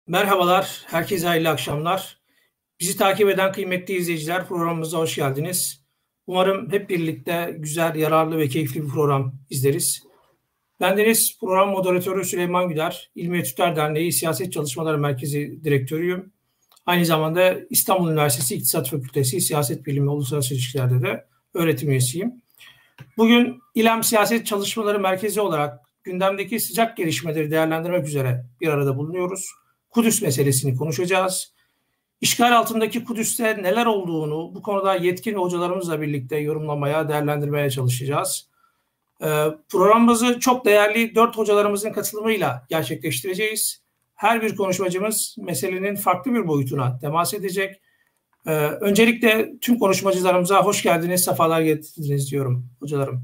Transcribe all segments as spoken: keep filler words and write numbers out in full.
Merhabalar, herkese hayırlı akşamlar. Bizi takip eden kıymetli izleyiciler, programımıza hoş geldiniz. Umarım hep birlikte güzel, yararlı ve keyifli bir program izleriz. Bendeniz program moderatörü Süleyman Güder, İlmi Etütler Derneği Siyaset Çalışmaları Merkezi Direktörüyüm. Aynı zamanda İstanbul Üniversitesi İktisat Fakültesi Siyaset Bilimi Uluslararası İlişkiler'de de öğretim üyesiyim. Bugün İLEM Siyaset Çalışmaları Merkezi olarak gündemdeki sıcak gelişmeleri değerlendirmek üzere bir arada bulunuyoruz. Kudüs meselesini konuşacağız. İşgal altındaki Kudüs'te neler olduğunu bu konuda yetkin hocalarımızla birlikte yorumlamaya, değerlendirmeye çalışacağız. Ee, programımızı çok değerli dört hocalarımızın katılımıyla gerçekleştireceğiz. Her bir konuşmacımız meselenin farklı bir boyutuna temas edecek. Ee, öncelikle tüm konuşmacılarımıza hoş geldiniz, sefalar getirdiniz diyorum hocalarım.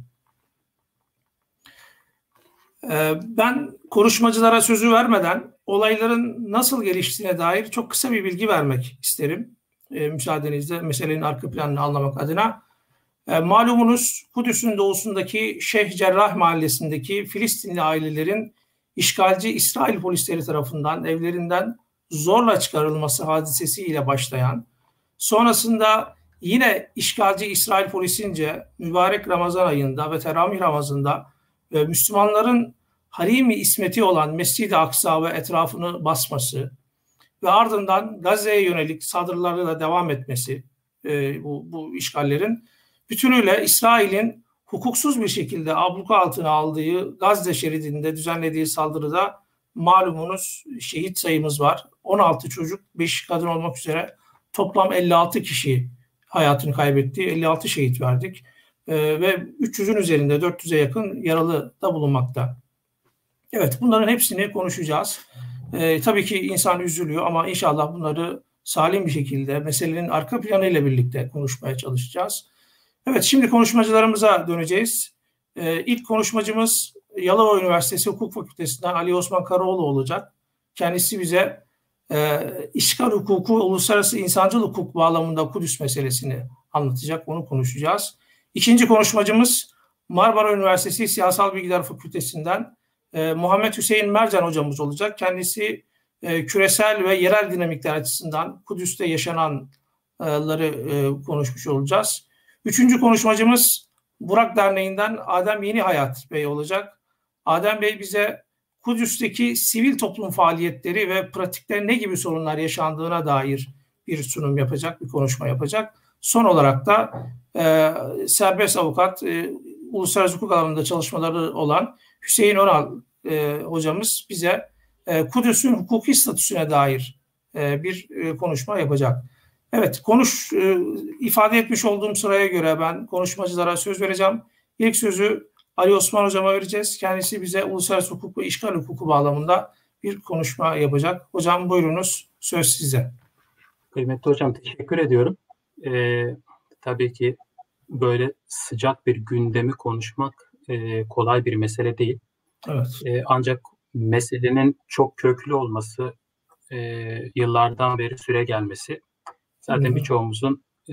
Ee, ben konuşmacılara sözü vermeden olayların nasıl geliştiğine dair çok kısa bir bilgi vermek isterim. Ee, müsaadenizle meselenin arka planını anlamak adına. Ee, malumunuz Kudüs'ün doğusundaki Şeyh Cerrah mahallesindeki Filistinli ailelerin işgalci İsrail polisleri tarafından evlerinden zorla çıkarılması hadisesiyle başlayan, sonrasında yine işgalci İsrail polisince mübarek Ramazan ayında ve Teravih Ramazan'da ve Müslümanların harimi ismeti olan Mescid-i Aksa ve etrafını basması ve ardından Gazze'ye yönelik saldırılarla devam etmesi e, bu, bu işgallerin bütünüyle İsrail'in hukuksuz bir şekilde abluka altına aldığı Gazze şeridinde düzenlediği saldırıda malumunuz şehit sayımız var. on altı çocuk, beş kadın olmak üzere toplam elli altı kişi hayatını kaybetti. elli altı şehit verdik. Ee, ve üç yüzün üzerinde dört yüze yakın yaralı da bulunmakta. Evet, bunların hepsini konuşacağız. Ee, tabii ki insan üzülüyor ama inşallah bunları salim bir şekilde meselenin arka planıyla birlikte konuşmaya çalışacağız. Evet, şimdi konuşmacılarımıza döneceğiz. Ee, ilk konuşmacımız Yalova Üniversitesi Hukuk Fakültesinden Ali Osman Karaoğlu olacak. Kendisi bize e, işgal hukuku, uluslararası insancıl hukuk bağlamında Kudüs meselesini anlatacak, onu konuşacağız. İkinci konuşmacımız Marmara Üniversitesi Siyasal Bilgiler Fakültesinden e, Muhammed Hüseyin Mercan hocamız olacak. Kendisi e, küresel ve yerel dinamikler açısından Kudüs'te yaşananları e, konuşmuş olacağız. Üçüncü konuşmacımız Burak Derneği'nden Adem Yeni Hayat Bey olacak. Adem Bey bize Kudüs'teki sivil toplum faaliyetleri ve pratikte ne gibi sorunlar yaşandığına dair bir sunum yapacak, bir konuşma yapacak. Son olarak da e, serbest avukat, e, uluslararası hukuk alanında çalışmaları olan Hüseyin Önal e, hocamız bize e, Kudüs'ün hukuki statüsüne dair e, bir e, konuşma yapacak. Evet, konuş e, ifade etmiş olduğum sıraya göre ben konuşmacılara söz vereceğim. İlk sözü Ali Osman Hocam'a vereceğiz. Kendisi bize uluslararası hukuk ve işgal hukuku bağlamında bir konuşma yapacak. Hocam buyurunuz, söz size. Kıymetli hocam, teşekkür ediyorum. Ee, tabii ki böyle sıcak bir gündemi konuşmak e, kolay bir mesele değil. Evet. E, ancak meselenin çok köklü olması, e, yıllardan beri süre gelmesi zaten birçoğumuzun e,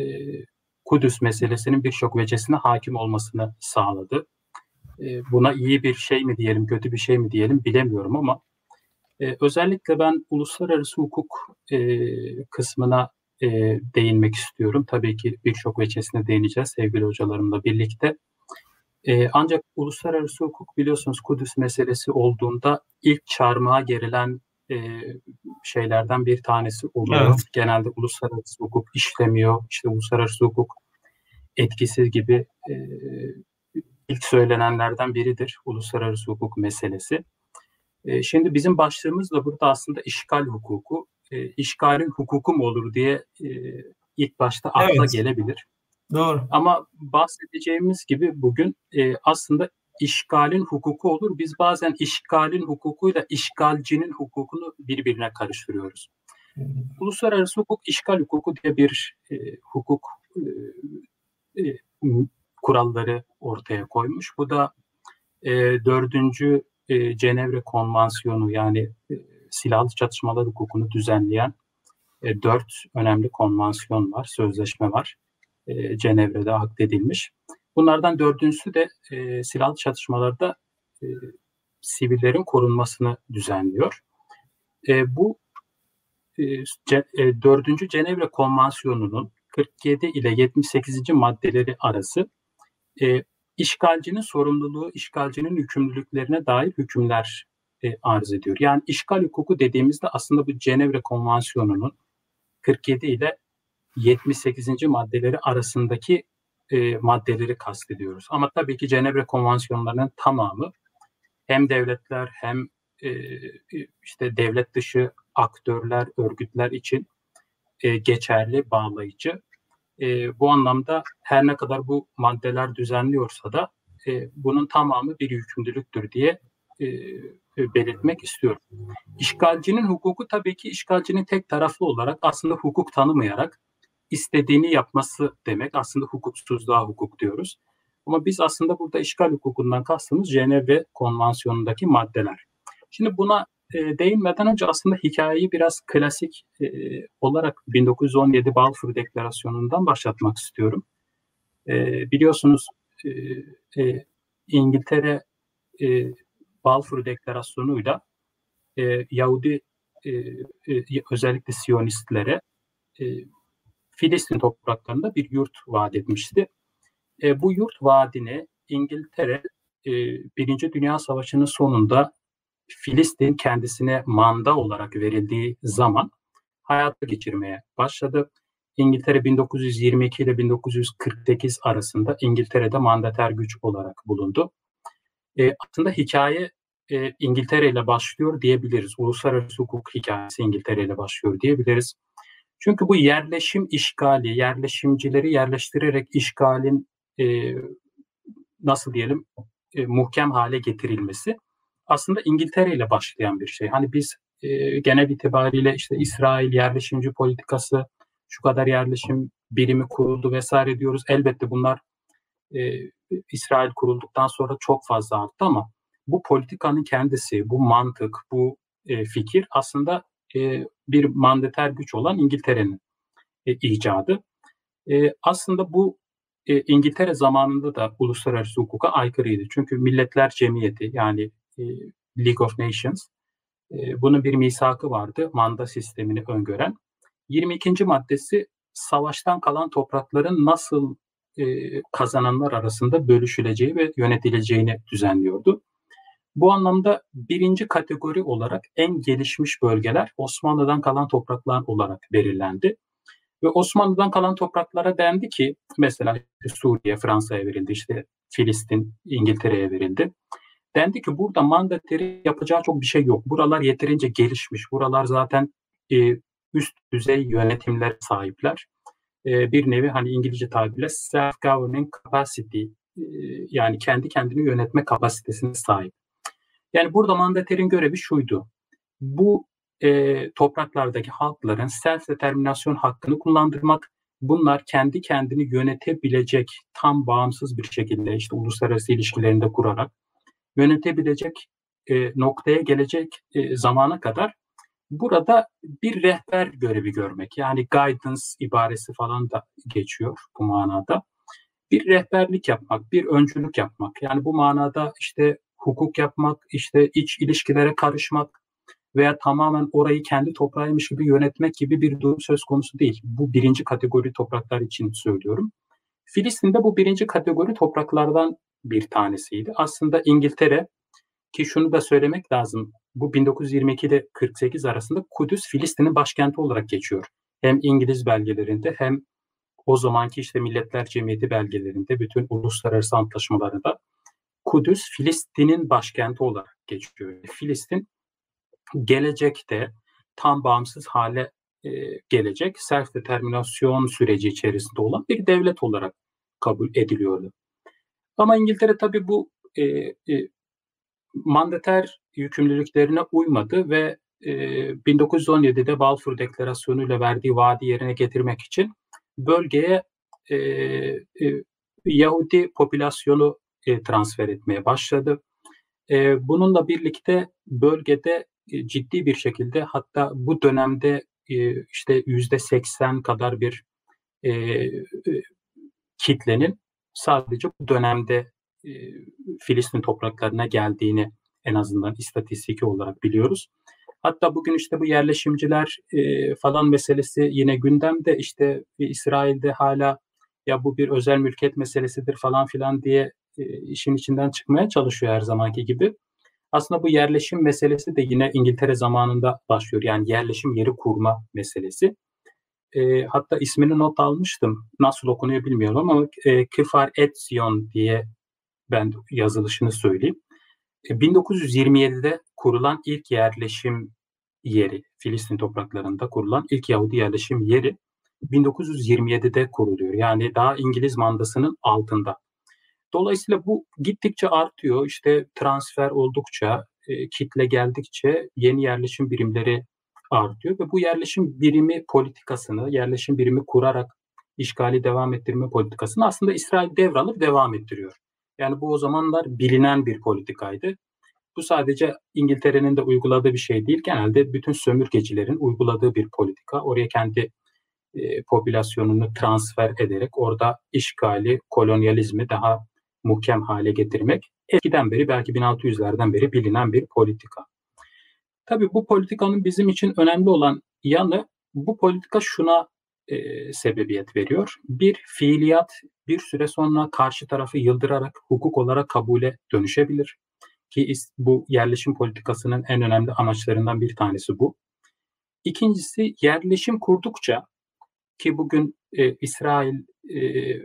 Kudüs meselesinin birçok vecesine hakim olmasını sağladı. E, buna iyi bir şey mi diyelim, kötü bir şey mi diyelim bilemiyorum ama e, özellikle ben uluslararası hukuk e, kısmına e, değinmek istiyorum. Tabii ki birçok vecesine değineceğiz sevgili hocalarımla birlikte. E, ancak uluslararası hukuk biliyorsunuz Kudüs meselesi olduğunda ilk çarmıha gerilen e, şeylerden bir tanesi oluyor. Evet. Genelde uluslararası hukuk işlemiyor, işte uluslararası hukuk etkisiz gibi e, ilk söylenenlerden biridir uluslararası hukuk meselesi. E, şimdi bizim başlığımız da burada aslında işgal hukuku. E, işgalin hukuku mu olur diye e, ilk başta akla Evet. gelebilir. Doğru. Ama bahsedeceğimiz gibi bugün e, aslında işgalin hukuku olur. Biz bazen işgalin hukukuyla işgalcinin hukukunu birbirine karıştırıyoruz. Hmm. Uluslararası hukuk işgal hukuku diye bir e, hukuk e, e, kuralları ortaya koymuş. Bu da e, dördüncü e, Cenevre Konvansiyonu yani e, silahlı çatışmalar hukukunu düzenleyen e, dört önemli konvansiyon var, sözleşme var. E, Cenevre'de akdedilmiş. Bunlardan dördüncüsü de e, silahlı çatışmalarda e, sivillerin korunmasını düzenliyor. E, bu dördüncü Cenevre Konvansiyonu'nun kırk yedi ile yetmiş sekizinci maddeleri arası e, işgalcinin sorumluluğu, işgalcinin yükümlülüklerine dair hükümler e, arz ediyor. Yani işgal hukuku dediğimizde aslında bu Cenevre Konvansiyonu'nun kırk yedi ile yetmiş sekizinci maddeleri arasındaki e, maddeleri kastediyoruz. Ama tabii ki Cenevre Konvansiyonlarının tamamı hem devletler hem e, işte devlet dışı aktörler, örgütler için e, geçerli, bağlayıcı. E, bu anlamda her ne kadar bu maddeler düzenliyorsa da e, bunun tamamı bir yükümlülüktür diye e, belirtmek istiyorum. İşgalcinin hukuku tabii ki işgalcinin tek taraflı olarak aslında hukuk tanımayarak istediğini yapması demek. Aslında hukuksuzluğa hukuk diyoruz. Ama biz aslında burada işgal hukukundan kastımız Cenevre Konvansiyonu'ndaki maddeler. Şimdi buna e, değinmeden önce aslında hikayeyi biraz klasik e, olarak bin dokuz yüz on yedi Balfour Deklarasyonu'ndan başlatmak istiyorum. E, biliyorsunuz e, e, İngiltere e, Balfour Deklarasyonu'yla e, Yahudi e, e, özellikle Siyonistlere e, Filistin topraklarında bir yurt vaat etmişti. E, bu yurt vaadini İngiltere e, Birinci Dünya Savaşı'nın sonunda Filistin kendisine manda olarak verildiği zaman hayata geçirmeye başladı. İngiltere bin dokuz yüz yirmi iki ile bin dokuz yüz kırk sekiz arasında İngiltere'de mandater güç olarak bulundu. E, aslında hikaye e, İngiltere ile başlıyor diyebiliriz. Uluslararası hukuk hikayesi İngiltere ile başlıyor diyebiliriz. Çünkü bu yerleşim işgali, yerleşimcileri yerleştirerek işgalin e, nasıl diyelim e, muhkem hale getirilmesi aslında İngiltere ile başlayan bir şey. Hani biz e, genel itibariyle işte İsrail yerleşimci politikası, şu kadar yerleşim birimi kuruldu vesaire diyoruz. Elbette bunlar e, İsrail kurulduktan sonra çok fazla arttı ama bu politikanın kendisi, bu mantık, bu e, fikir aslında e, bir mandater güç olan İngiltere'nin e, icadı. E, aslında bu e, İngiltere zamanında da uluslararası hukuka aykırıydı. Çünkü Milletler Cemiyeti yani e, League of Nations e, bunun bir misakı vardı. Manda sistemini öngören. yirmi ikinci maddesi savaştan kalan toprakların nasıl e, kazananlar arasında bölüşüleceği ve yönetileceğini düzenliyordu. Bu anlamda birinci kategori olarak en gelişmiş bölgeler Osmanlı'dan kalan topraklar olarak belirlendi. Ve Osmanlı'dan kalan topraklara dendi ki mesela Suriye Fransa'ya verildi, işte Filistin İngiltere'ye verildi. Dendi ki burada mandateri yapacağı çok bir şey yok. Buralar yeterince gelişmiş. Buralar zaten e, üst düzey yönetimler sahipler. E, bir nevi hani İngilizce tabirle self-governing capacity e, yani kendi kendini yönetme kapasitesine sahip. Yani burada mandaterin görevi şuydu. Bu e, topraklardaki halkların self-determinasyon hakkını kullandırmak, bunlar kendi kendini yönetebilecek, tam bağımsız bir şekilde işte uluslararası ilişkilerinde kurarak yönetebilecek e, noktaya gelecek e, zamana kadar burada bir rehber görevi görmek. Yani guidance ibaresi falan da geçiyor bu manada. Bir rehberlik yapmak, bir öncülük yapmak. Yani bu manada işte hukuk yapmak, işte iç ilişkilere karışmak veya tamamen orayı kendi toprağıymış gibi yönetmek gibi bir durum söz konusu değil. Bu birinci kategori topraklar için söylüyorum. Filistin'de bu birinci kategori topraklardan bir tanesiydi. Aslında İngiltere, ki şunu da söylemek lazım, bu bin dokuz yüz yirmi iki ile kırk sekiz arasında Kudüs Filistin'in başkenti olarak geçiyor. Hem İngiliz belgelerinde hem o zamanki işte Milletler Cemiyeti belgelerinde, bütün uluslararası antlaşmalarında Kudüs Filistin'in başkenti olarak geçiyor. Filistin gelecekte tam bağımsız hale e, gelecek, self-determinasyon süreci içerisinde olan bir devlet olarak kabul ediliyordu. Ama İngiltere tabii bu e, e, mandater yükümlülüklerine uymadı ve e, bin dokuz yüz on yedide Balfour Deklarasyonu ile verdiği vaadi yerine getirmek için bölgeye e, e, Yahudi popülasyonu e, transfer etmeye başladı. E, bununla birlikte bölgede e, ciddi bir şekilde, hatta bu dönemde e, işte yüzde seksen kadar bir e, e, kitlenin sadece bu dönemde e, Filistin topraklarına geldiğini en azından istatistiki olarak biliyoruz. Hatta bugün işte bu yerleşimciler e, falan meselesi yine gündemde. İşte İsrail'de hala ya bu bir özel mülkiyet meselesidir falan filan diye e, işin içinden çıkmaya çalışıyor her zamanki gibi. Aslında bu yerleşim meselesi de yine İngiltere zamanında başlıyor. Yani yerleşim yeri kurma meselesi. E, hatta ismini not almıştım. Nasıl okunuyor bilmiyorum ama e, Kfar Etzion diye ben yazılışını söyleyeyim. E, bin dokuz yüz yirmi yedide kurulan ilk yerleşim yeri, Filistin topraklarında kurulan ilk Yahudi yerleşim yeri bin dokuz yüz yirmi yedide kuruluyor. Yani daha İngiliz mandasının altında. Dolayısıyla bu gittikçe artıyor. İşte transfer oldukça, e, kitle geldikçe yeni yerleşim birimleri artıyor ve bu yerleşim birimi politikasını, yerleşim birimi kurarak işgali devam ettirme politikasını aslında İsrail devralıp devam ettiriyor. Yani bu o zamanlar bilinen bir politikaydı. Bu sadece İngiltere'nin de uyguladığı bir şey değil. Genelde bütün sömürgecilerin uyguladığı bir politika. Oraya kendi e, popülasyonunu transfer ederek orada işgali, kolonyalizmi daha muhkem hale getirmek eskiden beri belki bin altı yüzlerden beri bilinen bir politika. Tabii bu politikanın bizim için önemli olan yanı bu politika şuna e, sebebiyet veriyor. Bir fiiliyat bir süre sonra karşı tarafı yıldırarak hukuk olarak kabule dönüşebilir. Ki bu yerleşim politikasının en önemli amaçlarından bir tanesi bu. İkincisi yerleşim kurdukça ki bugün e, İsrail e,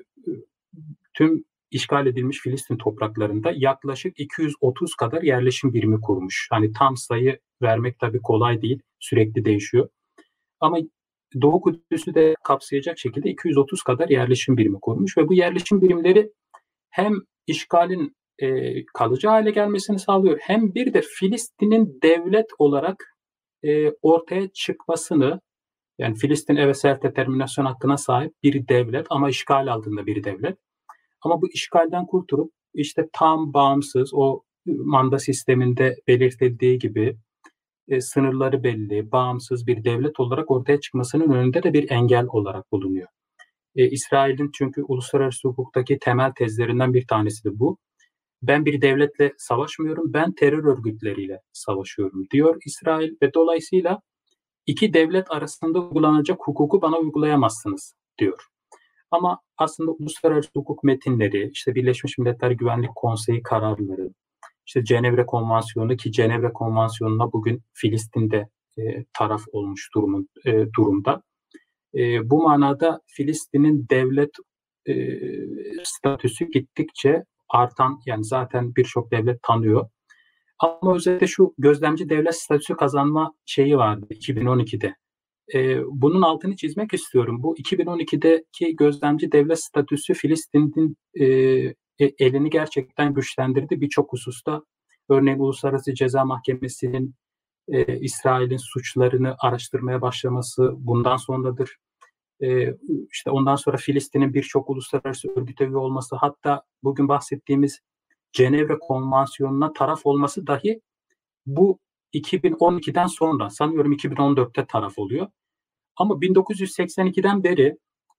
tüm işgal edilmiş Filistin topraklarında yaklaşık iki yüz otuz kadar yerleşim birimi kurmuş. Hani tam sayı vermek tabii kolay değil, sürekli değişiyor. Ama Doğu Kudüs'ü de kapsayacak şekilde iki yüz otuz kadar yerleşim birimi kurmuş ve bu yerleşim birimleri hem işgalin e, kalıcı hale gelmesini sağlıyor hem bir de Filistin'in devlet olarak e, ortaya çıkmasını, yani Filistin evet self determinasyon hakkına sahip bir devlet ama işgal altında bir devlet. Ama bu işgalden kurtulup işte tam bağımsız o manda sisteminde belirtildiği gibi e, sınırları belli, bağımsız bir devlet olarak ortaya çıkmasının önünde de bir engel olarak bulunuyor. E, İsrail'in çünkü uluslararası hukuktaki temel tezlerinden bir tanesi de bu. Ben bir devletle savaşmıyorum, ben terör örgütleriyle savaşıyorum diyor İsrail ve dolayısıyla iki devlet arasında uygulanacak hukuku bana uygulayamazsınız diyor. Ama aslında uluslararası hukuk metinleri, işte Birleşmiş Milletler Güvenlik Konseyi kararları, işte Cenevre Konvansiyonu ki Cenevre Konvansiyonu'na bugün Filistin'de e, taraf olmuş durumun, e, durumda. E, bu manada Filistin'in devlet e, statüsü gittikçe artan, yani zaten birçok devlet tanıyor. Ama özellikle şu gözlemci devlet statüsü kazanma şeyi vardı iki bin on ikide. Ee, bunun altını çizmek istiyorum. Bu iki bin on ikideki gözlemci devlet statüsü Filistin'in e, elini gerçekten güçlendirdi birçok hususta. Örneğin Uluslararası Ceza Mahkemesi'nin e, İsrail'in suçlarını araştırmaya başlaması bundan sonradır. E, işte ondan sonra Filistin'in birçok uluslararası örgüte üye olması, hatta bugün bahsettiğimiz Cenevre Konvansiyonu'na taraf olması dahi bu iki bin on ikiden sonra, sanıyorum iki bin on dörtte taraf oluyor. Ama bin dokuz yüz seksen ikiden beri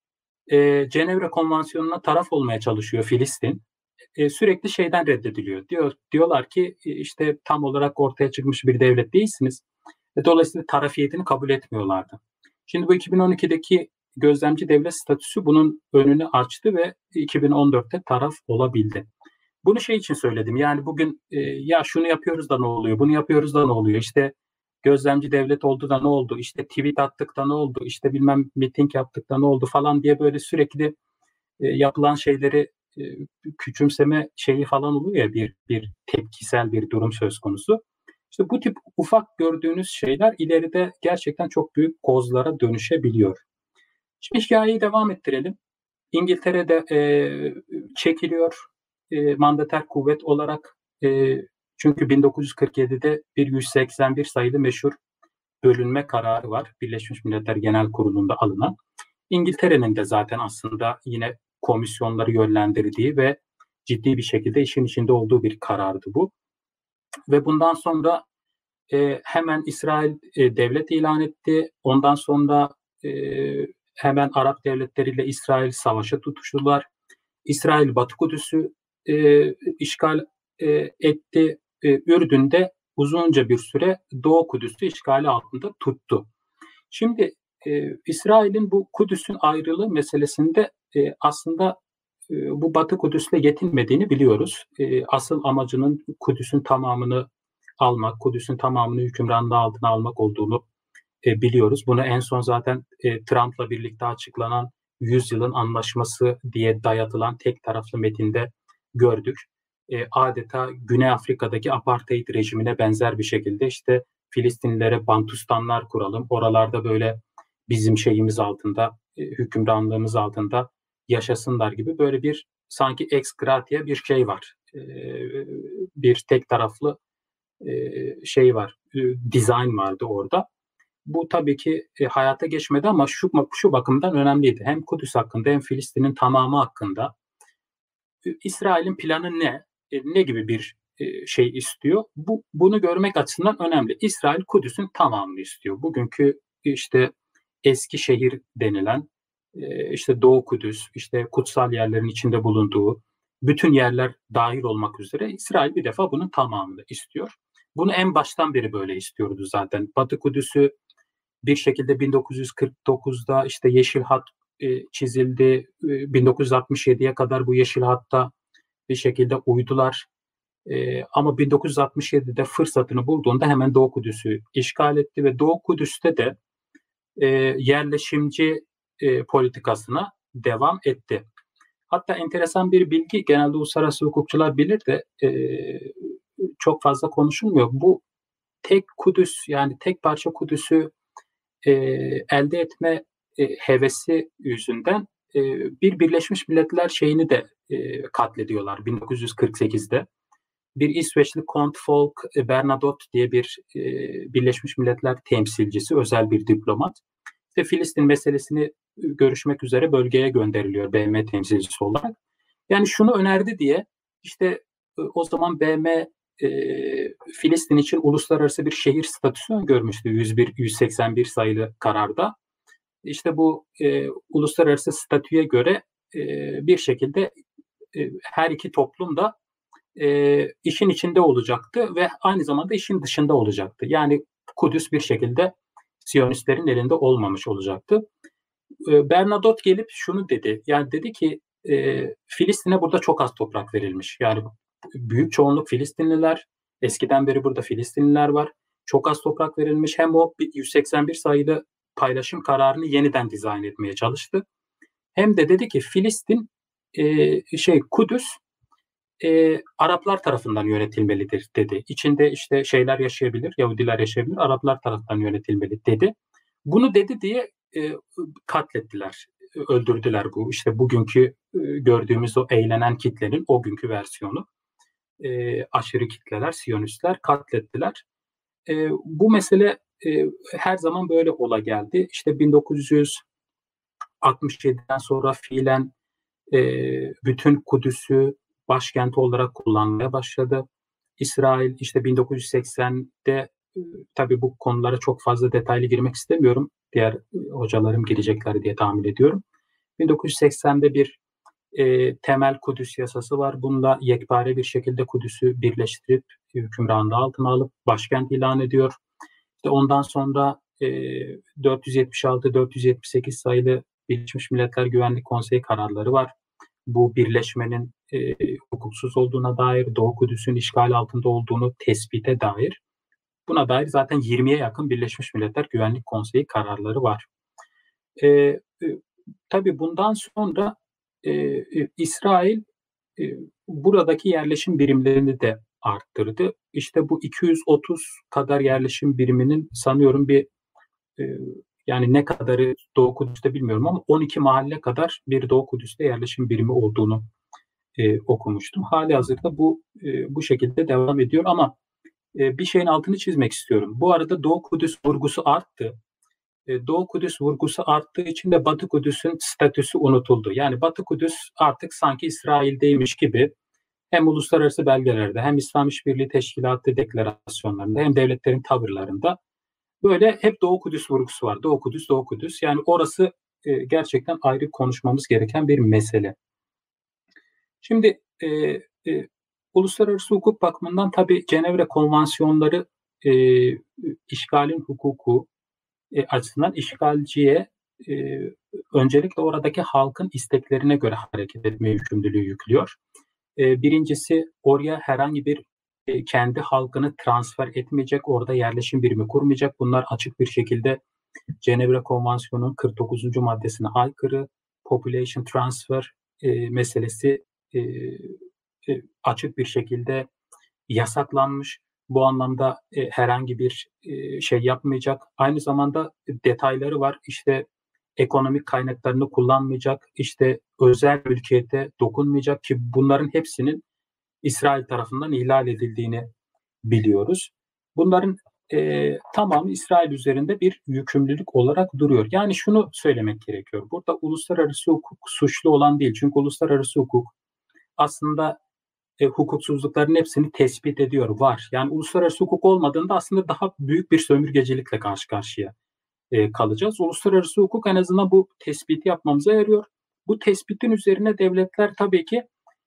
e, Cenevre Konvansiyonu'na taraf olmaya çalışıyor Filistin. E, sürekli şeyden reddediliyor. Diyor, diyorlar ki işte tam olarak ortaya çıkmış bir devlet değilsiniz. E, dolayısıyla tarafiyetini kabul etmiyorlardı. Şimdi bu iki bin on ikideki gözlemci devlet statüsü bunun önünü açtı ve iki bin on dörtte taraf olabildi. Bunu şey için söyledim. Yani bugün e, ya şunu yapıyoruz da ne oluyor? Bunu yapıyoruz da ne oluyor? İşte gözlemci devlet oldu da ne oldu? İşte tweet attık da ne oldu? İşte bilmem miting yaptık da ne oldu falan diye böyle sürekli e, yapılan şeyleri e, küçümseme şeyi falan oluyor ya, bir bir tepkisel bir durum söz konusu. İşte bu tip ufak gördüğünüz şeyler ileride gerçekten çok büyük kozlara dönüşebiliyor. Şimdi hikayeyi devam ettirelim. İngiltere'de e, çekiliyor e, mandater kuvvet olarak e, çünkü bin dokuz yüz kırk yedide bir yüz seksen bir sayılı meşhur bölünme kararı var. Birleşmiş Milletler Genel Kurulu'nda alınan. İngiltere'nin de zaten aslında yine komisyonları yönlendirdiği ve ciddi bir şekilde işin içinde olduğu bir karardı bu. Ve bundan sonra e, hemen İsrail e, devlet ilan etti. Ondan sonra e, hemen Arap devletleriyle İsrail savaşa tutuştular. İsrail Batı Kudüs'ü e, işgal e, etti. E, Ürdün'de uzunca bir süre Doğu Kudüs'ü işgali altında tuttu. Şimdi e, İsrail'in bu Kudüs'ün ayrılığı meselesinde e, aslında e, bu Batı Kudüs'le yetinmediğini biliyoruz. E, asıl amacının Kudüs'ün tamamını almak, Kudüs'ün tamamını hükümranlığı altına almak olduğunu e, biliyoruz. Bunu en son zaten e, Trump'la birlikte açıklanan yüzyılın anlaşması diye dayatılan tek taraflı metinde gördük. E, adeta Güney Afrika'daki apartheid rejimine benzer bir şekilde işte Filistinlilere Bantustanlar kuralım, oralarda böyle bizim şeyimiz altında, e, hükümranlığımız altında yaşasınlar gibi böyle bir sanki ex gratia bir şey var. E, bir tek taraflı e, şey var, e, dizayn vardı orada. Bu tabii ki e, hayata geçmedi ama şu, şu bakımdan önemliydi. Hem Kudüs hakkında hem Filistin'in tamamı hakkında e, İsrail'in planı ne? E, ne gibi bir e, şey istiyor? Bu bunu görmek açısından önemli. İsrail Kudüs'ün tamamını istiyor. Bugünkü işte eski şehir denilen e, işte Doğu Kudüs, işte kutsal yerlerin içinde bulunduğu bütün yerler dahil olmak üzere İsrail bir defa bunun tamamını istiyor. Bunu en baştan beri böyle istiyordu zaten. Batı Kudüs'ü bir şekilde bin dokuz yüz kırk dokuzda işte Yeşil Hat e, çizildi. E, bin dokuz yüz altmış yediye kadar bu Yeşil Hat'ta bir şekilde uydular. E, ama bin dokuz yüz altmış yedide fırsatını bulduğunda hemen Doğu Kudüs'ü işgal etti ve Doğu Kudüs'te de e, yerleşimci e, politikasına devam etti. Hatta enteresan bir bilgi, genelde uluslararası hukukçular bilir de e, çok fazla konuşulmuyor. Bu tek Kudüs, yani tek parça Kudüs'ü e, elde etme e, hevesi yüzünden e, bir Birleşmiş Milletler şeyini de e, katlediyorlar bin dokuz yüz kırk sekizde. Bir İsveçli Kont Folk Bernadotte diye bir e, Birleşmiş Milletler temsilcisi, özel bir diplomat. İşte Filistin meselesini görüşmek üzere bölgeye gönderiliyor B M temsilcisi olarak. Yani şunu önerdi diye işte e, o zaman B M e, Filistin için uluslararası bir şehir statüsü görmüştü yüz bir yüz seksen bir sayılı kararda. İşte bu e, uluslararası statüye göre e, bir şekilde e, her iki toplum da e, işin içinde olacaktı ve aynı zamanda işin dışında olacaktı. Yani Kudüs bir şekilde Siyonistlerin elinde olmamış olacaktı. E, Bernadotte gelip şunu dedi. Yani dedi ki e, Filistin'e burada çok az toprak verilmiş. Yani büyük çoğunluk Filistinliler. Eskiden beri burada Filistinliler var. Çok az toprak verilmiş. Hem o yüz seksen bir sayılı paylaşım kararını yeniden dizayn etmeye çalıştı. Hem de dedi ki Filistin e, şey Kudüs e, Araplar tarafından yönetilmelidir dedi. İçinde işte şeyler yaşayabilir, Yahudiler yaşayabilir, Araplar tarafından yönetilmeli dedi. Bunu dedi diye e, katlettiler, öldürdüler bu. İşte bugünkü e, gördüğümüz o eğlenen kitlenin o günkü versiyonu. E, aşırı kitleler, Siyonistler katlettiler. E, bu mesele e, her zaman böyle ola geldi. İşte bin dokuz yüz altmış yediden sonra fiilen e, bütün Kudüs'ü başkent olarak kullanmaya başladı. İsrail işte bin dokuz yüz seksende e, tabii bu konulara çok fazla detaylı girmek istemiyorum. Diğer e, hocalarım girecekler diye tahmin ediyorum. bin dokuz yüz seksende bir e, temel Kudüs yasası var. Bununla yekpare bir şekilde Kudüs'ü birleştirip hükümranlığı altına alıp başkent ilan ediyor. İşte ondan sonra e, dört yüz yetmiş altı dört yüz yetmiş sekiz sayılı Birleşmiş Milletler Güvenlik Konseyi kararları var. Bu birleşmenin e, hukuksuz olduğuna dair, Doğu Kudüs'ün işgal altında olduğunu tespite dair. Buna dair zaten yirmiye yakın Birleşmiş Milletler Güvenlik Konseyi kararları var. E, e, tabii bundan sonra e, e, İsrail e, buradaki yerleşim birimlerini de arttırdı. İşte bu iki yüz otuz kadar yerleşim biriminin sanıyorum bir e, yani ne kadarı Doğu Kudüs'te bilmiyorum ama on iki mahalle kadar bir Doğu Kudüs'te yerleşim birimi olduğunu e, okumuştum. Hali hazırda bu e, bu şekilde devam ediyor ama e, bir şeyin altını çizmek istiyorum. Bu arada Doğu Kudüs vurgusu arttı. E, Doğu Kudüs vurgusu arttığı için de Batı Kudüs'ün statüsü unutuldu. Yani Batı Kudüs artık sanki İsrail'deymiş gibi hem uluslararası belgelerde hem İslam İşbirliği Teşkilatı deklarasyonlarında hem devletlerin tavırlarında böyle hep Doğu Kudüs vurgusu var. Doğu Kudüs, Doğu Kudüs. Yani orası e, gerçekten ayrı konuşmamız gereken bir mesele. Şimdi e, e, uluslararası hukuk bakımından tabii Cenevre Konvansiyonları e, işgalin hukuku e, açısından işgalciye e, öncelikle oradaki halkın isteklerine göre hareket etme yükümlülüğü yüklüyor. E, birincisi oraya herhangi bir e, kendi halkını transfer etmeyecek, orada yerleşim birimi kurmayacak. Bunlar açık bir şekilde Cenevre Konvansiyonu'nun kırk dokuzuncu maddesine aykırı. Population transfer e, meselesi e, e, açık bir şekilde yasaklanmış. Bu anlamda e, herhangi bir e, şey yapmayacak. Aynı zamanda detayları var. İşte ekonomik kaynaklarını kullanmayacak, işte özel mülkiyete dokunmayacak ki bunların hepsinin İsrail tarafından ihlal edildiğini biliyoruz. Bunların e, tamamı İsrail üzerinde bir yükümlülük olarak duruyor. Yani şunu söylemek gerekiyor. Burada uluslararası hukuk suçlu olan değil. Çünkü uluslararası hukuk aslında e, hukuksuzlukların hepsini tespit ediyor, var. Yani uluslararası hukuk olmadığında aslında daha büyük bir sömürgecilikle karşı karşıya e, kalacağız. Uluslararası hukuk en azından bu tespiti yapmamıza yarıyor. Bu tespitin üzerine devletler tabii ki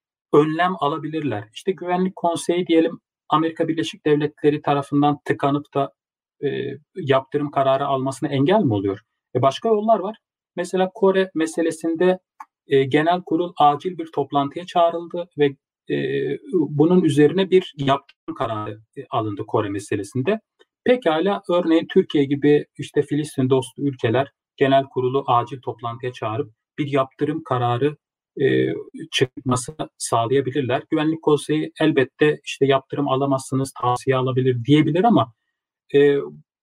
önlem alabilirler. İşte Güvenlik Konseyi diyelim Amerika Birleşik Devletleri tarafından tıkanıp da e, yaptırım kararı almasına engel mi oluyor? E, başka yollar var. Mesela Kore meselesinde e, genel kurul acil bir toplantıya çağrıldı ve e, bunun üzerine bir yaptırım kararı e, alındı Kore meselesinde. Pekala örneğin Türkiye gibi işte Filistin dostu ülkeler genel kurulu acil toplantıya çağırıp bir yaptırım kararı e, çıkmasını sağlayabilirler. Güvenlik Konseyi elbette işte yaptırım alamazsınız, tavsiye alabilir diyebilir ama e,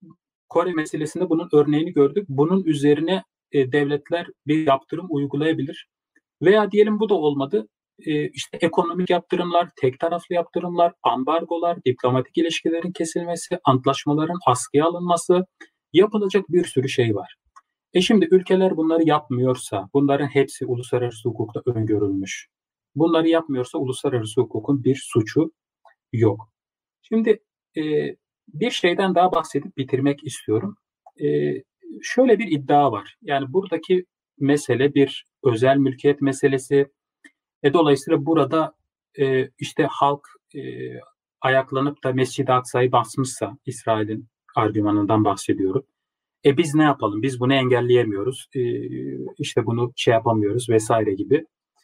Kore meselesinde bunun örneğini gördük. Bunun üzerine e, devletler bir yaptırım uygulayabilir. Veya diyelim bu da olmadı. E, işte ekonomik yaptırımlar, tek taraflı yaptırımlar, ambargolar, diplomatik ilişkilerin kesilmesi, antlaşmaların askıya alınması, yapılacak bir sürü şey var. E şimdi ülkeler bunları yapmıyorsa, bunların hepsi uluslararası hukukta öngörülmüş. Bunları yapmıyorsa uluslararası hukukun bir suçu yok. Şimdi e, bir şeyden daha bahsedip bitirmek istiyorum. E, şöyle bir iddia var. Yani buradaki mesele bir özel mülkiyet meselesi. E, dolayısıyla burada e, işte halk e, ayaklanıp da Mescid-i Aksa'yı basmışsa, İsrail'in argümanından bahsediyorum. E biz ne yapalım? Biz bunu engelleyemiyoruz. E, işte bunu şey yapamıyoruz vesaire gibi.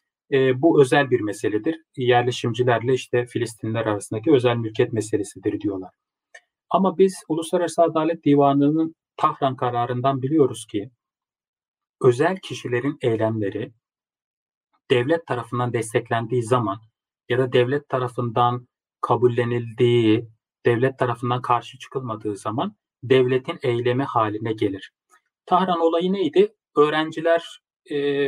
E, bu özel bir meseledir. Yerleşimcilerle işte Filistinliler arasındaki özel mülkiyet meselesidir diyorlar. Ama biz Uluslararası Adalet Divanı'nın Tahran kararından biliyoruz ki özel kişilerin eylemleri devlet tarafından desteklendiği zaman ya da devlet tarafından kabullenildiği, devlet tarafından karşı çıkılmadığı zaman devletin eylemi haline gelir. Tahran olayı neydi? Öğrenciler e,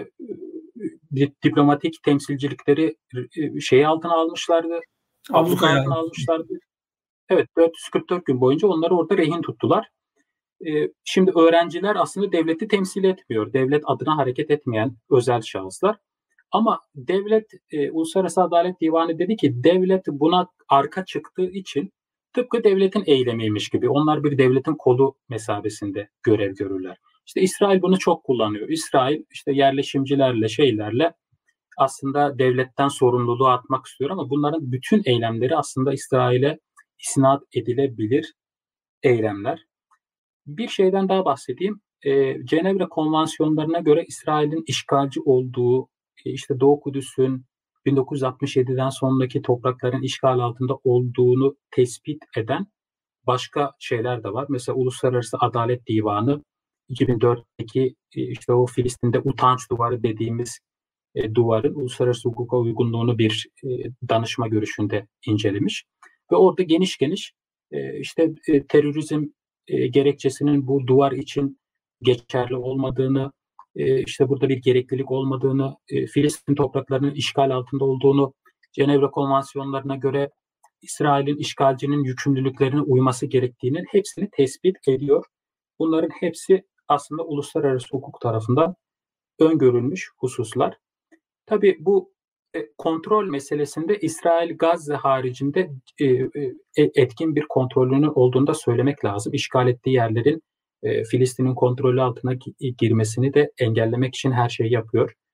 diplomatik temsilcilikleri e, şeyi altına almışlardı, abluka altına almışlardı. Evet, dört yüz kırk dört gün boyunca onları orada rehin tuttular. E, şimdi öğrenciler aslında devleti temsil etmiyor. Devlet adına hareket etmeyen özel şahıslar. Ama devlet, e, Uluslararası Adalet Divanı dedi ki devlet buna arka çıktığı için tıpkı devletin eylemiymiş gibi onlar bir devletin kolu mesabesinde görev görürler. İşte İsrail bunu çok kullanıyor. İsrail işte yerleşimcilerle şeylerle aslında devletten sorumluluğu atmak istiyor ama bunların bütün eylemleri aslında İsrail'e isnat edilebilir eylemler. Bir şeyden daha bahsedeyim. E, Cenevre Konvansiyonlarına göre İsrail'in işgalci olduğu, e, işte Doğu Kudüs'ün bin dokuz yüz altmış yediden sonraki toprakların işgal altında olduğunu tespit eden başka şeyler de var. Mesela Uluslararası Adalet Divanı iki bin dörtteki e, işte o Filistin'de utanç duvarı dediğimiz e, duvarın uluslararası hukuka uygunluğunu bir e, danışma görüşünde incelemiş. Ve orada geniş geniş e, işte e, terörizm e, gerekçesinin bu duvar için geçerli olmadığını, e, işte burada bir gereklilik olmadığını, e, Filistin topraklarının işgal altında olduğunu, Cenevre Konvansiyonlarına göre İsrail'in işgalcinin yükümlülüklerine uyması gerektiğinin hepsini tespit ediyor. Bunların hepsi aslında uluslararası hukuk tarafından öngörülmüş hususlar. Tabii bu e, kontrol meselesinde İsrail Gazze haricinde e, e, etkin bir kontrolünün olduğunu da söylemek lazım. İşgal ettiği yerlerin e, Filistin'in kontrolü altına girmesini de engellemek için her şeyi yapıyor.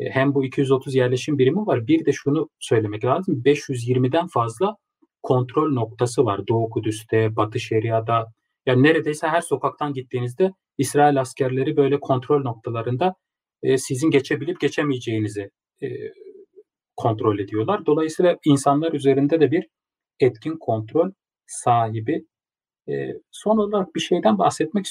hem bu iki yüz otuz yerleşim birimi var. Bir de şunu söylemek lazım. beş yüz yirmiden fazla kontrol noktası var. Doğu Kudüs'te, Batı Şeria'da. Yani neredeyse her sokaktan gittiğinizde İsrail askerleri böyle kontrol noktalarında e, sizin geçebilip geçemeyeceğinizi e, kontrol ediyorlar. Dolayısıyla insanlar üzerinde de bir etkin kontrol sahibi. E, son olarak bir şeyden bahsetmek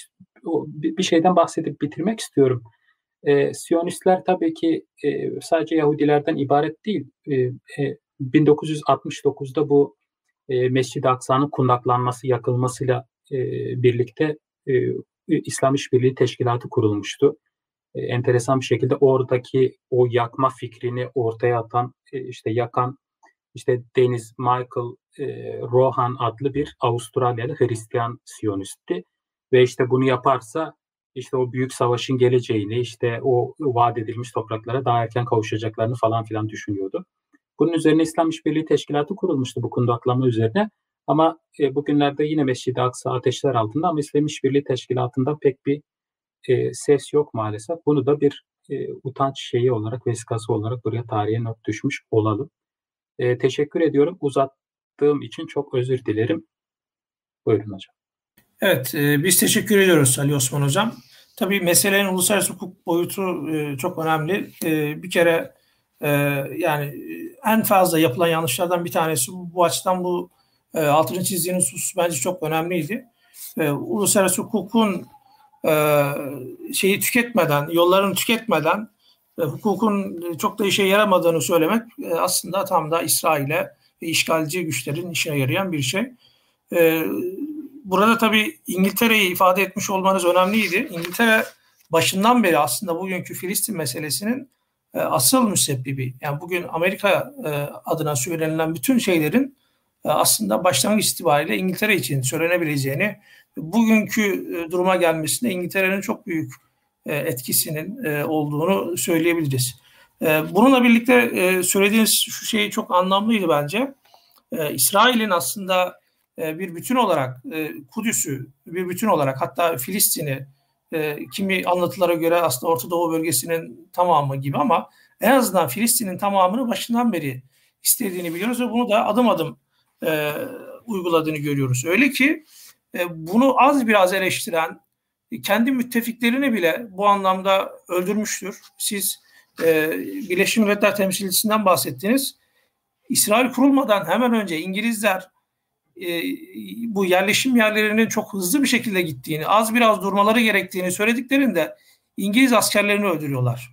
bir şeyden bahsedip bitirmek istiyorum. E, Siyonistler tabii ki e, sadece Yahudilerden ibaret değil. E, e, bin dokuz yüz altmış dokuzda bu e, Mescid-i Aksa'nın kundaklanması, yakılmasıyla e, birlikte e, İslam İşbirliği Teşkilatı kurulmuştu. E, enteresan bir şekilde oradaki o yakma fikrini ortaya atan, e, işte yakan, işte Deniz Michael e, Rohan adlı bir Avustralyalı Hristiyan Siyonistti. Ve işte bunu yaparsa işte o büyük savaşın geleceğini, işte o vaat edilmiş topraklara daha erken kavuşacaklarını falan filan düşünüyordu. Bunun üzerine İslam İşbirliği Teşkilatı kurulmuştu bu kundaklama üzerine. Ama e, bugünlerde yine Mescid-i Aksa ateşler altında ama İslam İşbirliği Teşkilatı'nda pek bir e, ses yok maalesef. Bunu da bir e, utanç şeyi olarak, vesikası olarak buraya tarihe not düşmüş olalım. E, teşekkür ediyorum. Uzattığım için çok özür dilerim. Buyurun hocam. Evet, e, biz teşekkür ediyoruz Ali Osman Hocam. Tabii meselenin uluslararası hukuk boyutu e, çok önemli. E, bir kere e, yani en fazla yapılan yanlışlardan bir tanesi bu, bu açıdan bu e, altını çizdiğiniz husus bence çok önemliydi. E, uluslararası hukukun e, şeyi tüketmeden, yollarını tüketmeden e, hukukun çok da işe yaramadığını söylemek e, aslında tam da İsrail'e ve işgalci güçlerin işine yarayan bir şey. E, Burada tabii İngiltere'yi ifade etmiş olmanız önemliydi. İngiltere başından beri aslında bugünkü Filistin meselesinin e, asıl müsebbibi. Yani bugün Amerika e, adına söylenilen bütün şeylerin e, aslında başlangıç itibariyle İngiltere için söylenebileceğini, bugünkü e, duruma gelmesinde İngiltere'nin çok büyük e, etkisinin e, olduğunu söyleyebiliriz. E, bununla birlikte e, söylediğiniz şu şey çok anlamlıydı bence. E, İsrail'in aslında bir bütün olarak Kudüs'ü bir bütün olarak hatta Filistin'i kimi anlatılara göre aslında Orta Doğu bölgesinin tamamı gibi ama en azından Filistin'in tamamını başından beri istediğini biliyoruz ve bunu da adım adım e, uyguladığını görüyoruz. Öyle ki e, bunu az biraz eleştiren kendi müttefiklerini bile bu anlamda öldürmüştür. Siz e, Birleşmiş Milletler temsilcisinden bahsettiniz. İsrail kurulmadan hemen önce İngilizler E, bu yerleşim yerlerinin çok hızlı bir şekilde gittiğini, az biraz durmaları gerektiğini söylediklerinde İngiliz askerlerini öldürüyorlar.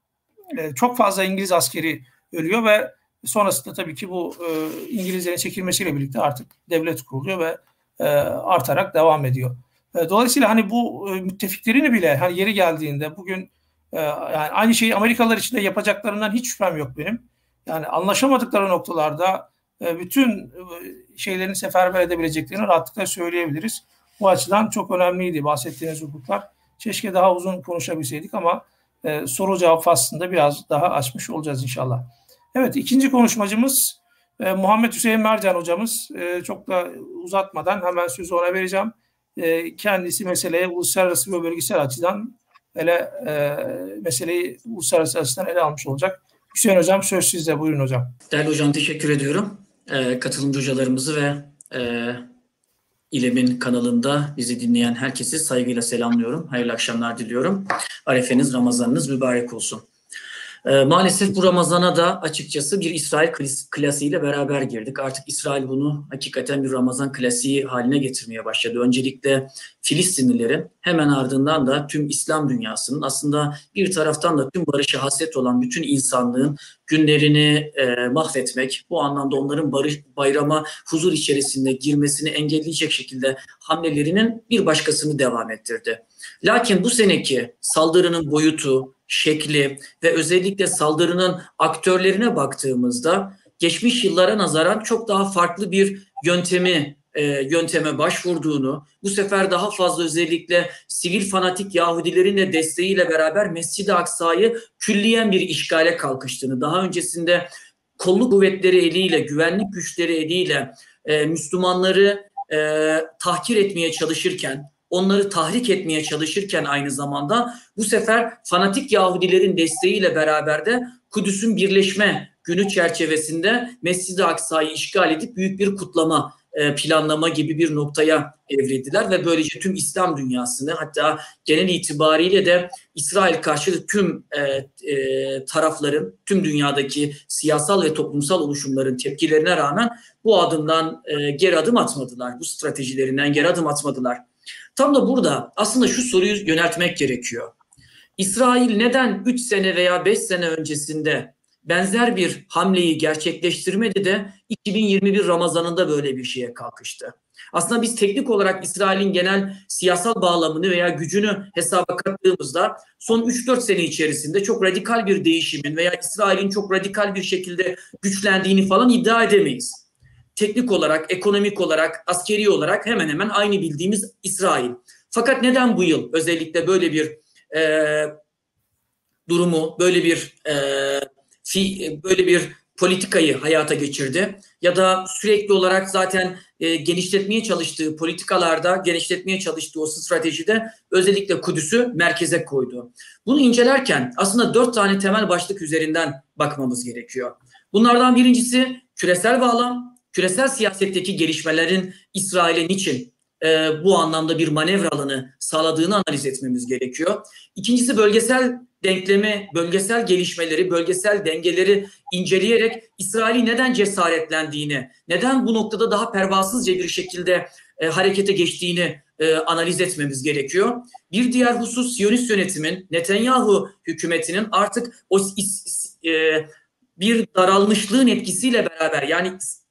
E, çok fazla İngiliz askeri ölüyor ve sonrasında tabii ki bu e, İngilizlerin çekilmesiyle birlikte artık devlet kuruluyor ve e, artarak devam ediyor. E, dolayısıyla hani bu e, müttefiklerini bile hani yeri geldiğinde bugün e, yani aynı şeyi Amerikalılar için de yapacaklarından hiç şüphem yok benim. Yani anlaşamadıkları noktalarda bütün şeylerini seferber edebileceklerini rahatlıkla söyleyebiliriz. Bu açıdan çok önemliydi bahsettiğiniz hukuklar. Keşke daha uzun konuşabilseydik ama e, soru cevap faslında biraz daha açmış olacağız inşallah. Evet, ikinci konuşmacımız e, Muhammed Hüseyin Mercan hocamız. E, çok da uzatmadan hemen sözü ona vereceğim. E, kendisi meseleye uluslararası ve bölgesel açıdan ele e, meseleyi uluslararası açıdan ele almış olacak. Hüseyin hocam söz sizde. Buyurun hocam. Değerli hocam teşekkür ediyorum. E, katılımcı hocalarımızı ve e, İLEM'in kanalında bizi dinleyen herkesi saygıyla selamlıyorum. Hayırlı akşamlar diliyorum. Arefeniz, Ramazanınız mübarek olsun. E, maalesef bu Ramazan'a da açıkçası bir İsrail klasiğiyle beraber girdik. Artık İsrail bunu hakikaten bir Ramazan klasiği haline getirmeye başladı. Öncelikle Filistinlilerin, hemen ardından da tüm İslam dünyasının, aslında bir taraftan da tüm barışa hasret olan bütün insanlığın günlerini e, mahvetmek, bu anlamda onların barış, bayrama huzur içerisinde girmesini engelleyecek şekilde hamlelerinin bir başkasını devam ettirdi. Lakin bu seneki saldırının boyutu, şekli ve özellikle saldırının aktörlerine baktığımızda geçmiş yıllara nazaran çok daha farklı bir yöntemi e, yönteme başvurduğunu, bu sefer daha fazla özellikle sivil fanatik Yahudilerin de desteğiyle beraber Mescid-i Aksa'yı külliyen bir işgale kalkıştığını, daha öncesinde kolluk kuvvetleri eliyle, güvenlik güçleri eliyle e, Müslümanları e, tahkir etmeye çalışırken, onları tahrik etmeye çalışırken aynı zamanda bu sefer fanatik Yahudilerin desteğiyle beraber de Kudüs'ün birleşme günü çerçevesinde Mescid-i Aksa'yı işgal edip büyük bir kutlama, planlama gibi bir noktaya evrediler ve böylece tüm İslam dünyasını, hatta genel itibariyle de İsrail karşıtı tüm e, e, tarafların, tüm dünyadaki siyasal ve toplumsal oluşumların tepkilerine rağmen bu adımdan e, geri adım atmadılar. Bu stratejilerinden geri adım atmadılar. Tam da burada aslında şu soruyu yöneltmek gerekiyor. İsrail neden üç sene veya beş sene öncesinde benzer bir hamleyi gerçekleştirmedi de iki bin yirmi bir Ramazan'ında böyle bir şeye kalkıştı? Aslında biz teknik olarak İsrail'in genel siyasal bağlamını veya gücünü hesaba kattığımızda son üç dört sene içerisinde çok radikal bir değişimin veya İsrail'in çok radikal bir şekilde güçlendiğini falan iddia edemeyiz. Teknik olarak, ekonomik olarak, askeri olarak hemen hemen aynı bildiğimiz İsrail. Fakat neden bu yıl özellikle böyle bir e, durumu, böyle bir e, fi, böyle bir politikayı hayata geçirdi? Ya da sürekli olarak zaten e, genişletmeye çalıştığı politikalarda, genişletmeye çalıştığı o stratejide özellikle Kudüs'ü merkeze koydu. Bunu incelerken aslında dört tane temel başlık üzerinden bakmamız gerekiyor. Bunlardan birincisi küresel bağlam, küresel siyasetteki gelişmelerin İsrail'e niçin e, bu anlamda bir manevra alanı sağladığını analiz etmemiz gerekiyor. İkincisi bölgesel denklemi, bölgesel gelişmeleri, bölgesel dengeleri inceleyerek İsrail'i neden cesaretlendiğini, neden bu noktada daha pervasızca bir şekilde e, harekete geçtiğini e, analiz etmemiz gerekiyor. Bir diğer husus Siyonist yönetimin, Netanyahu hükümetinin artık o e, bir daralmışlığın etkisiyle beraber, yani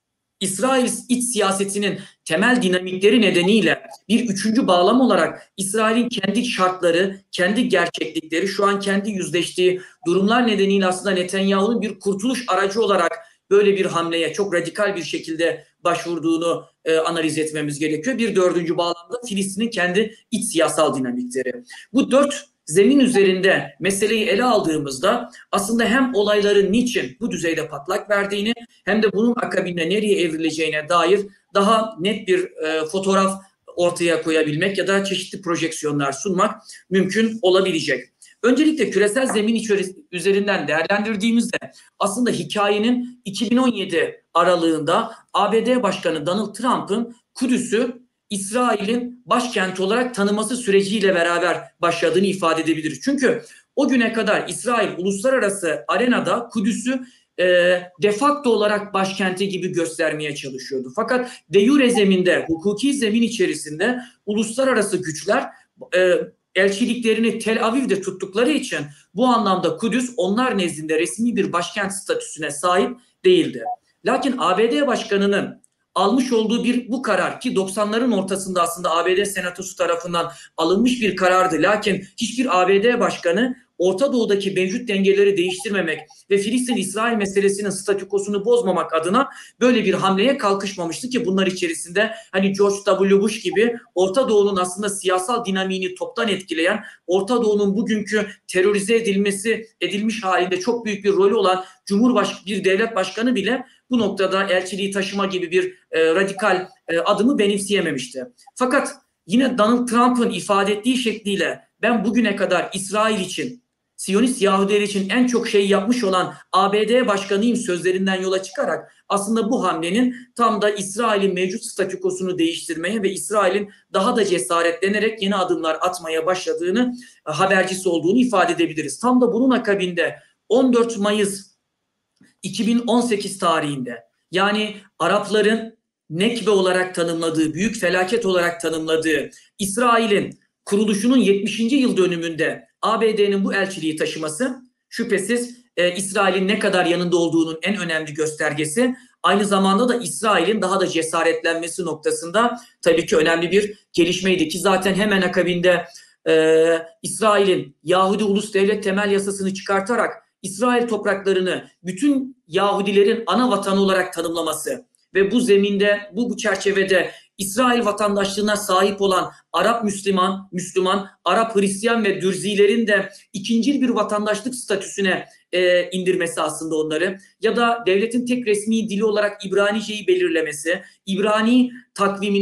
İsrail iç siyasetinin temel dinamikleri nedeniyle bir üçüncü bağlam olarak İsrail'in kendi şartları, kendi gerçeklikleri, şu an kendi yüzleştiği durumlar nedeniyle aslında Netanyahu'nun bir kurtuluş aracı olarak böyle bir hamleye çok radikal bir şekilde başvurduğunu e, analiz etmemiz gerekiyor. Bir dördüncü bağlamda Filistin'in kendi iç siyasal dinamikleri. Bu dört zemin üzerinde meseleyi ele aldığımızda aslında hem olayların niçin bu düzeyde patlak verdiğini hem de bunun akabinde nereye evrileceğine dair daha net bir e, fotoğraf ortaya koyabilmek ya da çeşitli projeksiyonlar sunmak mümkün olabilecek. Öncelikle küresel zemin üzerinden değerlendirdiğimizde aslında hikayenin iki bin on yedi aralığında A B D Başkanı Donald Trump'ın Kudüs'ü İsrail'in başkenti olarak tanıması süreciyle beraber başladığını ifade edebiliriz. Çünkü o güne kadar İsrail uluslararası arenada Kudüs'ü e, de facto olarak başkenti gibi göstermeye çalışıyordu. Fakat de jure zeminde, hukuki zemin içerisinde uluslararası güçler e, elçiliklerini Tel Aviv'de tuttukları için bu anlamda Kudüs onlar nezdinde resmi bir başkent statüsüne sahip değildi. Lakin A B D Başkanı'nın almış olduğu bir bu karar, ki doksanların ortasında aslında A B D Senatosu tarafından alınmış bir karardı. Lakin hiçbir A B D başkanı Orta Doğu'daki mevcut dengeleri değiştirmemek ve Filistin-İsrail meselesinin statükosunu bozmamak adına böyle bir hamleye kalkışmamıştı ki bunlar içerisinde hani George W. Bush gibi Orta Doğu'nun aslında siyasal dinamiğini toptan etkileyen, Orta Doğu'nun bugünkü terörize edilmesi edilmiş halinde çok büyük bir rolü olan Cumhurbaşkanı, bir devlet başkanı bile bu noktada elçiliği taşıma gibi bir e, radikal e, adımı benimseyememişti. Fakat yine Donald Trump'ın ifade ettiği şekliyle ben bugüne kadar İsrail için, Siyonist Yahudiler için en çok şey yapmış olan A B D başkanıyım sözlerinden yola çıkarak aslında bu hamlenin tam da İsrail'in mevcut statükosunu değiştirmeye ve İsrail'in daha da cesaretlenerek yeni adımlar atmaya başladığını, habercisi olduğunu ifade edebiliriz. Tam da bunun akabinde on dört Mayıs iki bin on sekiz tarihinde, yani Arapların Nekbe olarak tanımladığı, büyük felaket olarak tanımladığı İsrail'in kuruluşunun yetmişinci yıl dönümünde A B D'nin bu elçiliği taşıması şüphesiz e, İsrail'in ne kadar yanında olduğunun en önemli göstergesi. Aynı zamanda da İsrail'in daha da cesaretlenmesi noktasında tabii ki önemli bir gelişmeydi ki zaten hemen akabinde e, İsrail'in Yahudi Ulus Devlet Temel Yasasını çıkartarak İsrail topraklarını bütün Yahudilerin ana vatanı olarak tanımlaması ve bu zeminde, bu, bu çerçevede İsrail vatandaşlığına sahip olan Arap Müslüman, Müslüman, Arap Hristiyan ve Dürzilerin de ikincil bir vatandaşlık statüsüne e, indirmesi aslında onları, ya da devletin tek resmi dili olarak İbranice'yi belirlemesi, İbrani takvimini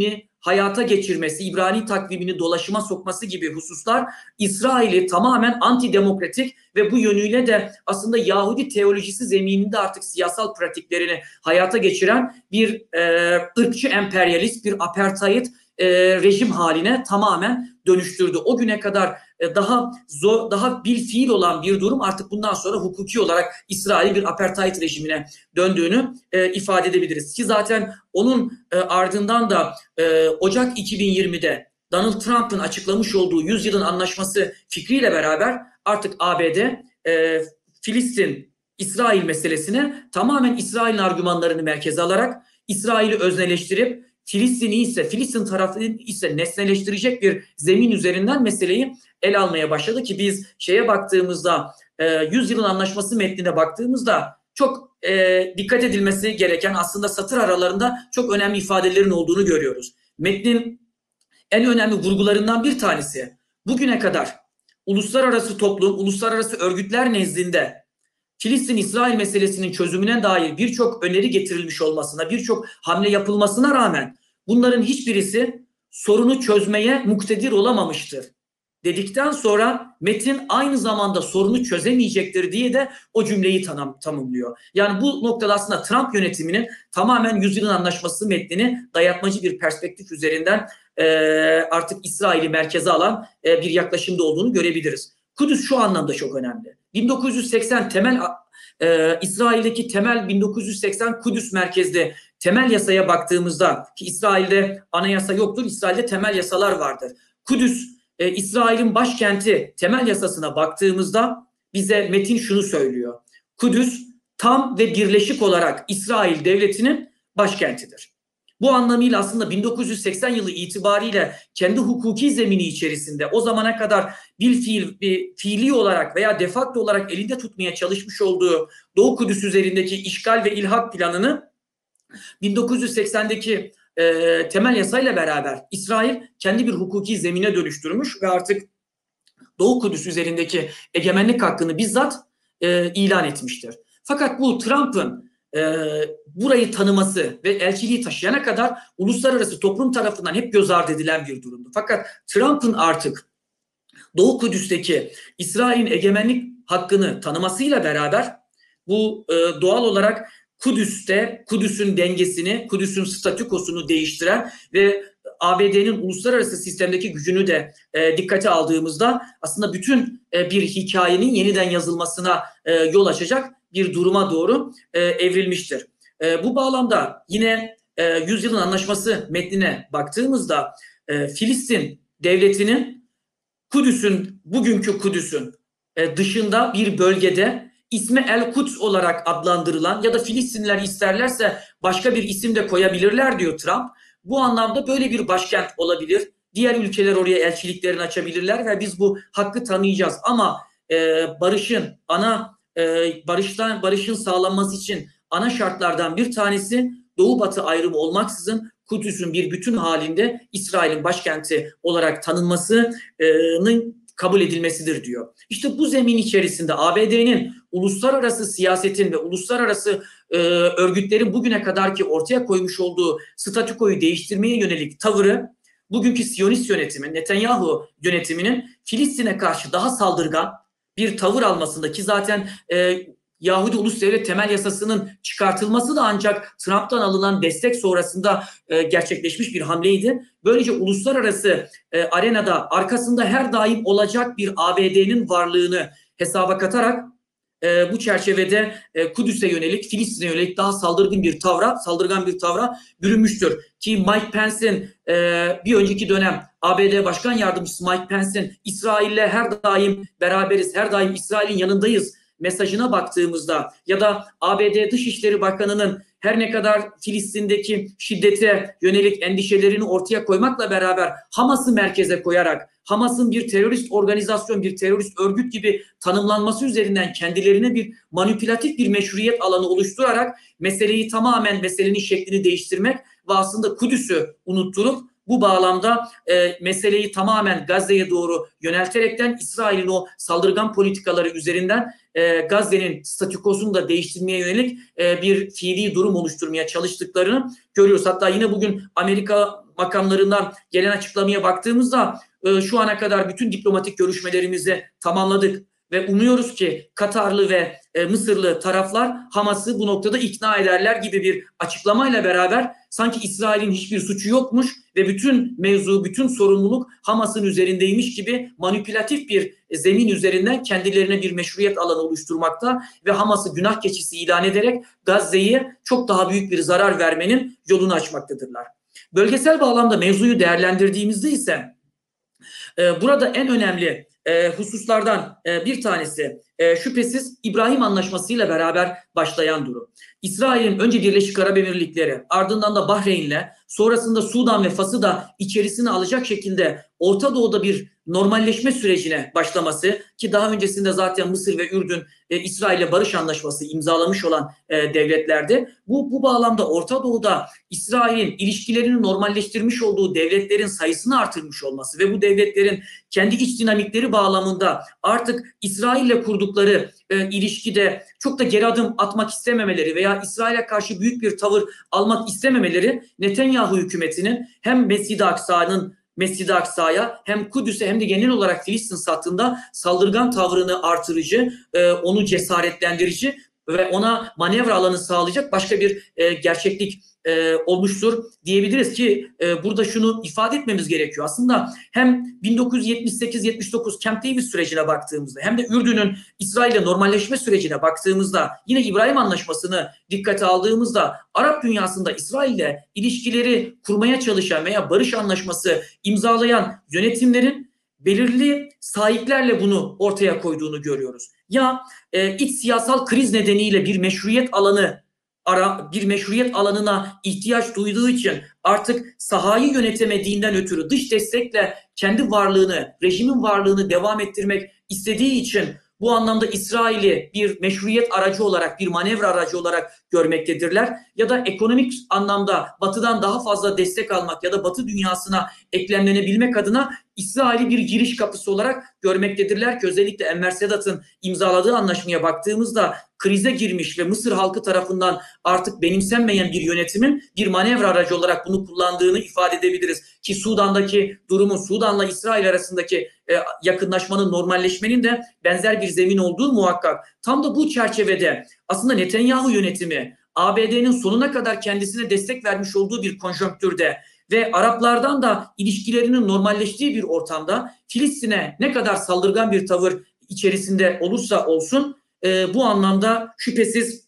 hayata geçirmesi, İbrani takvimini dolaşıma sokması gibi hususlar İsrail'i tamamen antidemokratik ve bu yönüyle de aslında Yahudi teolojisi zemininde artık siyasal pratiklerini hayata geçiren bir e, ırkçı emperyalist, bir apartheid e, rejim haline tamamen dönüştürdü. O güne kadar e, daha zor, daha bil fiil olan bir durum artık bundan sonra hukuki olarak İsrail bir apartheid rejimine döndüğünü e, ifade edebiliriz. Ki zaten onun e, ardından da e, Ocak iki bin yirmide Donald Trump'ın açıklamış olduğu yüzyılın anlaşması fikriyle beraber artık A B D e, Filistin-İsrail meselesine tamamen İsrail'in argümanlarını merkeze alarak İsrail'i özneleştirip Filistin'i ise Filistin tarafını ise nesneleştirecek bir zemin üzerinden meseleyi ele almaya başladı ki biz şeye baktığımızda e, yüzyılın anlaşması metnine baktığımızda çok e, dikkat edilmesi gereken aslında satır aralarında çok önemli ifadelerin olduğunu görüyoruz. Metnin en önemli vurgularından bir tanesi bugüne kadar uluslararası toplum, uluslararası örgütler nezdinde Filistin-İsrail meselesinin çözümüne dair birçok öneri getirilmiş olmasına, birçok hamle yapılmasına rağmen bunların hiçbirisi sorunu çözmeye muktedir olamamıştır dedikten sonra metin aynı zamanda sorunu çözemeyecektir diye de o cümleyi tanım, tanımlıyor. Yani bu noktada aslında Trump yönetiminin tamamen yüzyılın anlaşması metnini dayatmacı bir perspektif üzerinden e, artık İsrail'i merkeze alan e, bir yaklaşımda olduğunu görebiliriz. Kudüs şu anlamda çok önemli. bin dokuz yüz seksen temel e, İsrail'deki temel bin dokuz yüz seksen Kudüs merkezli temel yasaya baktığımızda ki İsrail'de anayasa yoktur, İsrail'de temel yasalar vardır. Kudüs e, İsrail'in başkenti temel yasasına baktığımızda bize metin şunu söylüyor. Kudüs tam ve birleşik olarak İsrail devletinin başkentidir. Bu anlamıyla aslında bin dokuz yüz seksen yılı itibariyle kendi hukuki zemini içerisinde o zamana kadar bir fiil, bir fiili olarak veya de facto olarak elinde tutmaya çalışmış olduğu Doğu Kudüs üzerindeki işgal ve ilhak planını bin dokuz yüz seksendeki e, temel yasayla beraber İsrail kendi bir hukuki zemine dönüştürmüş ve artık Doğu Kudüs üzerindeki egemenlik hakkını bizzat e, ilan etmiştir. Fakat bu Trump'ın e, burayı tanıması ve elçiliği taşıyana kadar uluslararası toplum tarafından hep göz ardı edilen bir durumdu. Fakat Trump'ın artık Doğu Kudüs'teki İsrail'in egemenlik hakkını tanımasıyla beraber bu e, doğal olarak Kudüs'te Kudüs'ün dengesini, Kudüs'ün statükosunu değiştiren ve A B D'nin uluslararası sistemdeki gücünü de e, dikkate aldığımızda aslında bütün e, bir hikayenin yeniden yazılmasına e, yol açacak bir duruma doğru e, evrilmiştir. E, bu bağlamda yine e, Yüzyılın Anlaşması metnine baktığımızda e, Filistin devletinin Kudüs'ün, bugünkü Kudüs'ün e, dışında bir bölgede ismi El-Kuds olarak adlandırılan ya da Filistinliler isterlerse başka bir isim de koyabilirler diyor Trump. Bu anlamda böyle bir başkent olabilir. Diğer ülkeler oraya elçiliklerini açabilirler ve biz bu hakkı tanıyacağız. Ama e, barışın ana e, barıştan barışın sağlanması için ana şartlardan bir tanesi Doğu Batı ayrımı olmaksızın Kudüs'ün bir bütün halinde İsrail'in başkenti olarak tanınmasının kabul edilmesidir diyor. İşte bu zemin içerisinde A B D'nin uluslararası siyasetin ve uluslararası e, örgütlerin bugüne kadarki ortaya koymuş olduğu statükoyu değiştirmeye yönelik tavırı bugünkü Siyonist yönetimin, Netanyahu yönetiminin Filistin'e karşı daha saldırgan bir tavır almasında ki zaten e, Yahudi Ulus Devlet Temel Yasası'nın çıkartılması da ancak Trump'tan alınan destek sonrasında e, gerçekleşmiş bir hamleydi. Böylece uluslararası e, arenada arkasında her daim olacak bir A B D'nin varlığını hesaba katarak e, bu çerçevede e, Kudüs'e yönelik, Filistin'e yönelik daha saldırgan bir tavra, saldırgan bir tavra bürünmüştür. Ki Mike Pence'in e, bir önceki dönem A B D Başkan Yardımcısı Mike Pence'in İsrail'le her daim beraberiz, her daim İsrail'in yanındayız mesajına baktığımızda ya da A B D Dışişleri Bakanı'nın her ne kadar Filistin'deki şiddete yönelik endişelerini ortaya koymakla beraber Hamas'ı merkeze koyarak Hamas'ın bir terörist organizasyon, bir terörist örgüt gibi tanımlanması üzerinden kendilerine bir manipülatif bir meşruiyet alanı oluşturarak meseleyi tamamen meselenin şeklini değiştirmek ve aslında Kudüs'ü unutturup Bu bağlamda e, meseleyi tamamen Gazze'ye doğru yönelterekten İsrail'in o saldırgan politikaları üzerinden e, Gazze'nin statükosunu da değiştirmeye yönelik e, bir fiili durum oluşturmaya çalıştıklarını görüyoruz. Hatta yine bugün Amerika makamlarından gelen açıklamaya baktığımızda e, şu ana kadar bütün diplomatik görüşmelerimizi tamamladık ve umuyoruz ki Katarlı ve e, Mısırlı taraflar Hamas'ı bu noktada ikna ederler gibi bir açıklamayla beraber sanki İsrail'in hiçbir suçu yokmuş ve bütün mevzu, bütün sorumluluk Hamas'ın üzerindeymiş gibi manipülatif bir zemin üzerinden kendilerine bir meşruiyet alanı oluşturmakta ve Hamas'ı günah keçisi ilan ederek Gazze'ye çok daha büyük bir zarar vermenin yolunu açmaktadırlar. Bölgesel bağlamda mevzuyu değerlendirdiğimizde ise e, burada en önemli e, hususlardan e, bir tanesi e, şüphesiz İbrahim Anlaşması ile beraber başlayan durum. İsrail'in önce Birleşik Arap Emirlikleri, ardından da Bahreyn'le, sonrasında Sudan ve Fas'ı da içerisine alacak şekilde Orta Doğu'da bir normalleşme sürecine başlaması, ki daha öncesinde zaten Mısır ve Ürdün e, İsrail'le barış anlaşması imzalamış olan e, devletlerdi. Bu, bu bağlamda Orta Doğu'da İsrail'in ilişkilerini normalleştirmiş olduğu devletlerin sayısını artırmış olması ve bu devletlerin kendi iç dinamikleri bağlamında artık İsrail'le kurdukları e, ilişkide çok da geri adım atmak istememeleri veya İsrail'e karşı büyük bir tavır almak istememeleri Netanyahu hükümetinin hem Mescid-i Aksa'nın Mescid-i Aksa'ya hem Kudüs'e hem de genel olarak Filistin sattığında saldırgan tavrını artırıcı, e, onu cesaretlendirici ve ona manevra alanı sağlayacak başka bir e, gerçeklik e, olmuştur diyebiliriz ki e, burada şunu ifade etmemiz gerekiyor. Aslında hem bin dokuz yüz yetmiş sekiz yetmiş dokuz Camp David sürecine baktığımızda hem de Ürdün'ün İsrail'le normalleşme sürecine baktığımızda yine İbrahim Anlaşması'nı dikkate aldığımızda Arap dünyasında İsrail'le ilişkileri kurmaya çalışan veya barış anlaşması imzalayan yönetimlerin belirli sahiplerle bunu ortaya koyduğunu görüyoruz. Ya e, iç siyasal kriz nedeniyle bir meşruiyet alanı ara bir meşruiyet alanına ihtiyaç duyduğu için artık sahayı yönetemediğinden ötürü dış destekle kendi varlığını, rejimin varlığını devam ettirmek istediği için bu anlamda İsrail'i bir meşruiyet aracı olarak, bir manevra aracı olarak görmektedirler. Ya da ekonomik anlamda Batı'dan daha fazla destek almak ya da Batı dünyasına eklemlenebilmek adına İsrail'i bir giriş kapısı olarak görmektedirler ki özellikle Enver Sedat'ın imzaladığı anlaşmaya baktığımızda krize girmiş ve Mısır halkı tarafından artık benimsenmeyen bir yönetimin bir manevra aracı olarak bunu kullandığını ifade edebiliriz. Ki Sudan'daki durumun, Sudan'la İsrail arasındaki e, yakınlaşmanın, normalleşmenin de benzer bir zemin olduğu muhakkak. Tam da bu çerçevede aslında Netanyahu yönetimi A B D'nin sonuna kadar kendisine destek vermiş olduğu bir konjonktürde ve Araplardan da ilişkilerinin normalleştiği bir ortamda Filistin'e ne kadar saldırgan bir tavır içerisinde olursa olsun e, bu anlamda şüphesiz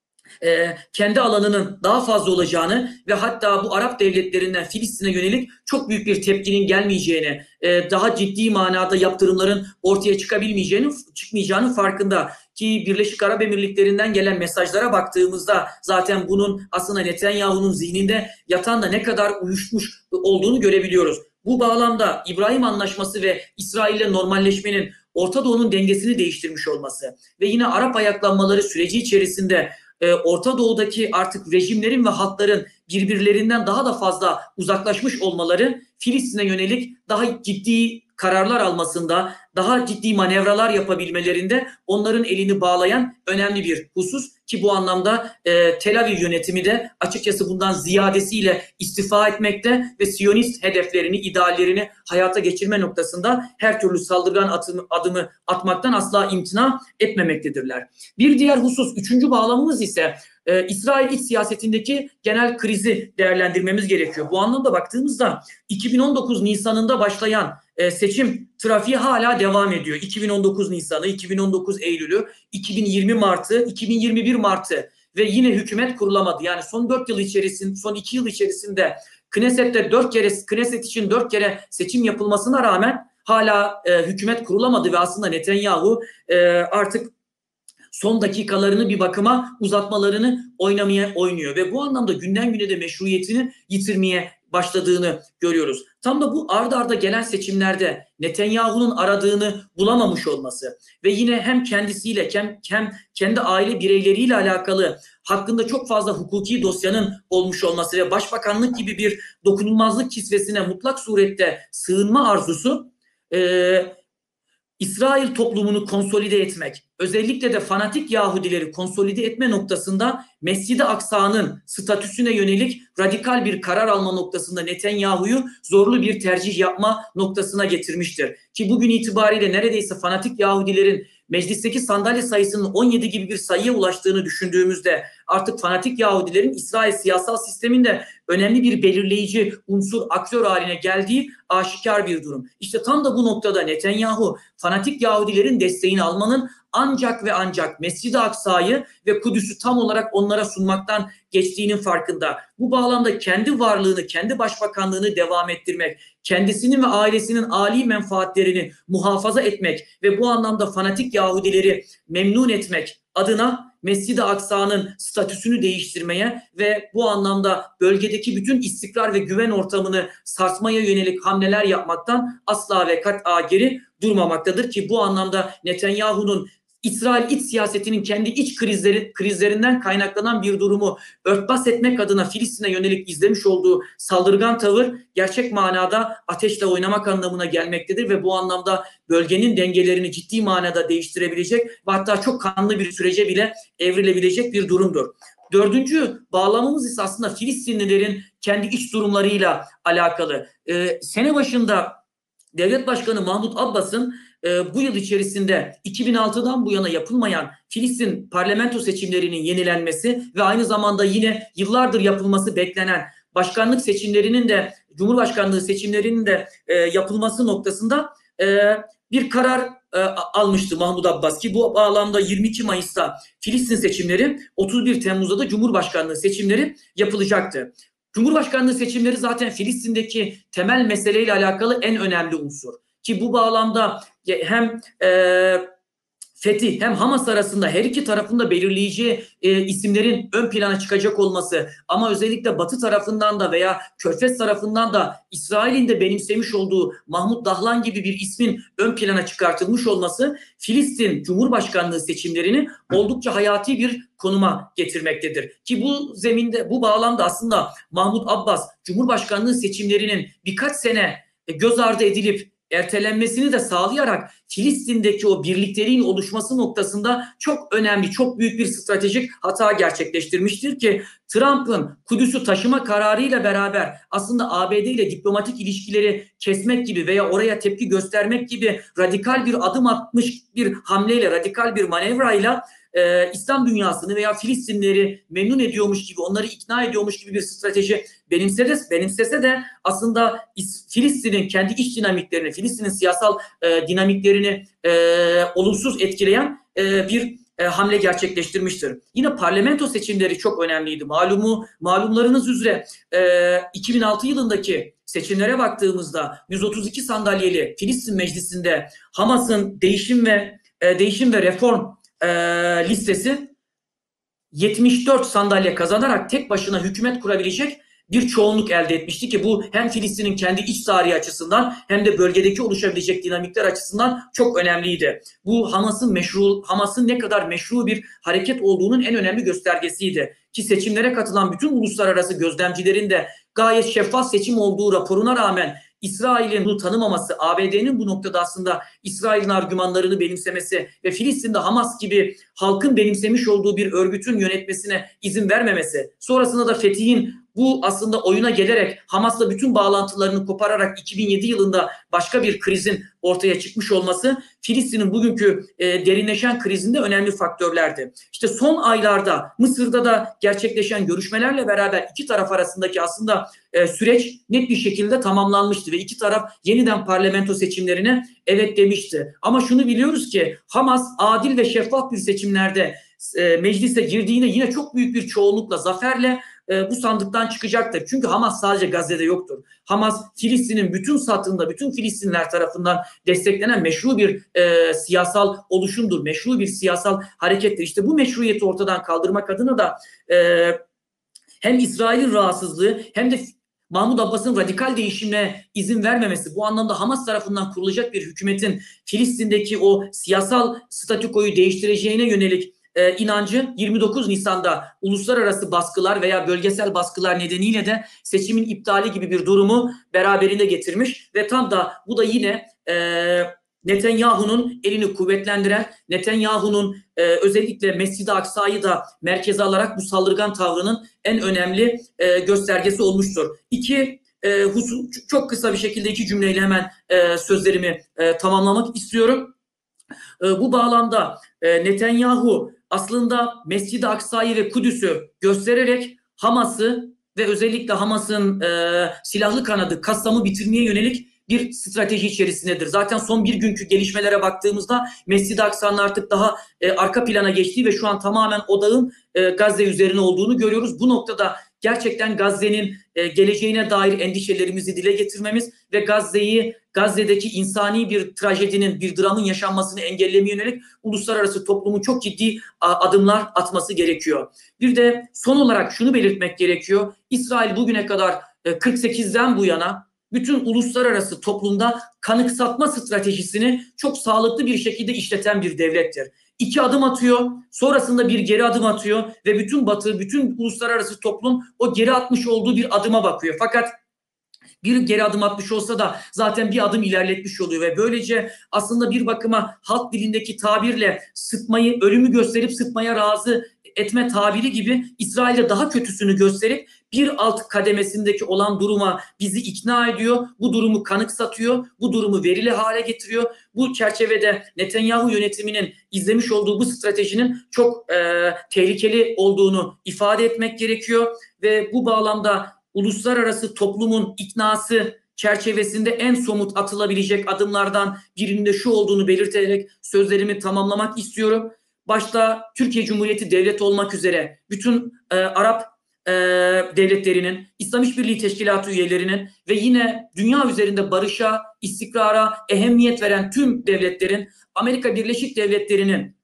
e, kendi alanının daha fazla olacağını ve hatta bu Arap devletlerinden Filistin'e yönelik çok büyük bir tepkinin gelmeyeceğini, e, daha ciddi manada yaptırımların ortaya çıkabilmeyeceğini, çıkmayacağının farkında. Ki Birleşik Arap Emirlikleri'nden gelen mesajlara baktığımızda zaten bunun aslında Netanyahu'nun zihninde yatan da ne kadar uyuşmuş olduğunu görebiliyoruz. Bu bağlamda İbrahim Anlaşması ve İsrail'le normalleşmenin Orta Doğu'nun dengesini değiştirmiş olması ve yine Arap ayaklanmaları süreci içerisinde Orta Doğu'daki artık rejimlerin ve halkların birbirlerinden daha da fazla uzaklaşmış olmaları Filistin'e yönelik daha ciddi kararlar almasında, daha ciddi manevralar yapabilmelerinde onların elini bağlayan önemli bir husus ki bu anlamda e, Tel Aviv yönetimi de açıkçası bundan ziyadesiyle istifa etmekte ve Siyonist hedeflerini, ideallerini hayata geçirme noktasında her türlü saldırgan atımı, adımı atmaktan asla imtina etmemektedirler. Bir diğer husus, üçüncü bağlamımız ise Ee, İsrail iç siyasetindeki genel krizi değerlendirmemiz gerekiyor. Bu anlamda baktığımızda iki bin on dokuz Nisan'ında başlayan e, seçim trafiği hala devam ediyor. iki bin on dokuz Nisan'ı, iki bin on dokuz Eylül'ü, iki bin yirmi Mart'ı, iki bin yirmi bir Mart'ı ve yine hükümet kurulamadı. Yani son dört yıl içerisinde, son iki yıl içerisinde Knesset'te dört kere, Knesset için dört kere seçim yapılmasına rağmen hala e, hükümet kurulamadı ve aslında Netanyahu e, artık son dakikalarını bir bakıma uzatmalarını oynamaya oynuyor ve bu anlamda günden güne de meşruiyetini yitirmeye başladığını görüyoruz. Tam da bu ard arda gelen seçimlerde Netanyahu'nun aradığını bulamamış olması ve yine hem kendisiyle hem, hem kendi aile bireyleriyle alakalı hakkında çok fazla hukuki dosyanın olmuş olması ve başbakanlık gibi bir dokunulmazlık kisvesine mutlak surette sığınma arzusu e, İsrail toplumunu konsolide etmek, özellikle de fanatik Yahudileri konsolide etme noktasında Mescid-i Aksa'nın statüsüne yönelik radikal bir karar alma noktasında Netanyahu'yu zorlu bir tercih yapma noktasına getirmiştir. Ki bugün itibariyle neredeyse fanatik Yahudilerin meclisteki sandalye sayısının on yedi gibi bir sayıya ulaştığını düşündüğümüzde artık fanatik Yahudilerin İsrail siyasal sisteminde önemli bir belirleyici unsur, aktör haline geldiği aşikar bir durum. İşte tam da bu noktada Netanyahu fanatik Yahudilerin desteğini almanın ancak ve ancak Mescid-i Aksa'yı ve Kudüs'ü tam olarak onlara sunmaktan geçtiğinin farkında. Bu bağlamda kendi varlığını, kendi başbakanlığını devam ettirmek, kendisinin ve ailesinin âli menfaatlerini muhafaza etmek ve bu anlamda fanatik Yahudileri memnun etmek adına Mescid-i Aksa'nın statüsünü değiştirmeye ve bu anlamda bölgedeki bütün istikrar ve güven ortamını sarsmaya yönelik hamleler yapmaktan asla ve kat'a geri durmamaktadır ki bu anlamda Netanyahu'nun İsrail iç siyasetinin kendi iç krizleri, krizlerinden kaynaklanan bir durumu örtbas etmek adına Filistin'e yönelik izlemiş olduğu saldırgan tavır gerçek manada ateşle oynamak anlamına gelmektedir ve bu anlamda bölgenin dengelerini ciddi manada değiştirebilecek ve hatta çok kanlı bir sürece bile evrilebilecek bir durumdur. Dördüncü bağlamamız ise aslında Filistinlilerin kendi iç durumlarıyla alakalı. Ee, sene başında Devlet Başkanı Mahmut Abbas'ın e, bu yıl içerisinde iki bin altıdan bu yana yapılmayan Filistin parlamento seçimlerinin yenilenmesi ve aynı zamanda yine yıllardır yapılması beklenen başkanlık seçimlerinin de Cumhurbaşkanlığı seçimlerinin de e, yapılması noktasında e, bir karar e, almıştı Mahmut Abbas ki bu bağlamda yirmi iki Mayıs'ta Filistin seçimleri, otuz bir Temmuz'da da Cumhurbaşkanlığı seçimleri yapılacaktı. Cumhurbaşkanlığı seçimleri zaten Filistin'deki temel meseleyle alakalı en önemli unsur. Ki bu bağlamda hem e, Fethi hem Hamas arasında her iki tarafında belirleyici e, isimlerin ön plana çıkacak olması ama özellikle Batı tarafından da veya Körfez tarafından da İsrail'in de benimsemiş olduğu Mahmut Dahlan gibi bir ismin ön plana çıkartılmış olması Filistin Cumhurbaşkanlığı seçimlerini oldukça hayati bir konuma getirmektedir. Ki bu zeminde, bu bağlamda aslında Mahmut Abbas Cumhurbaşkanlığı seçimlerinin birkaç sene göz ardı edilip ertelenmesini de sağlayarak Filistin'deki o birlikteliğin oluşması noktasında çok önemli, çok büyük bir stratejik hata gerçekleştirmiştir ki Trump'ın Kudüs'ü taşıma kararıyla beraber aslında A B D ile diplomatik ilişkileri kesmek gibi veya oraya tepki göstermek gibi radikal bir adım atmış bir hamleyle, radikal bir manevrayla Ee, İslam dünyasını veya Filistinleri memnun ediyormuş gibi, onları ikna ediyormuş gibi bir strateji benimsede, benimsese de aslında Filistin'in kendi iç dinamiklerini, Filistin'in siyasal e, dinamiklerini e, olumsuz etkileyen e, bir e, hamle gerçekleştirmiştir. Yine parlamento seçimleri çok önemliydi. Malumu, malumlarınız üzere e, iki bin altı yılındaki seçimlere baktığımızda yüz otuz iki sandalyeli Filistin Meclisi'nde Hamas'ın değişim ve e, değişim ve reform E, listesi yetmiş dört sandalye kazanarak tek başına hükümet kurabilecek bir çoğunluk elde etmişti ki bu hem Filistin'in kendi iç tarihi açısından hem de bölgedeki oluşabilecek dinamikler açısından çok önemliydi. Bu Hamas'ın meşru, Hamas'ın ne kadar meşru bir hareket olduğunun en önemli göstergesiydi. Ki seçimlere katılan bütün uluslararası gözlemcilerin de gayet şeffaf seçim olduğu raporuna rağmen İsrail'in bunu tanımaması, A B D'nin bu noktada aslında İsrail'in argümanlarını benimsemesi ve Filistin'de Hamas gibi halkın benimsemiş olduğu bir örgütün yönetmesine izin vermemesi, sonrasında da Fethi'nin bu aslında oyuna gelerek Hamas'la bütün bağlantılarını kopararak iki bin yedi yılında başka bir krizin ortaya çıkmış olması Filistin'in bugünkü e, derinleşen krizinde önemli faktörlerdi. İşte son aylarda Mısır'da da gerçekleşen görüşmelerle beraber iki taraf arasındaki aslında e, süreç net bir şekilde tamamlanmıştı ve iki taraf yeniden parlamento seçimlerine evet demişti. Ama şunu biliyoruz ki Hamas adil ve şeffaf bir seçimlerde e, meclise girdiğine yine çok büyük bir çoğunlukla, zaferle e, bu sandıktan çıkacaktır. Çünkü Hamas sadece Gazze'de yoktur. Hamas Filistin'in bütün satında, bütün Filistinler tarafından desteklenen meşru bir e, siyasal oluşumdur. Meşru bir siyasal harekettir. İşte bu meşruiyeti ortadan kaldırmak adına da e, hem İsrail'in rahatsızlığı hem de Mahmud Abbas'ın radikal değişimine izin vermemesi, bu anlamda Hamas tarafından kurulacak bir hükümetin Filistin'deki o siyasal statükoyu değiştireceğine yönelik e, inancı yirmi dokuz Nisan'da uluslararası baskılar veya bölgesel baskılar nedeniyle de seçimin iptali gibi bir durumu beraberinde getirmiş ve tam da bu da yine e, Netanyahu'nun elini kuvvetlendiren, Netanyahu'nun e, özellikle Mescid-i Aksa'yı da merkeze alarak bu saldırgan tavrının en önemli e, göstergesi olmuştur. İki, e, husus, çok kısa bir şekilde iki cümleyle hemen e, sözlerimi e, tamamlamak istiyorum. E, bu bağlamda e, Netanyahu aslında Mescid-i Aksa'yı ve Kudüs'ü göstererek Hamas'ı ve özellikle Hamas'ın e, silahlı kanadı Kassam'ı bitirmeye yönelik bir strateji içerisindedir. Zaten son bir günkü gelişmelere baktığımızda Mescid-i Aksa'nın artık daha e, arka plana geçtiği ve şu an tamamen odağın e, Gazze üzerine olduğunu görüyoruz. Bu noktada gerçekten Gazze'nin e, geleceğine dair endişelerimizi dile getirmemiz ve Gazze'yi, Gazze'deki insani bir trajedinin, bir dramın yaşanmasını engellemeye yönelik uluslararası toplumun çok ciddi adımlar atması gerekiyor. Bir de son olarak şunu belirtmek gerekiyor. İsrail bugüne kadar e, kırk sekizden bu yana bütün uluslararası toplumda kanıksatma stratejisini çok sağlıklı bir şekilde işleten bir devlettir. İki adım atıyor, sonrasında bir geri adım atıyor ve bütün Batı, bütün uluslararası toplum o geri atmış olduğu bir adıma bakıyor. Fakat bir geri adım atmış olsa da zaten bir adım ilerletmiş oluyor ve böylece aslında bir bakıma halk dilindeki tabirle sıtmayı, ölümü gösterip sıtmaya razı etme tabiri gibi İsrail'de daha kötüsünü gösterip bir alt kademesindeki olan duruma bizi ikna ediyor. Bu durumu kanıksatıyor. Bu durumu verili hale getiriyor. Bu çerçevede Netanyahu yönetiminin izlemiş olduğu bu stratejinin çok e, tehlikeli olduğunu ifade etmek gerekiyor. Ve bu bağlamda uluslararası toplumun iknası çerçevesinde en somut atılabilecek adımlardan birinin de şu olduğunu belirterek sözlerimi tamamlamak istiyorum. Başta Türkiye Cumhuriyeti Devleti olmak üzere bütün e, Arap e, devletlerinin, İslam İşbirliği Teşkilatı üyelerinin ve yine dünya üzerinde barışa, istikrara ehemmiyet veren tüm devletlerin, Amerika Birleşik Devletleri'nin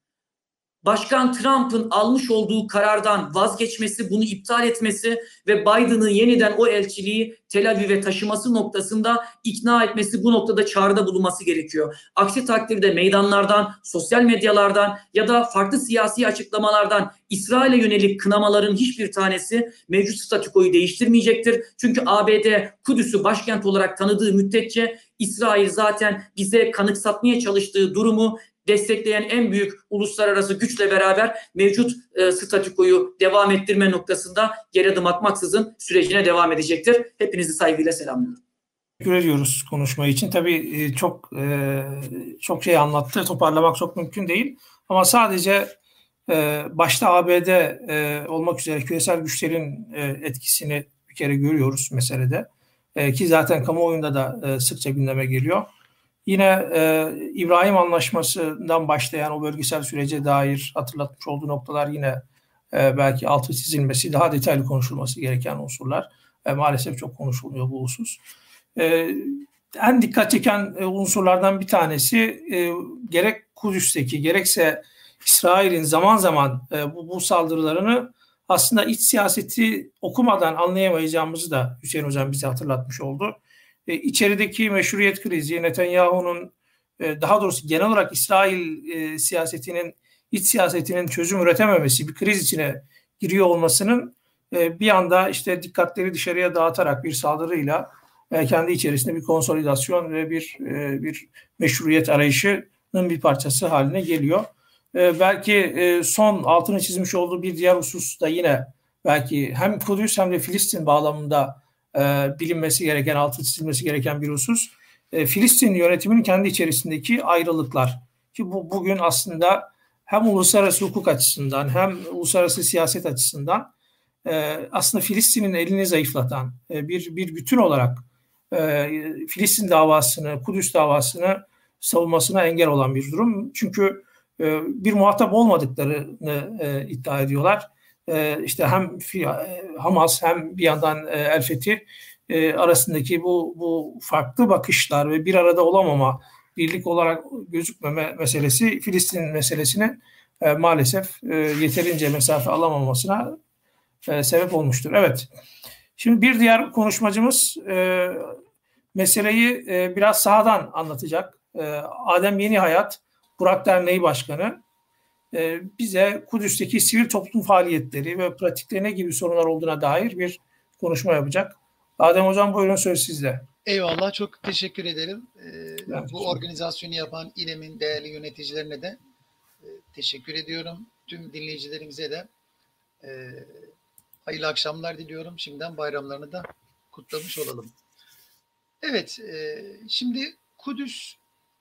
Başkan Trump'ın almış olduğu karardan vazgeçmesi, bunu iptal etmesi ve Biden'ı yeniden o elçiliği Tel Aviv'e taşıması noktasında ikna etmesi, bu noktada çağrıda bulunması gerekiyor. Aksi takdirde meydanlardan, sosyal medyalardan ya da farklı siyasi açıklamalardan İsrail'e yönelik kınamaların hiçbir tanesi mevcut statükoyu değiştirmeyecektir. Çünkü A B D Kudüs'ü başkent olarak tanıdığı müddetçe İsrail zaten bize kanıksatmaya çalıştığı durumu destekleyen en büyük uluslararası güçle beraber mevcut e, statükoyu devam ettirme noktasında geri adım atmaksızın sürecine devam edecektir. Hepinizi saygıyla selamlıyorum. Teşekkür ediyoruz konuşma için. Tabii çok e, çok şey anlattı. Toparlamak çok mümkün değil. Ama sadece e, başta A B D e, olmak üzere küresel güçlerin e, etkisini bir kere görüyoruz meselede. E, ki zaten kamuoyunda da e, sıkça gündeme geliyor. Yine e, İbrahim Anlaşması'ndan başlayan o bölgesel sürece dair hatırlatmış olduğu noktalar yine e, belki altı çizilmesi, daha detaylı konuşulması gereken unsurlar. E, maalesef çok konuşulmuyor bu husus. E, en dikkat çeken e, unsurlardan bir tanesi e, gerek Kudüs'teki gerekse İsrail'in zaman zaman e, bu, bu saldırılarını aslında iç siyaseti okumadan anlayamayacağımızı da Hüseyin Hocam bize hatırlatmış oldu. E, içerideki meşruiyet krizi, Netanyahu'nun e, daha doğrusu genel olarak İsrail e, siyasetinin, iç siyasetinin çözüm üretememesi, bir kriz içine giriyor olmasının e, bir anda işte dikkatleri dışarıya dağıtarak bir saldırıyla e, kendi içerisinde bir konsolidasyon ve bir e, bir meşruiyet arayışının bir parçası haline geliyor. E, belki e, son altını çizmiş olduğu bir diğer husus da yine belki hem Kudüs hem de Filistin bağlamında e, bilinmesi gereken, altı çizilmesi gereken bir husus. E, Filistin yönetiminin kendi içerisindeki ayrılıklar. Ki bu bugün aslında hem uluslararası hukuk açısından hem uluslararası siyaset açısından e, aslında Filistin'in elini zayıflatan e, bir bir bütün olarak e, Filistin davasını, Kudüs davasını savunmasına engel olan bir durum. Çünkü e, bir muhatap olmadıklarını e, iddia ediyorlar. E, işte hem Hamas hem bir yandan e, El Fetih e, arasındaki bu bu farklı bakışlar ve bir arada olamama, birlik olarak gözükmeme meselesi Filistin meselesinin e, maalesef e, yeterince mesafe alamamasına e, sebep olmuştur. Evet. Şimdi bir diğer konuşmacımız e, meseleyi e, biraz sahadan anlatacak. E, Adem Yeni Hayat, Burak Derneği Başkanı. E, bize Kudüs'teki sivil toplum faaliyetleri ve pratikte ne gibi sorunlar olduğuna dair bir konuşma yapacak. Adem Hocam, buyurun, söz sizde. Eyvallah, çok teşekkür ederim. Ee, Evet, bu organizasyonu yapan İLEM'in değerli yöneticilerine de e, teşekkür ediyorum. Tüm dinleyicilerimize de e, hayırlı akşamlar diliyorum. Şimdiden bayramlarını da kutlamış olalım. Evet, e, şimdi Kudüs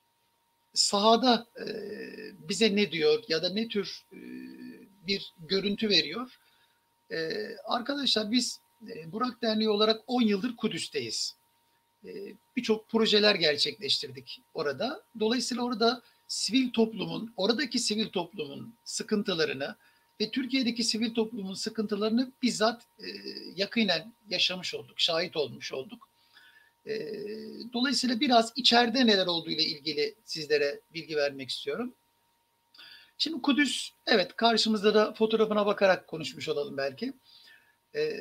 sahada e, bize ne diyor ya da ne tür e, bir görüntü veriyor? E, arkadaşlar biz e, Burak Derneği olarak on yıldır Kudüs'teyiz. E, Birçok projeler gerçekleştirdik orada. Dolayısıyla orada sivil toplumun, oradaki sivil toplumun sıkıntılarını ve Türkiye'deki sivil toplumun sıkıntılarını bizzat e, yakinen yaşamış olduk, şahit olmuş olduk. E, dolayısıyla biraz içeride neler olduğu ile ilgili sizlere bilgi vermek istiyorum. Şimdi Kudüs, evet, karşımızda da fotoğrafına bakarak konuşmuş olalım belki. E,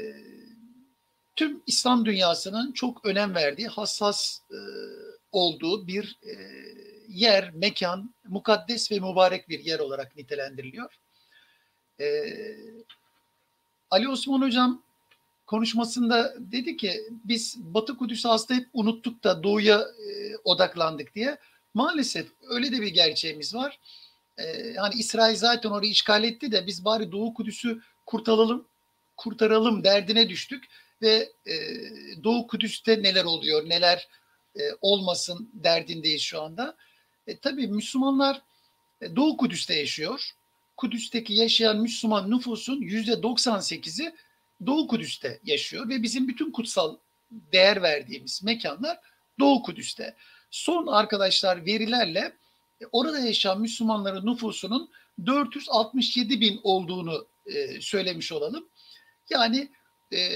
tüm İslam dünyasının çok önem verdiği, hassas e, olduğu bir e, yer, mekan, mukaddes ve mübarek bir yer olarak nitelendiriliyor. E, Ali Osman Hocam konuşmasında dedi ki biz Batı Kudüs'ü aslında hep unuttuk da Doğu'ya e, odaklandık diye. Maalesef öyle de bir gerçeğimiz var. E, hani İsrail zaten orayı işgal etti de biz bari Doğu Kudüs'ü kurtaralım, kurtaralım derdine düştük ve e, Doğu Kudüs'te neler oluyor, neler e, olmasın derdindeyiz şu anda. E, tabii Müslümanlar e, Doğu Kudüs'te yaşıyor. Kudüs'teki yaşayan Müslüman nüfusun yüzde doksan sekizi Doğu Kudüs'te yaşıyor ve bizim bütün kutsal değer verdiğimiz mekanlar Doğu Kudüs'te. Son arkadaşlar verilerle e, orada yaşayan Müslümanların nüfusunun dört yüz altmış yedi bin olduğunu e, söylemiş olalım. Yani e,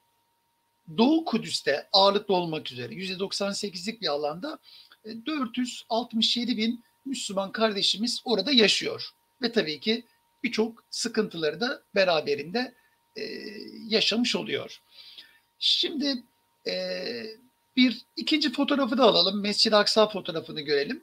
Doğu Kudüs'te ağırlıklı olmak üzere yüzde doksan sekizlik bir alanda e, dört yüz altmış yedi bin Müslüman kardeşimiz orada yaşıyor. Ve tabii ki birçok sıkıntıları da beraberinde e, yaşamış oluyor. Şimdi e, bir ikinci fotoğrafı da alalım. Mescid-i Aksa fotoğrafını görelim.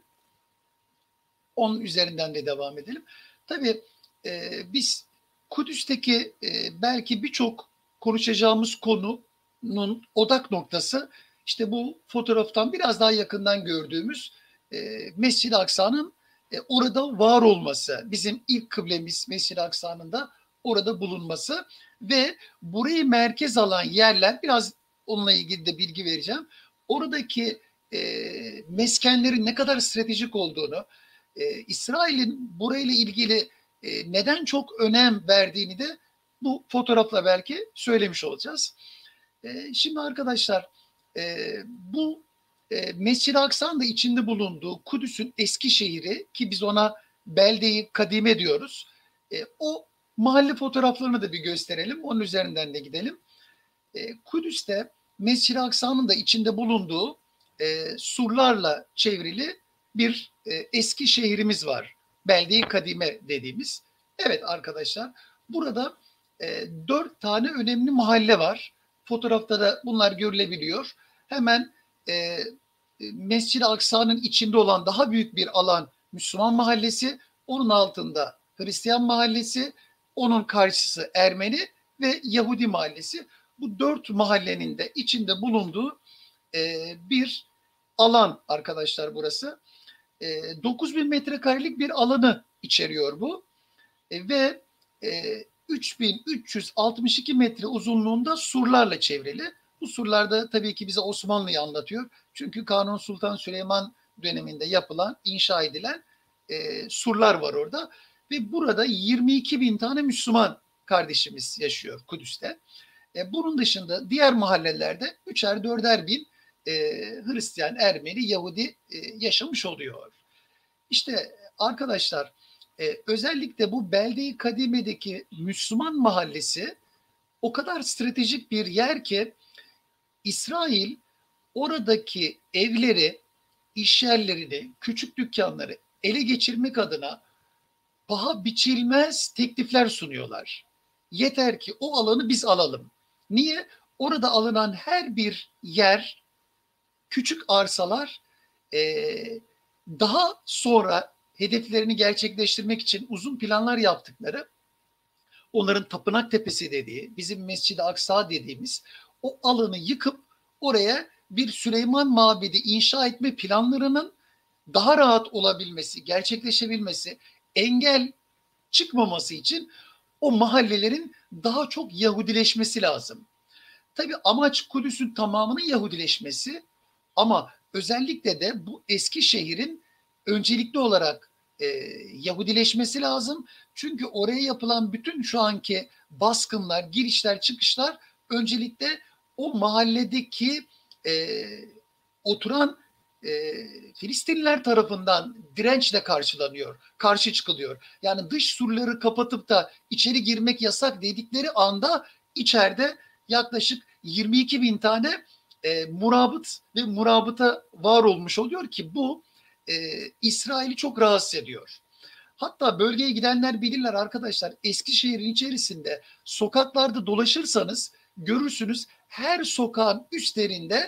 Onun üzerinden de devam edelim. Tabii e, biz Kudüs'teki e, belki birçok konuşacağımız konunun odak noktası işte bu fotoğraftan biraz daha yakından gördüğümüz e, Mescid-i Aksa'nın e, orada var olması. Bizim ilk kıblemiz Mescid-i Aksa'nın da orada bulunması ve burayı merkez alan yerler, biraz onunla ilgili de bilgi vereceğim. Oradaki e, meskenlerin ne kadar stratejik olduğunu, e, İsrail'in burayla ilgili e, neden çok önem verdiğini de bu fotoğrafla belki söylemiş olacağız. E, şimdi arkadaşlar e, bu e, Mescid-i Aksa'nın da içinde bulunduğu Kudüs'ün eski şehri, ki biz ona Belde-i Kadime diyoruz. E, o mahalle fotoğraflarını da bir gösterelim. Onun üzerinden de gidelim. E, Kudüs'te Mescid-i Aksa'nın da içinde bulunduğu e, surlarla çevrili bir e, eski şehrimiz var. Belde-i Kadime dediğimiz. Evet arkadaşlar, burada e, dört tane önemli mahalle var. Fotoğrafta da bunlar görülebiliyor. Hemen e, Mescid-i Aksa'nın içinde olan daha büyük bir alan Müslüman mahallesi, onun altında Hristiyan mahallesi, onun karşısı Ermeni ve Yahudi mahallesi. Bu dört mahallenin de içinde bulunduğu e, bir alan arkadaşlar burası. E, dokuz bin metrekarelik bir alanı içeriyor bu. E, ve e, üç bin üç yüz altmış iki metre uzunluğunda surlarla çevrili. Bu surlarda tabii ki bize Osmanlı'yı anlatıyor. Çünkü Kanuni Sultan Süleyman döneminde yapılan, inşa edilen e, surlar var orada. Ve burada yirmi iki bin tane Müslüman kardeşimiz yaşıyor Kudüs'te. E, bunun dışında diğer mahallelerde üçer dörder bin e, Hristiyan, Ermeni, Yahudi e, yaşamış oluyor. İşte arkadaşlar e, özellikle bu Belde-i Kadime'deki Müslüman mahallesi o kadar stratejik bir yer ki İsrail oradaki evleri, iş yerlerini, küçük dükkanları ele geçirmek adına paha biçilmez teklifler sunuyorlar. Yeter ki o alanı biz alalım. Niye? orada alınan her bir yer, küçük arsalar e, daha sonra hedeflerini gerçekleştirmek için uzun planlar yaptıkları, onların Tapınak Tepesi dediği, bizim Mescid-i Aksa dediğimiz o alanı yıkıp oraya bir Süleyman Mabedi inşa etme planlarının daha rahat olabilmesi, gerçekleşebilmesi, engel çıkmaması için o mahallelerin daha çok Yahudileşmesi lazım. Tabii amaç Kudüs'ün tamamının Yahudileşmesi ama özellikle de bu eski şehrin öncelikli olarak e, Yahudileşmesi lazım. Çünkü oraya yapılan bütün şu anki baskınlar, girişler, çıkışlar öncelikle o mahalledeki e, oturan e, Filistinliler tarafından dirençle karşılanıyor, karşı çıkılıyor. Yani dış surları kapatıp da içeri girmek yasak dedikleri anda içeride yaklaşık yirmi iki bin tane e, murabıt ve murabıta var olmuş oluyor ki bu e, İsrail'i çok rahatsız ediyor. Hatta bölgeye gidenler bilirler arkadaşlar, Eskişehir'in içerisinde sokaklarda dolaşırsanız görürsünüz, her sokağın üstlerinde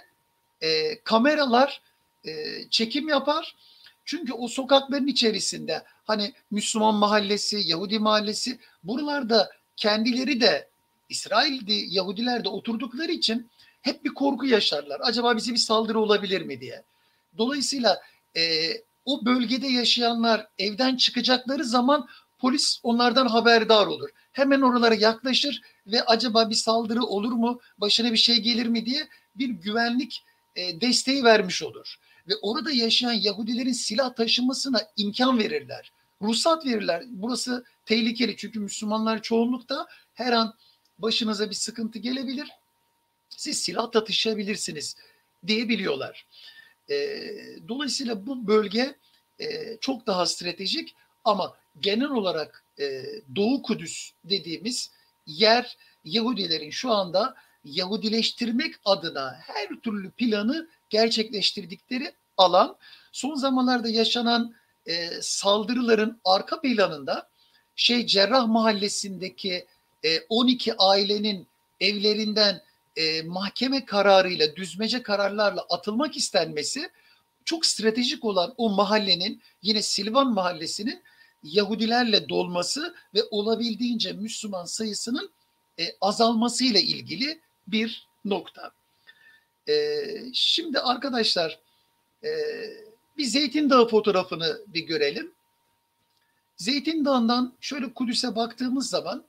e, kameralar e, çekim yapar. Çünkü o sokakların içerisinde hani Müslüman mahallesi, Yahudi mahallesi, buralarda kendileri de İsrail'de Yahudiler de oturdukları için hep bir korku yaşarlar. Acaba bize bir saldırı olabilir mi diye. Dolayısıyla e, o bölgede yaşayanlar evden çıkacakları zaman polis onlardan haberdar olur. Hemen oralara yaklaşır ve acaba bir saldırı olur mu, başına bir şey gelir mi diye bir güvenlik e, desteği vermiş olur. Ve orada yaşayan Yahudilerin silah taşımasına imkan verirler. Ruhsat verirler. Burası tehlikeli çünkü Müslümanlar çoğunlukta, her an başınıza bir sıkıntı gelebilir. Siz silah taşıyabilirsiniz diyebiliyorlar. E, dolayısıyla bu bölge e, çok daha stratejik ama genel olarak e, Doğu Kudüs dediğimiz yer Yahudilerin şu anda Yahudileştirmek adına her türlü planı gerçekleştirdikleri alan. Son zamanlarda yaşanan e, saldırıların arka planında şey Cerrah Mahallesi'ndeki e, on iki ailenin evlerinden e, mahkeme kararıyla, düzmece kararlarla atılmak istenmesi, çok stratejik olan o mahallenin, yine Silvan Mahallesi'nin Yahudilerle dolması ve olabildiğince Müslüman sayısının e, azalmasıyla ilgili bir nokta. E, şimdi arkadaşlar e, bir Zeytin Dağı fotoğrafını bir görelim. Zeytin Dağı'ndan şöyle Kudüs'e baktığımız zaman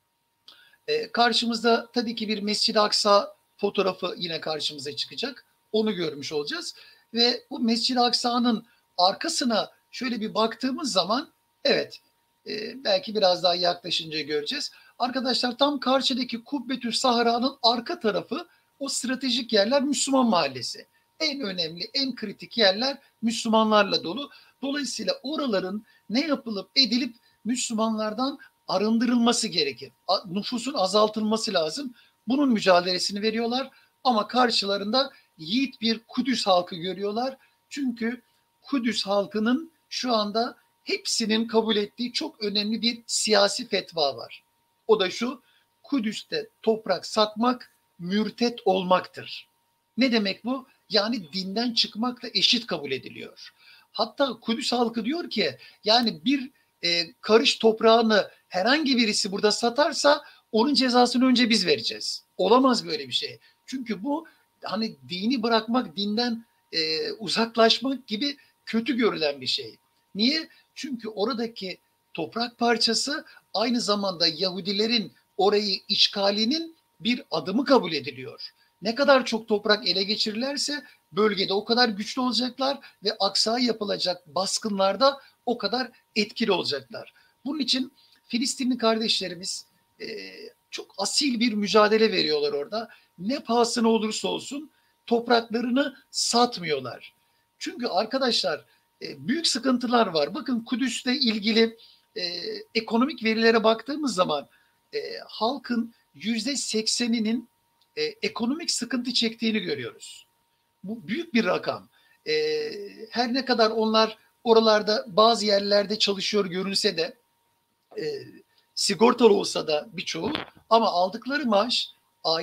e, karşımızda tabii ki bir Mescid-i Aksa fotoğrafı yine karşımıza çıkacak. Onu görmüş olacağız. Ve bu Mescid-i Aksa'nın arkasına şöyle bir baktığımız zaman, evet e, belki biraz daha yaklaşınca göreceğiz. Arkadaşlar tam karşıdaki Kubbetü Sahra'nın arka tarafı, o stratejik yerler Müslüman mahallesi. En önemli, en kritik yerler Müslümanlarla dolu. Dolayısıyla oraların ne yapılıp edilip Müslümanlardan arındırılması gerekir. Nüfusun azaltılması lazım. Bunun mücadelesini veriyorlar ama karşılarında yiğit bir Kudüs halkı görüyorlar. Çünkü Kudüs halkının şu anda hepsinin kabul ettiği çok önemli bir siyasi fetva var. O da şu: Kudüs'te toprak satmak mürtet olmaktır. Ne demek bu? Yani dinden çıkmakla eşit kabul ediliyor. Hatta Kudüs halkı diyor ki, yani bir e, karış toprağını herhangi birisi burada satarsa onun cezasını önce biz vereceğiz. Olamaz böyle bir şey. Çünkü bu hani dini bırakmak, dinden e, uzaklaşmak gibi kötü görülen bir şey. Niye? Çünkü oradaki toprak parçası aynı zamanda Yahudilerin orayı işgalinin bir adımı kabul ediliyor. Ne kadar çok toprak ele geçirirlerse bölgede o kadar güçlü olacaklar ve Aksa'ya yapılacak baskınlarda o kadar etkili olacaklar. Bunun için Filistinli kardeşlerimiz e, çok asil bir mücadele veriyorlar orada. Ne pahasına olursa olsun topraklarını satmıyorlar. Çünkü arkadaşlar e, büyük sıkıntılar var. Bakın Kudüs'le ilgili e, ekonomik verilere baktığımız zaman e, halkın yüzde sekseninin e, ekonomik sıkıntı çektiğini görüyoruz. Bu büyük bir rakam. E, her ne kadar onlar oralarda bazı yerlerde çalışıyor görünse de, e, sigortalı olsa da birçoğu, ama aldıkları maaş aile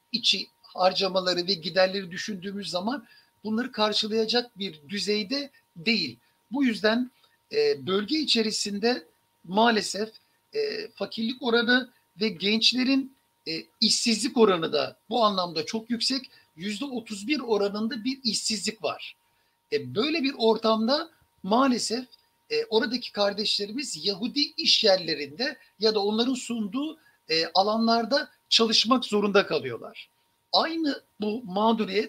içi harcamaları ve giderleri düşündüğümüz zaman bunları karşılayacak bir düzeyde değil. Bu yüzden e, bölge içerisinde maalesef e, fakirlik oranı ve gençlerin e, işsizlik oranı da bu anlamda çok yüksek. yüzde otuz bir oranında bir işsizlik var. E, böyle bir ortamda maalesef e, oradaki kardeşlerimiz Yahudi iş yerlerinde ya da onların sunduğu e, alanlarda çalışmak zorunda kalıyorlar. Aynı bu mağduriyet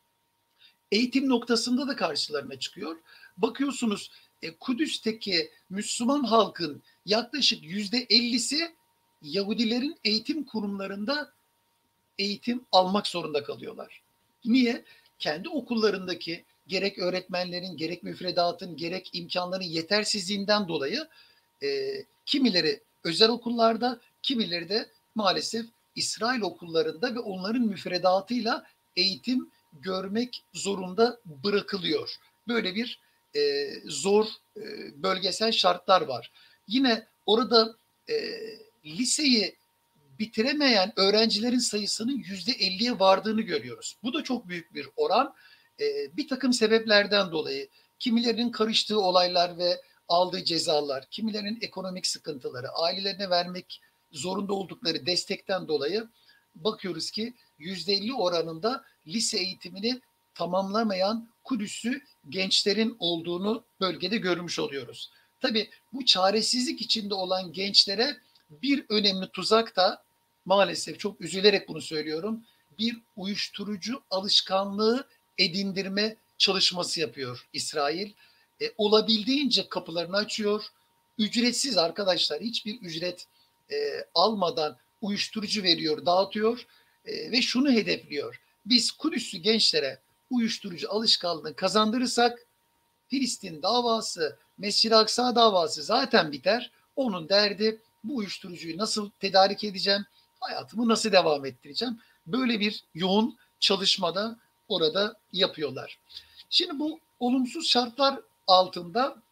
eğitim noktasında da karşılarına çıkıyor. Bakıyorsunuz e, Kudüs'teki Müslüman halkın yaklaşık yüzde ellisi Yahudilerin eğitim kurumlarında eğitim almak zorunda kalıyorlar. Niye? Kendi okullarındaki gerek öğretmenlerin, gerek müfredatın, gerek imkanların yetersizliğinden dolayı e, kimileri özel okullarda, kimileri de maalesef İsrail okullarında ve onların müfredatıyla eğitim görmek zorunda bırakılıyor. Böyle bir e, zor e, bölgesel şartlar var. Yine orada e, liseyi bitiremeyen öğrencilerin sayısının yüzde elliye vardığını görüyoruz. Bu da çok büyük bir oran. E, bir takım sebeplerden dolayı kimilerinin karıştığı olaylar ve aldığı cezalar, kimilerinin ekonomik sıkıntıları, ailelerine vermek zorunda oldukları destekten dolayı bakıyoruz ki yüzde elli oranında lise eğitimini tamamlamayan Kudüs'lü gençlerin olduğunu bölgede görmüş oluyoruz. Tabii bu çaresizlik içinde olan gençlere bir önemli tuzak da maalesef çok üzülerek bunu söylüyorum. Bir uyuşturucu alışkanlığı edindirme çalışması yapıyor İsrail. E, olabildiğince kapılarını açıyor. Ücretsiz arkadaşlar, hiçbir ücret e, almadan uyuşturucu veriyor, dağıtıyor e, ve şunu hedefliyor. Biz Kudüs'lü gençlere uyuşturucu alışkanlığını kazandırırsak Filistin davası, Mescid-i Aksa davası zaten biter. Onun derdi bu uyuşturucuyu nasıl tedarik edeceğim, hayatımı nasıl devam ettireceğim. Böyle bir yoğun çalışmada orada yapıyorlar. Şimdi bu olumsuz şartlar altında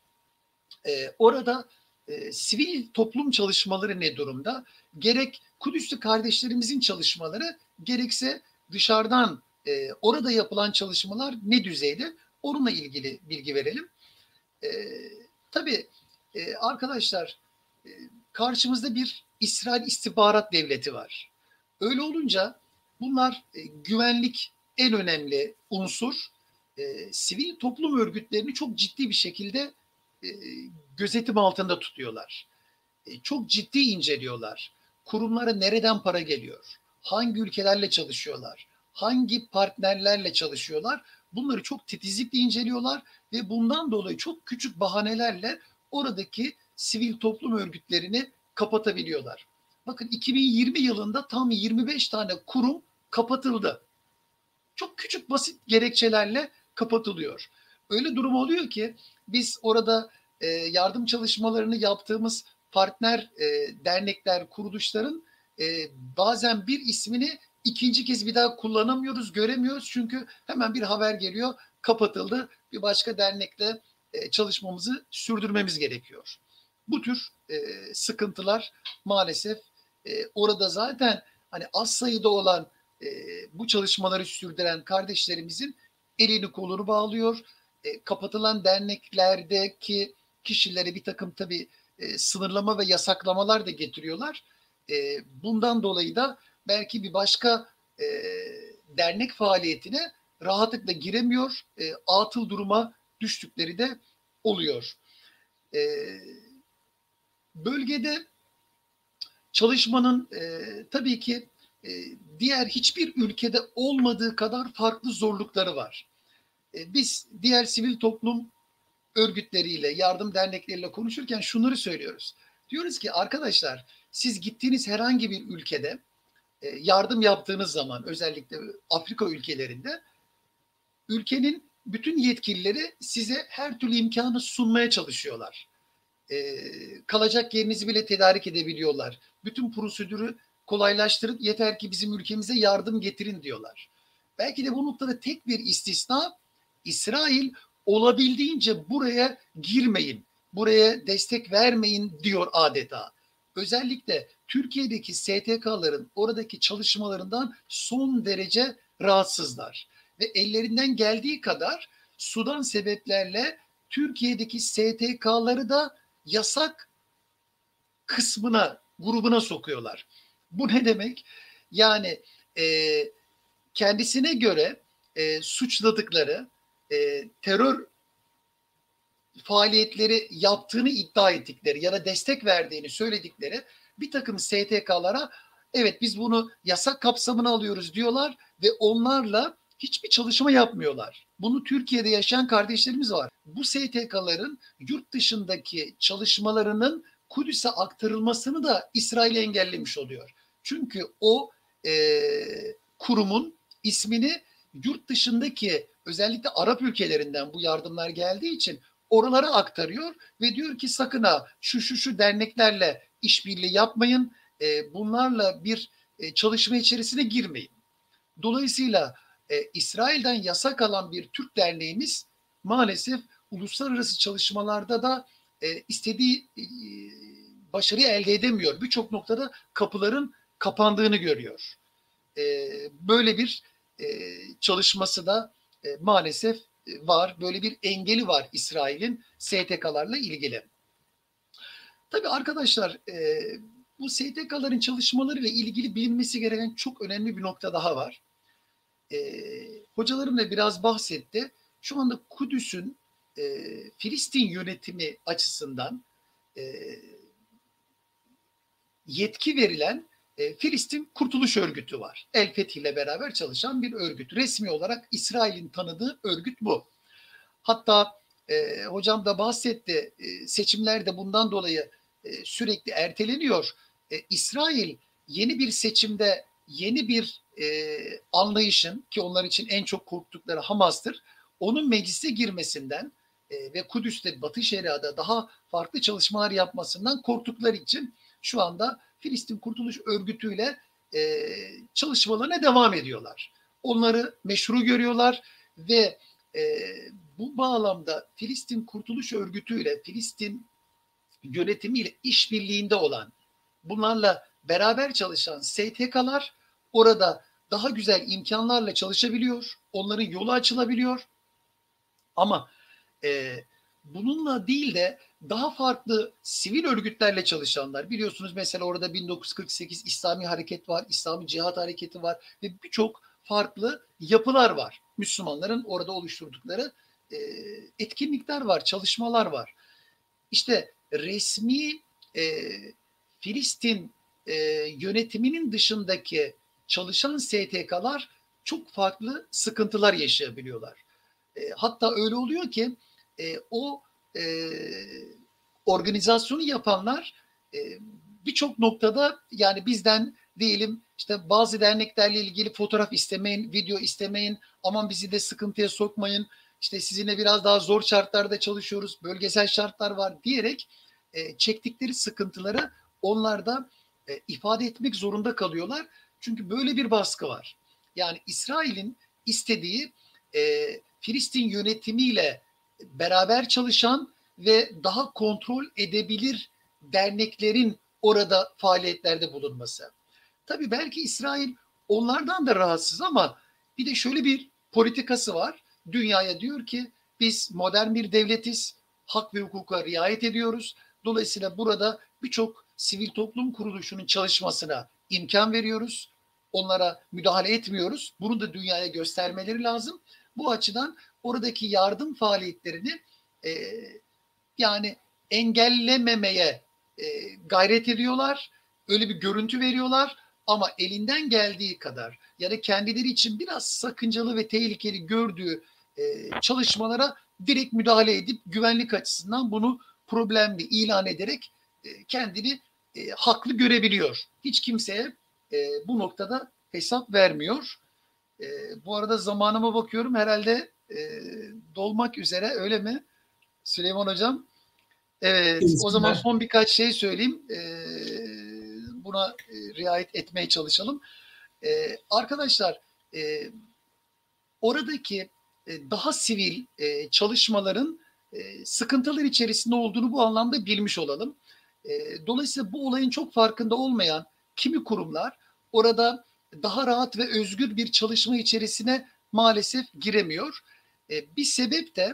e, orada e, sivil toplum çalışmaları ne durumda? Gerek Kudüs'lü kardeşlerimizin çalışmaları, gerekse dışarıdan e, orada yapılan çalışmalar ne düzeyde? Onunla ilgili bilgi verelim. E, tabii e, arkadaşlar e, karşımızda bir İsrail istihbarat devleti var. Öyle olunca bunlar e, güvenlik en önemli unsur. E, sivil toplum örgütlerini çok ciddi bir şekilde e, gözetim altında tutuyorlar. E, çok ciddi inceliyorlar. Kurumlara nereden para geliyor? Hangi ülkelerle çalışıyorlar? Hangi partnerlerle çalışıyorlar? Bunları çok titizlikle inceliyorlar ve bundan dolayı çok küçük bahanelerle oradaki sivil toplum örgütlerini kapatabiliyorlar. Bakın iki bin yirmi yılında tam yirmi beş tane kurum kapatıldı. Çok küçük basit gerekçelerle kapatılıyor. Öyle durum oluyor ki biz orada e, yardım çalışmalarını yaptığımız partner e, dernekler, kuruluşların e, bazen bir ismini ikinci kez bir daha kullanamıyoruz, göremiyoruz. Çünkü hemen bir haber geliyor, kapatıldı. Bir başka dernekle e, çalışmamızı sürdürmemiz gerekiyor. Bu tür e, sıkıntılar maalesef e, orada zaten hani az sayıda olan e, bu çalışmaları sürdüren kardeşlerimizin elini kolunu bağlıyor. E, kapatılan derneklerdeki kişilere bir takım tabii e, sınırlama ve yasaklamalar da getiriyorlar. E, bundan dolayı da belki bir başka e, dernek faaliyetine rahatlıkla giremiyor, e, atıl duruma düştükleri de oluyor. E, bölgede çalışmanın e, tabii ki e, diğer hiçbir ülkede olmadığı kadar farklı zorlukları var. E, biz diğer sivil toplum örgütleriyle, yardım dernekleriyle konuşurken şunları söylüyoruz. Diyoruz ki arkadaşlar, siz gittiğiniz herhangi bir ülkede e, yardım yaptığınız zaman, özellikle Afrika ülkelerinde, ülkenin bütün yetkilileri size her türlü imkanı sunmaya çalışıyorlar. E, kalacak yerinizi bile tedarik edebiliyorlar. Bütün prosedürü kolaylaştırıp yeter ki bizim ülkemize yardım getirin diyorlar. Belki de bu noktada tek bir istisna, İsrail olabildiğince buraya girmeyin, buraya destek vermeyin diyor adeta. özellikle Türkiye'deki S T K'ların oradaki çalışmalarından son derece rahatsızlar. Ve ellerinden geldiği kadar Sudan sebeplerle Türkiye'deki S T K'ları da yasak kısmına, grubuna sokuyorlar. Bu ne demek? Yani e, kendisine göre e, suçladıkları e, terör faaliyetleri yaptığını iddia ettikleri ya da destek verdiğini söyledikleri bir takım S T K'lara evet biz bunu yasak kapsamına alıyoruz diyorlar ve onlarla hiçbir çalışma yapmıyorlar. Bunu Türkiye'de yaşayan kardeşlerimiz var. Bu S T K'ların yurt dışındaki çalışmalarının Kudüs'e aktarılmasını da İsrail engellemiş oluyor. Çünkü o e, kurumun ismini yurt dışındaki özellikle Arap ülkelerinden bu yardımlar geldiği için oralara aktarıyor ve diyor ki sakın ha şu şu şu derneklerle işbirliği yapmayın, e, bunlarla bir e, çalışma içerisine girmeyin. Dolayısıyla e, İsrail'den yasak alan bir Türk derneğimiz maalesef uluslararası çalışmalarda da e, istediği e, başarıyı elde edemiyor. Birçok noktada kapıların kapandığını görüyor. E, böyle bir e, çalışması da e, maalesef var. Böyle bir engeli var İsrail'in S T K'larla ilgili. Tabii arkadaşlar e, bu S T K'ların çalışmalarıyla ilgili bilinmesi gereken çok önemli bir nokta daha var. E, hocalarım da biraz bahsetti. Şu anda Kudüs'ün e, Filistin yönetimi açısından e, yetki verilen e, Filistin Kurtuluş Örgütü var. El Fethi ile beraber çalışan bir örgüt. Resmi olarak İsrail'in tanıdığı örgüt bu. Hatta e, hocam da bahsetti, e, seçimler de bundan dolayı e, sürekli erteleniyor. E, İsrail yeni bir seçimde yeni bir e, anlayışın, ki onlar için en çok korktukları Hamas'tır, onun meclise girmesinden e, ve Kudüs'te, Batı Şeria'da daha farklı çalışmalar yapmasından korktukları için şu anda Filistin Kurtuluş Örgütü ile e, çalışmalarına devam ediyorlar. Onları meşru görüyorlar ve e, bu bağlamda Filistin Kurtuluş Örgütü ile Filistin yönetimiyle işbirliğinde olan, bunlarla beraber çalışan S T K'lar orada daha güzel imkanlarla çalışabiliyor. Onların yolu açılabiliyor. Ama e, bununla değil de daha farklı sivil örgütlerle çalışanlar, biliyorsunuz mesela orada bin dokuz yüz kırk sekiz İslami Hareket var, İslami Cihat Hareketi var ve birçok farklı yapılar var. Müslümanların orada oluşturdukları e, etkinlikler var, çalışmalar var. İşte resmi e, Filistin e, yönetiminin dışındaki çalışan S T K'lar çok farklı sıkıntılar yaşayabiliyorlar. E, hatta öyle oluyor ki e, o e, organizasyonu yapanlar e, birçok noktada yani bizden diyelim işte bazı derneklerle ilgili fotoğraf istemeyin, video istemeyin, aman bizi de sıkıntıya sokmayın, işte sizinle biraz daha zor şartlarda çalışıyoruz, bölgesel şartlar var diyerek e, çektikleri sıkıntıları onlar da e, ifade etmek zorunda kalıyorlar. Çünkü böyle bir baskı var. Yani İsrail'in istediği e, Filistin yönetimiyle beraber çalışan ve daha kontrol edebilir derneklerin orada faaliyetlerde bulunması. Tabii belki İsrail onlardan da rahatsız ama bir de şöyle bir politikası var. Dünyaya diyor ki biz modern bir devletiz, hak ve hukuka riayet ediyoruz. Dolayısıyla burada birçok sivil toplum kuruluşunun çalışmasına imkan veriyoruz. Onlara müdahale etmiyoruz. Bunu da dünyaya göstermeleri lazım. Bu açıdan oradaki yardım faaliyetlerini e, yani engellememeye e, gayret ediyorlar. Öyle bir görüntü veriyorlar ama elinden geldiği kadar ya da kendileri için biraz sakıncalı ve tehlikeli gördüğü e, çalışmalara direkt müdahale edip güvenlik açısından bunu problemli ilan ederek e, kendini e, haklı görebiliyor. Hiç kimseye e, bu noktada hesap vermiyor. E, bu arada zamanıma bakıyorum, herhalde e, dolmak üzere, öyle mi Süleyman Hocam? Evet, o zaman son birkaç şey söyleyeyim. E, buna e, riayet etmeye çalışalım. E, arkadaşlar e, oradaki e, daha sivil e, çalışmaların e, sıkıntılar içerisinde olduğunu bu anlamda bilmiş olalım. E, dolayısıyla bu olayın çok farkında olmayan kimi kurumlar orada daha rahat ve özgür bir çalışma içerisine maalesef giremiyor. E, bir sebep de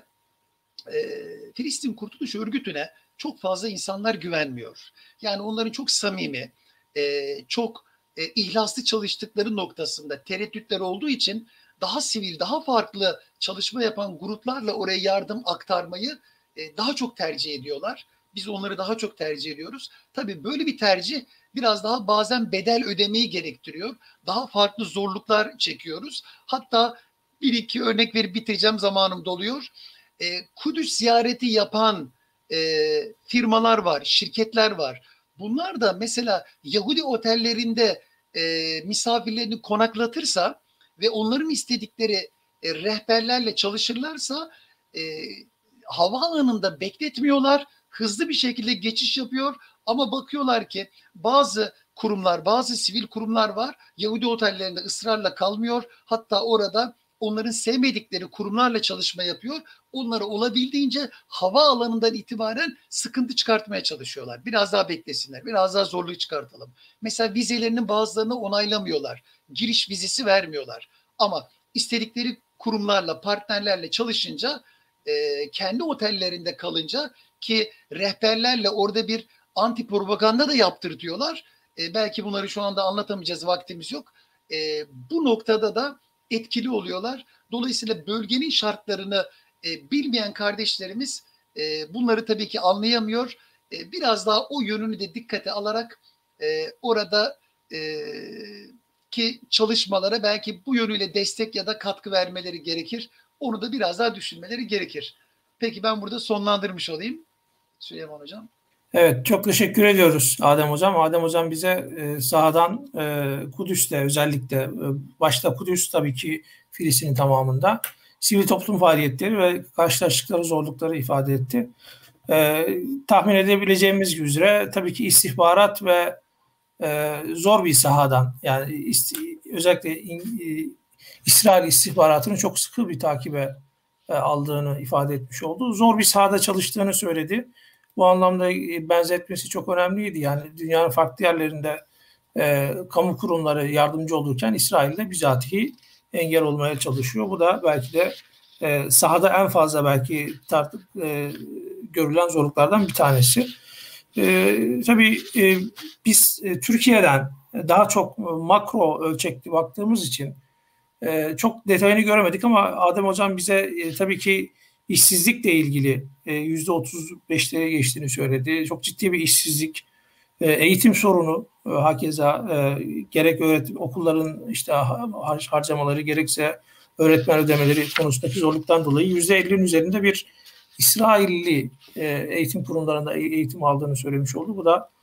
e, Filistin Kurtuluş Örgütü'ne çok fazla insanlar güvenmiyor. Yani onların çok samimi, e, çok e, ihlaslı çalıştıkları noktasında tereddütler olduğu için daha sivil, daha farklı çalışma yapan gruplarla oraya yardım aktarmayı e, daha çok tercih ediyorlar. Biz onları daha çok tercih ediyoruz. Tabii böyle bir tercih biraz daha bazen bedel ödemeyi gerektiriyor. Daha farklı zorluklar çekiyoruz. Hatta bir iki örnek verip bitireceğim, zamanım doluyor. E, Kudüs ziyareti yapan e, firmalar var, şirketler var. Bunlar da mesela Yahudi otellerinde e, misafirlerini konaklatırsa ve onların istedikleri e, rehberlerle çalışırlarsa e, havaalanında bekletmiyorlar. Hızlı bir şekilde geçiş yapıyor ama bakıyorlar ki bazı kurumlar, bazı sivil kurumlar var. Yahudi otellerinde ısrarla kalmıyor. Hatta orada onların sevmedikleri kurumlarla çalışma yapıyor. Onları olabildiğince havaalanından itibaren sıkıntı çıkartmaya çalışıyorlar. Biraz daha beklesinler, biraz daha zorluğu çıkartalım. Mesela vizelerinin bazılarını onaylamıyorlar. Giriş vizesi vermiyorlar. Ama istedikleri kurumlarla, partnerlerle çalışınca, e, kendi otellerinde kalınca, ki rehberlerle orada bir anti propaganda da yaptırtıyorlar. E, belki bunları şu anda anlatamayacağız, vaktimiz yok. E, bu noktada da etkili oluyorlar. Dolayısıyla bölgenin şartlarını e, bilmeyen kardeşlerimiz e, bunları tabii ki anlayamıyor. E, biraz daha o yönünü de dikkate alarak e, orada e, ki çalışmalara belki bu yönüyle destek ya da katkı vermeleri gerekir. Onu da biraz daha düşünmeleri gerekir. Peki ben burada sonlandırmış olayım. Süleyman Hocam. Evet, çok teşekkür ediyoruz Adem Hocam. Adem Hocam bize e, sahadan e, Kudüs'te özellikle e, başta Kudüs, tabii ki Filistin'in tamamında sivil toplum faaliyetleri ve karşılaştıkları zorlukları ifade etti. E, tahmin edebileceğimiz üzere tabii ki istihbarat ve e, zor bir sahadan, yani ist, özellikle in, e, İsrail istihbaratını çok sıkı bir takibe e, aldığını ifade etmiş oldu. Zor bir sahada çalıştığını söyledi. Bu anlamda benzetmesi çok önemliydi. Yani dünyanın farklı yerlerinde e, kamu kurumları yardımcı olurken İsrail'de bizatihi engel olmaya çalışıyor. Bu da belki de e, sahada en fazla belki tartıp e, görülen zorluklardan bir tanesi. E, tabii e, biz e, Türkiye'den daha çok makro ölçekli baktığımız için e, çok detayını göremedik ama Adem Hocam bize e, tabii ki işsizlikle ilgili yüzde otuz beşlere geçtiğini söyledi. Çok ciddi bir işsizlik, eğitim sorunu, hakeza gerek öğretim okulların işte harcamaları gerekse öğretmen ödemeleri konusundaki zorluktan dolayı yüzde ellinin üzerinde bir İsrailli eğitim kurumlarında eğitim aldığını söylemiş oldu. Bu da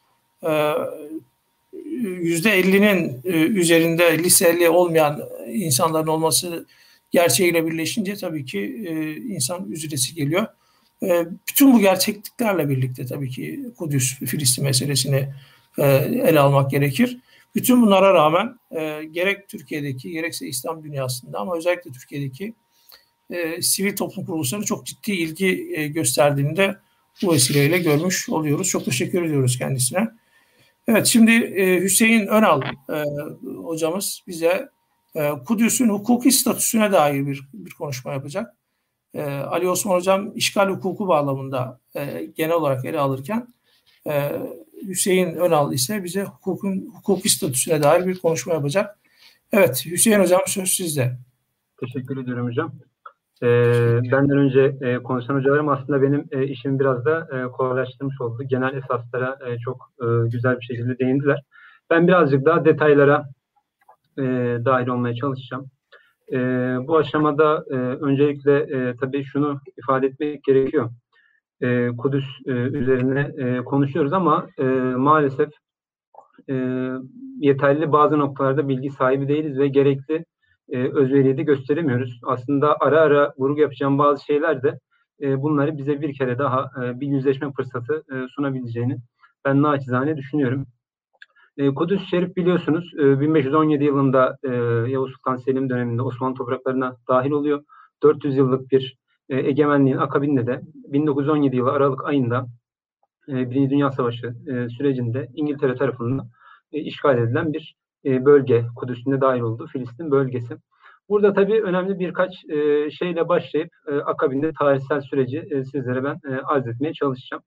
yüzde ellinin üzerinde liseli olmayan insanların olması gerçeğiyle birleşince tabii ki e, insan üzülesi geliyor. E, bütün bu gerçekliklerle birlikte tabii ki Kudüs, Filistin meselesini e, ele almak gerekir. Bütün bunlara rağmen e, gerek Türkiye'deki gerekse İslam dünyasında ama özellikle Türkiye'deki e, sivil toplum kuruluşları çok ciddi ilgi e, gösterdiğini de bu vesileyle görmüş oluyoruz. Çok teşekkür ediyoruz kendisine. Evet, şimdi e, Hüseyin Önal e, hocamız bize Kudüs'ün hukuki statüsüne dair bir, bir konuşma yapacak. Ee, Ali Osman Hocam işgal hukuku bağlamında e, genel olarak ele alırken e, Hüseyin Önal ise bize hukukun hukuki statüsüne dair bir konuşma yapacak. Evet, Hüseyin Hocam söz sizde. Teşekkür ediyorum hocam. Ee, benden önce e, konuşan hocalarım aslında benim e, işimi biraz da e, kolaylaştırmış oldu. Genel esaslara e, çok e, güzel bir şekilde değindiler. Ben birazcık daha detaylara E, dahil olmaya çalışacağım. E, bu aşamada e, öncelikle e, tabii şunu ifade etmek gerekiyor. E, Kudüs e, üzerine e, konuşuyoruz ama e, maalesef e, yeterli bazı noktalarda bilgi sahibi değiliz ve gerekli e, özveriyi de gösteremiyoruz. Aslında ara ara vurgu yapacağım bazı şeyler de e, bunları bize bir kere daha e, bir yüzleşme fırsatı e, sunabileceğini ben naçizane düşünüyorum. E, Kudüs Şerif biliyorsunuz e, bin beş yüz on yedi yılında e, Yavuz Sultan Selim döneminde Osmanlı topraklarına dahil oluyor. dört yüz yıllık bir e, egemenliğin akabinde de bin dokuz yüz on yedi yılı Aralık ayında e, Birinci Dünya Savaşı e, sürecinde İngiltere tarafından e, işgal edilen bir e, bölge. Kudüs'ün de dahil olduğu Filistin bölgesi. Burada tabii önemli birkaç e, şeyle başlayıp e, akabinde tarihsel süreci e, sizlere ben e, arz etmeye çalışacağım.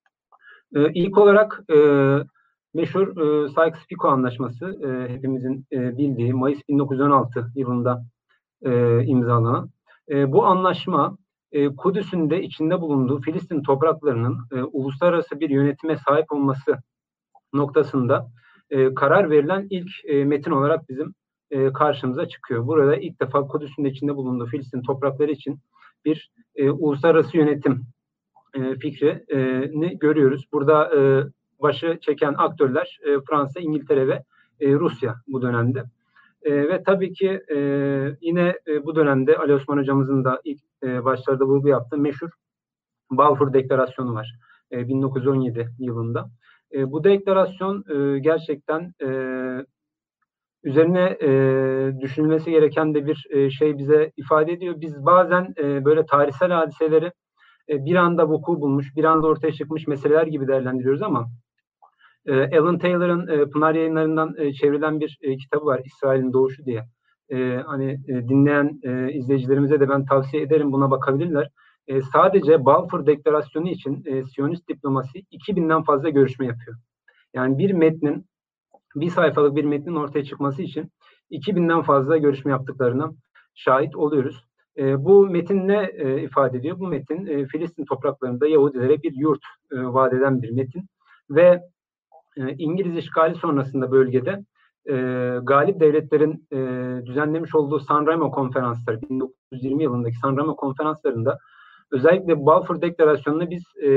E, ilk olarak e, meşhur e, Sykes-Picot Anlaşması, e, hepimizin e, bildiği Mayıs bin dokuz yüz on altı yılında e, imzalanan. E, bu anlaşma e, Kudüs'ün de içinde bulunduğu Filistin topraklarının e, uluslararası bir yönetime sahip olması noktasında e, karar verilen ilk e, metin olarak bizim e, karşımıza çıkıyor. Burada ilk defa Kudüs'ün de içinde bulunduğu Filistin toprakları için bir e, uluslararası yönetim e, fikrini görüyoruz. Burada e, başı çeken aktörler e, Fransa, İngiltere ve e, Rusya bu dönemde. E, ve tabii ki e, yine e, bu dönemde Ali Osman Hocamızın da ilk e, başlarda vurgu yaptığı meşhur Balfour Deklarasyonu var. E, bin dokuz yüz on yedi yılında. E, bu deklarasyon e, gerçekten e, üzerine e, düşünülmesi gereken de bir e, şey bize ifade ediyor. Biz bazen e, böyle tarihsel hadiseleri e, bir anda vuku bulmuş, bir anda ortaya çıkmış meseleler gibi değerlendiriyoruz ama e, Alan Taylor'ın e, Pınar Yayınları'ndan e, çevrilen bir e, kitabı var, İsrail'in Doğuşu diye. E, hani e, dinleyen e, izleyicilerimize de ben tavsiye ederim, buna bakabilirler. E, sadece Balfour Deklarasyonu için e, Siyonist diplomasi iki binden fazla görüşme yapıyor. Yani bir metnin, bir sayfalık bir metnin ortaya çıkması için iki binden fazla görüşme yaptıklarına şahit oluyoruz. E, bu metin ne e, ifade ediyor? Bu metin e, Filistin topraklarında Yahudilere bir yurt e, vaat eden bir metin ve e, İngiliz işgali sonrasında bölgede e, galip devletlerin e, düzenlemiş olduğu San Remo konferansları, bin dokuz yüz yirmi yılındaki San Remo konferanslarında özellikle Balfour Deklarasyonu'na biz e,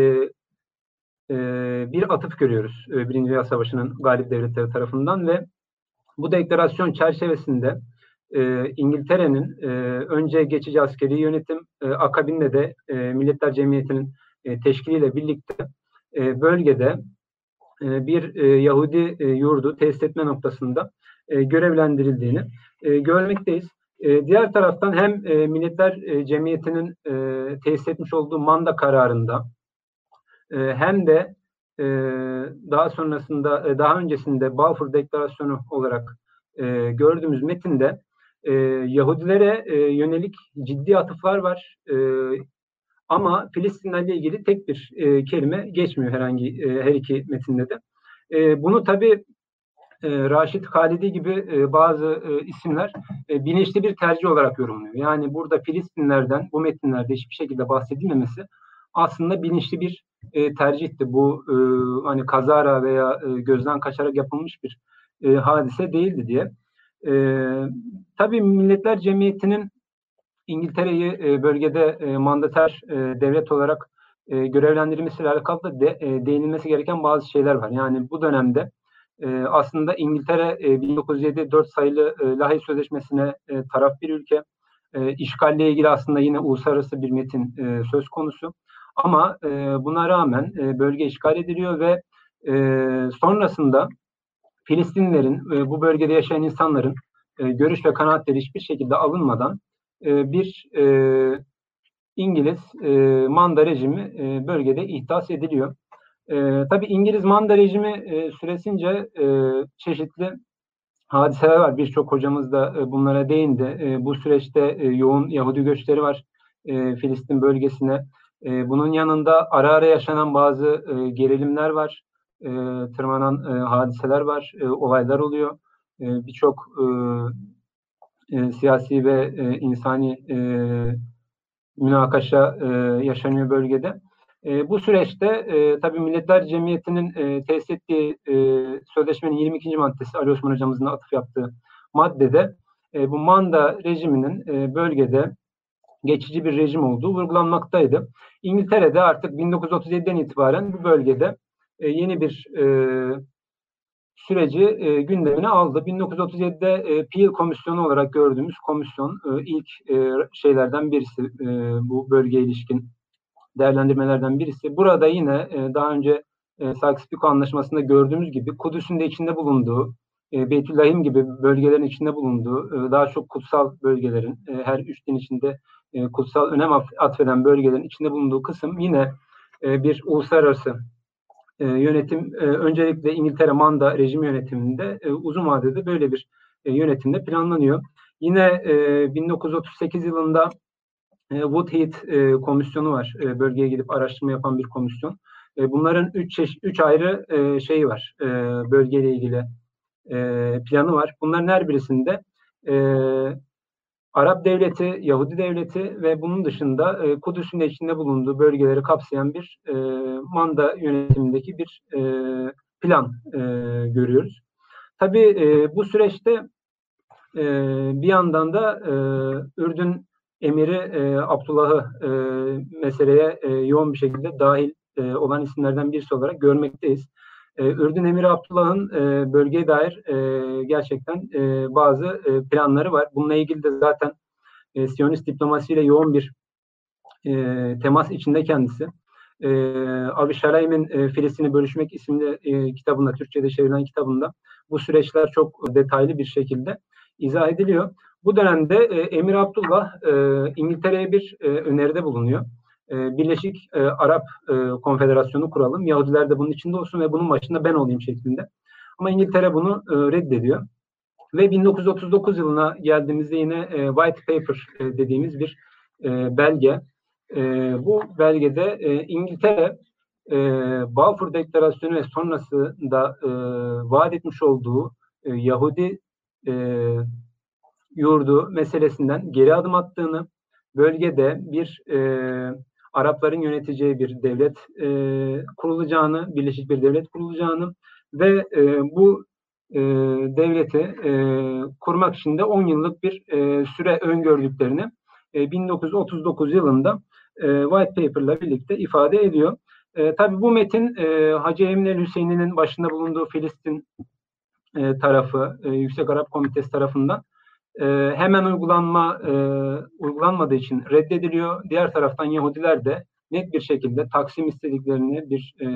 e, bir atıf görüyoruz e, Birinci Dünya Savaşı'nın galip devletleri tarafından ve bu deklarasyon çerçevesinde e, İngiltere'nin e, önce geçici askeri yönetim, e, akabinde de e, Milletler Cemiyeti'nin e, teşkiliyle birlikte e, bölgede e, bir e, Yahudi e, yurdu tesis etme noktasında e, görevlendirildiğini e, görmekteyiz. E, diğer taraftan hem e, Milletler e, Cemiyeti'nin e, tesis etmiş olduğu Manda kararında e, hem de e, daha sonrasında, e, daha öncesinde Balfour Deklarasyonu olarak e, gördüğümüz metinde e, Yahudilere e, yönelik ciddi atıflar var. E, ama Filistinlerle ilgili tek bir e, kelime geçmiyor herhangi e, her iki metinde de. E, bunu tabii e, Raşit Halidi gibi e, bazı e, isimler e, bilinçli bir tercih olarak yorumluyor. Yani burada Filistinlerden bu metinlerde hiçbir şekilde bahsedilmemesi aslında bilinçli bir e, tercihti. Bu e, hani kazara veya e, gözden kaçarak yapılmış bir e, hadise değildi diye. E, tabii Milletler Cemiyeti'nin İngiltere'yi e, bölgede e, mandater e, devlet olarak e, görevlendirmesiyle alakalı da de, e, değinilmesi gereken bazı şeyler var. Yani bu dönemde e, aslında İngiltere e, bin dokuz yüz yedi dört sayılı e, Lahey Sözleşmesi'ne e, taraf bir ülke. E, işgalle ilgili aslında yine uluslararası bir metin e, söz konusu. Ama e, buna rağmen e, bölge işgal ediliyor ve e, sonrasında Filistinlilerin, e, bu bölgede yaşayan insanların e, görüş ve kanaatleri hiçbir şekilde alınmadan e, bir e, İngiliz e, manda rejimi e, bölgede ihdas ediliyor. E, tabii İngiliz manda rejimi e, süresince e, çeşitli hadiseler var. Birçok hocamız da e, bunlara değindi. E, bu süreçte e, yoğun Yahudi göçleri var e, Filistin bölgesine. E, bunun yanında ara ara yaşanan bazı e, gerilimler var. E, tırmanan e, hadiseler var. E, olaylar oluyor. E, Birçok e, e, siyasi ve e, insani e, münakaşa e, yaşanıyor bölgede. E, bu süreçte e, tabii Milletler Cemiyeti'nin e, tesis ettiği e, sözleşmenin yirmi ikinci maddesi, Ali Osman Hocamızın atıf yaptığı maddede e, bu manda rejiminin e, bölgede geçici bir rejim olduğu vurgulanmaktaydı. İngiltere'de artık bin dokuz yüz otuz yediden itibaren bu bölgede e, yeni bir e, süreci e, gündemine aldı. bin dokuz yüz otuz yedide e, Peel Komisyonu olarak gördüğümüz komisyon e, ilk e, şeylerden birisi, e, bu bölgeye ilişkin değerlendirmelerden birisi. Burada yine e, daha önce e, Sykes-Picot Anlaşması'nda gördüğümüz gibi Kudüs'ün de içinde bulunduğu, e, Beytüllahim gibi bölgelerin içinde bulunduğu, e, daha çok kutsal bölgelerin, e, her üç din içinde e, kutsal önem atfeden bölgelerin içinde bulunduğu kısım yine e, bir uluslararası e, yönetim e, öncelikle İngiltere manda rejim yönetiminde e, uzun vadede böyle bir e, yönetimde planlanıyor. Yine e, bin dokuz yüz otuz sekiz yılında e, Woodhead e, komisyonu var. E, bölgeye gidip araştırma yapan bir komisyon. E, bunların üç üç ayrı e, şeyi var. E, bölgeyle ilgili e, planı var. Bunların her birisinde e, Arap devleti, Yahudi devleti ve bunun dışında e, Kudüs'ün de içinde bulunduğu bölgeleri kapsayan bir e, manda yönetimindeki bir e, plan e, görüyoruz. Tabii e, bu süreçte e, bir yandan da e, Ürdün emiri e, Abdullah'ı e, meseleye e, yoğun bir şekilde dahil e, olan isimlerden birisi olarak görmekteyiz. E, Ürdün emiri Abdullah'ın e, bölgeye dair e, gerçekten e, bazı e, planları var. Bununla ilgili de zaten e, Siyonist diplomasiyle yoğun bir e, temas içinde kendisi. E, Avi Şalayim'in e, Filistin'i Bölüşmek isimli e, kitabında, Türkçe'de çevrilen kitabında bu süreçler çok detaylı bir şekilde izah ediliyor. Bu dönemde e, Emir Abdullah e, İngiltere'ye bir e, öneride bulunuyor. E, Birleşik e, Arap e, Konfederasyonu kuralım, Yahudiler de bunun içinde olsun ve bunun başında ben olayım şeklinde. Ama İngiltere bunu e, reddediyor. Ve bin dokuz yüz otuz dokuz yılına geldiğimizde yine e, White Paper e, dediğimiz bir e, belge. E, bu belgede e, İngiltere e, Balfour Deklarasyonu ve sonrasında e, vaat etmiş olduğu e, Yahudi e, yurdu meselesinden geri adım attığını, bölgede bir e, Arapların yöneteceği bir devlet e, kurulacağını, birleşik bir devlet kurulacağını ve e, bu e, devleti e, kurmak için de on yıllık bir e, süre öngördüklerini e, bin dokuz yüz otuz dokuz yılında e, White Paper'la birlikte ifade ediyor. E, tabii bu metin e, Hacı Emin el-Hüseyni'nin başında bulunduğu Filistin e, tarafı, e, Yüksek Arap Komitesi tarafından e, hemen uygulanma e, uygulanmadığı için reddediliyor. Diğer taraftan Yahudiler de net bir şekilde Taksim istediklerini, bir e,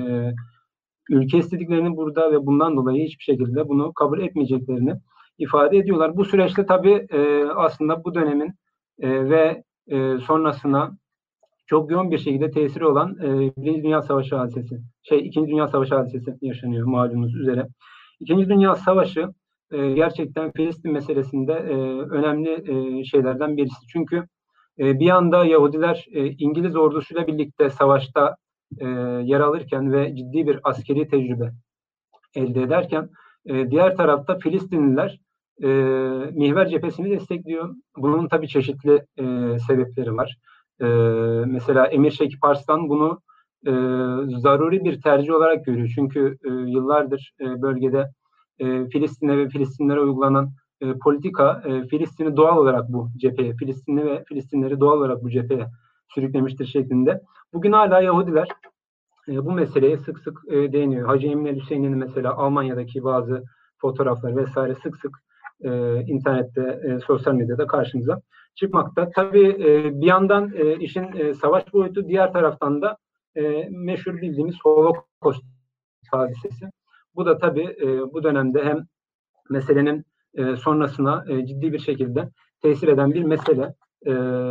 ülke istediklerini burada ve bundan dolayı hiçbir şekilde bunu kabul etmeyeceklerini ifade ediyorlar. Bu süreçte tabii e, aslında bu dönemin e, ve e, sonrasına çok yoğun bir şekilde tesiri olan e, Birinci Dünya Savaşı hadisesi, şey İkinci Dünya Savaşı hadisesi yaşanıyor malumunuz üzere. İkinci Dünya Savaşı e, gerçekten Filistin meselesinde e, önemli e, şeylerden birisi. Çünkü e, bir yanda Yahudiler e, İngiliz ordusuyla birlikte savaşta e, yer alırken ve ciddi bir askeri tecrübe elde ederken e, diğer tarafta Filistinliler e, Mihver cephesini destekliyor. Bunun tabii çeşitli e, sebepleri var. E, mesela Emir Şekip Arslan bunu e, zaruri bir tercih olarak görüyor. Çünkü e, yıllardır e, bölgede e, Filistin'e ve Filistinlere uygulanan e, politika e, Filistin'i doğal olarak bu cepheye, Filistinli ve Filistinleri doğal olarak bu cepheye sürüklemiştir şeklinde. Bugün hala Yahudiler e, bu meseleye sık sık e, değiniyor. Hacı Emin el-Hüseyni'nin mesela Almanya'daki bazı fotoğraflar vesaire sık sık e, internette, e, sosyal medyada karşımıza çıkmakta. Tabii e, bir yandan e, işin e, savaş boyutu, diğer taraftan da e, meşhur bildiğimiz Holocaust hadisesi. Bu da tabii e, bu dönemde hem meselenin e, sonrasına e, ciddi bir şekilde tesir eden bir mesele. E,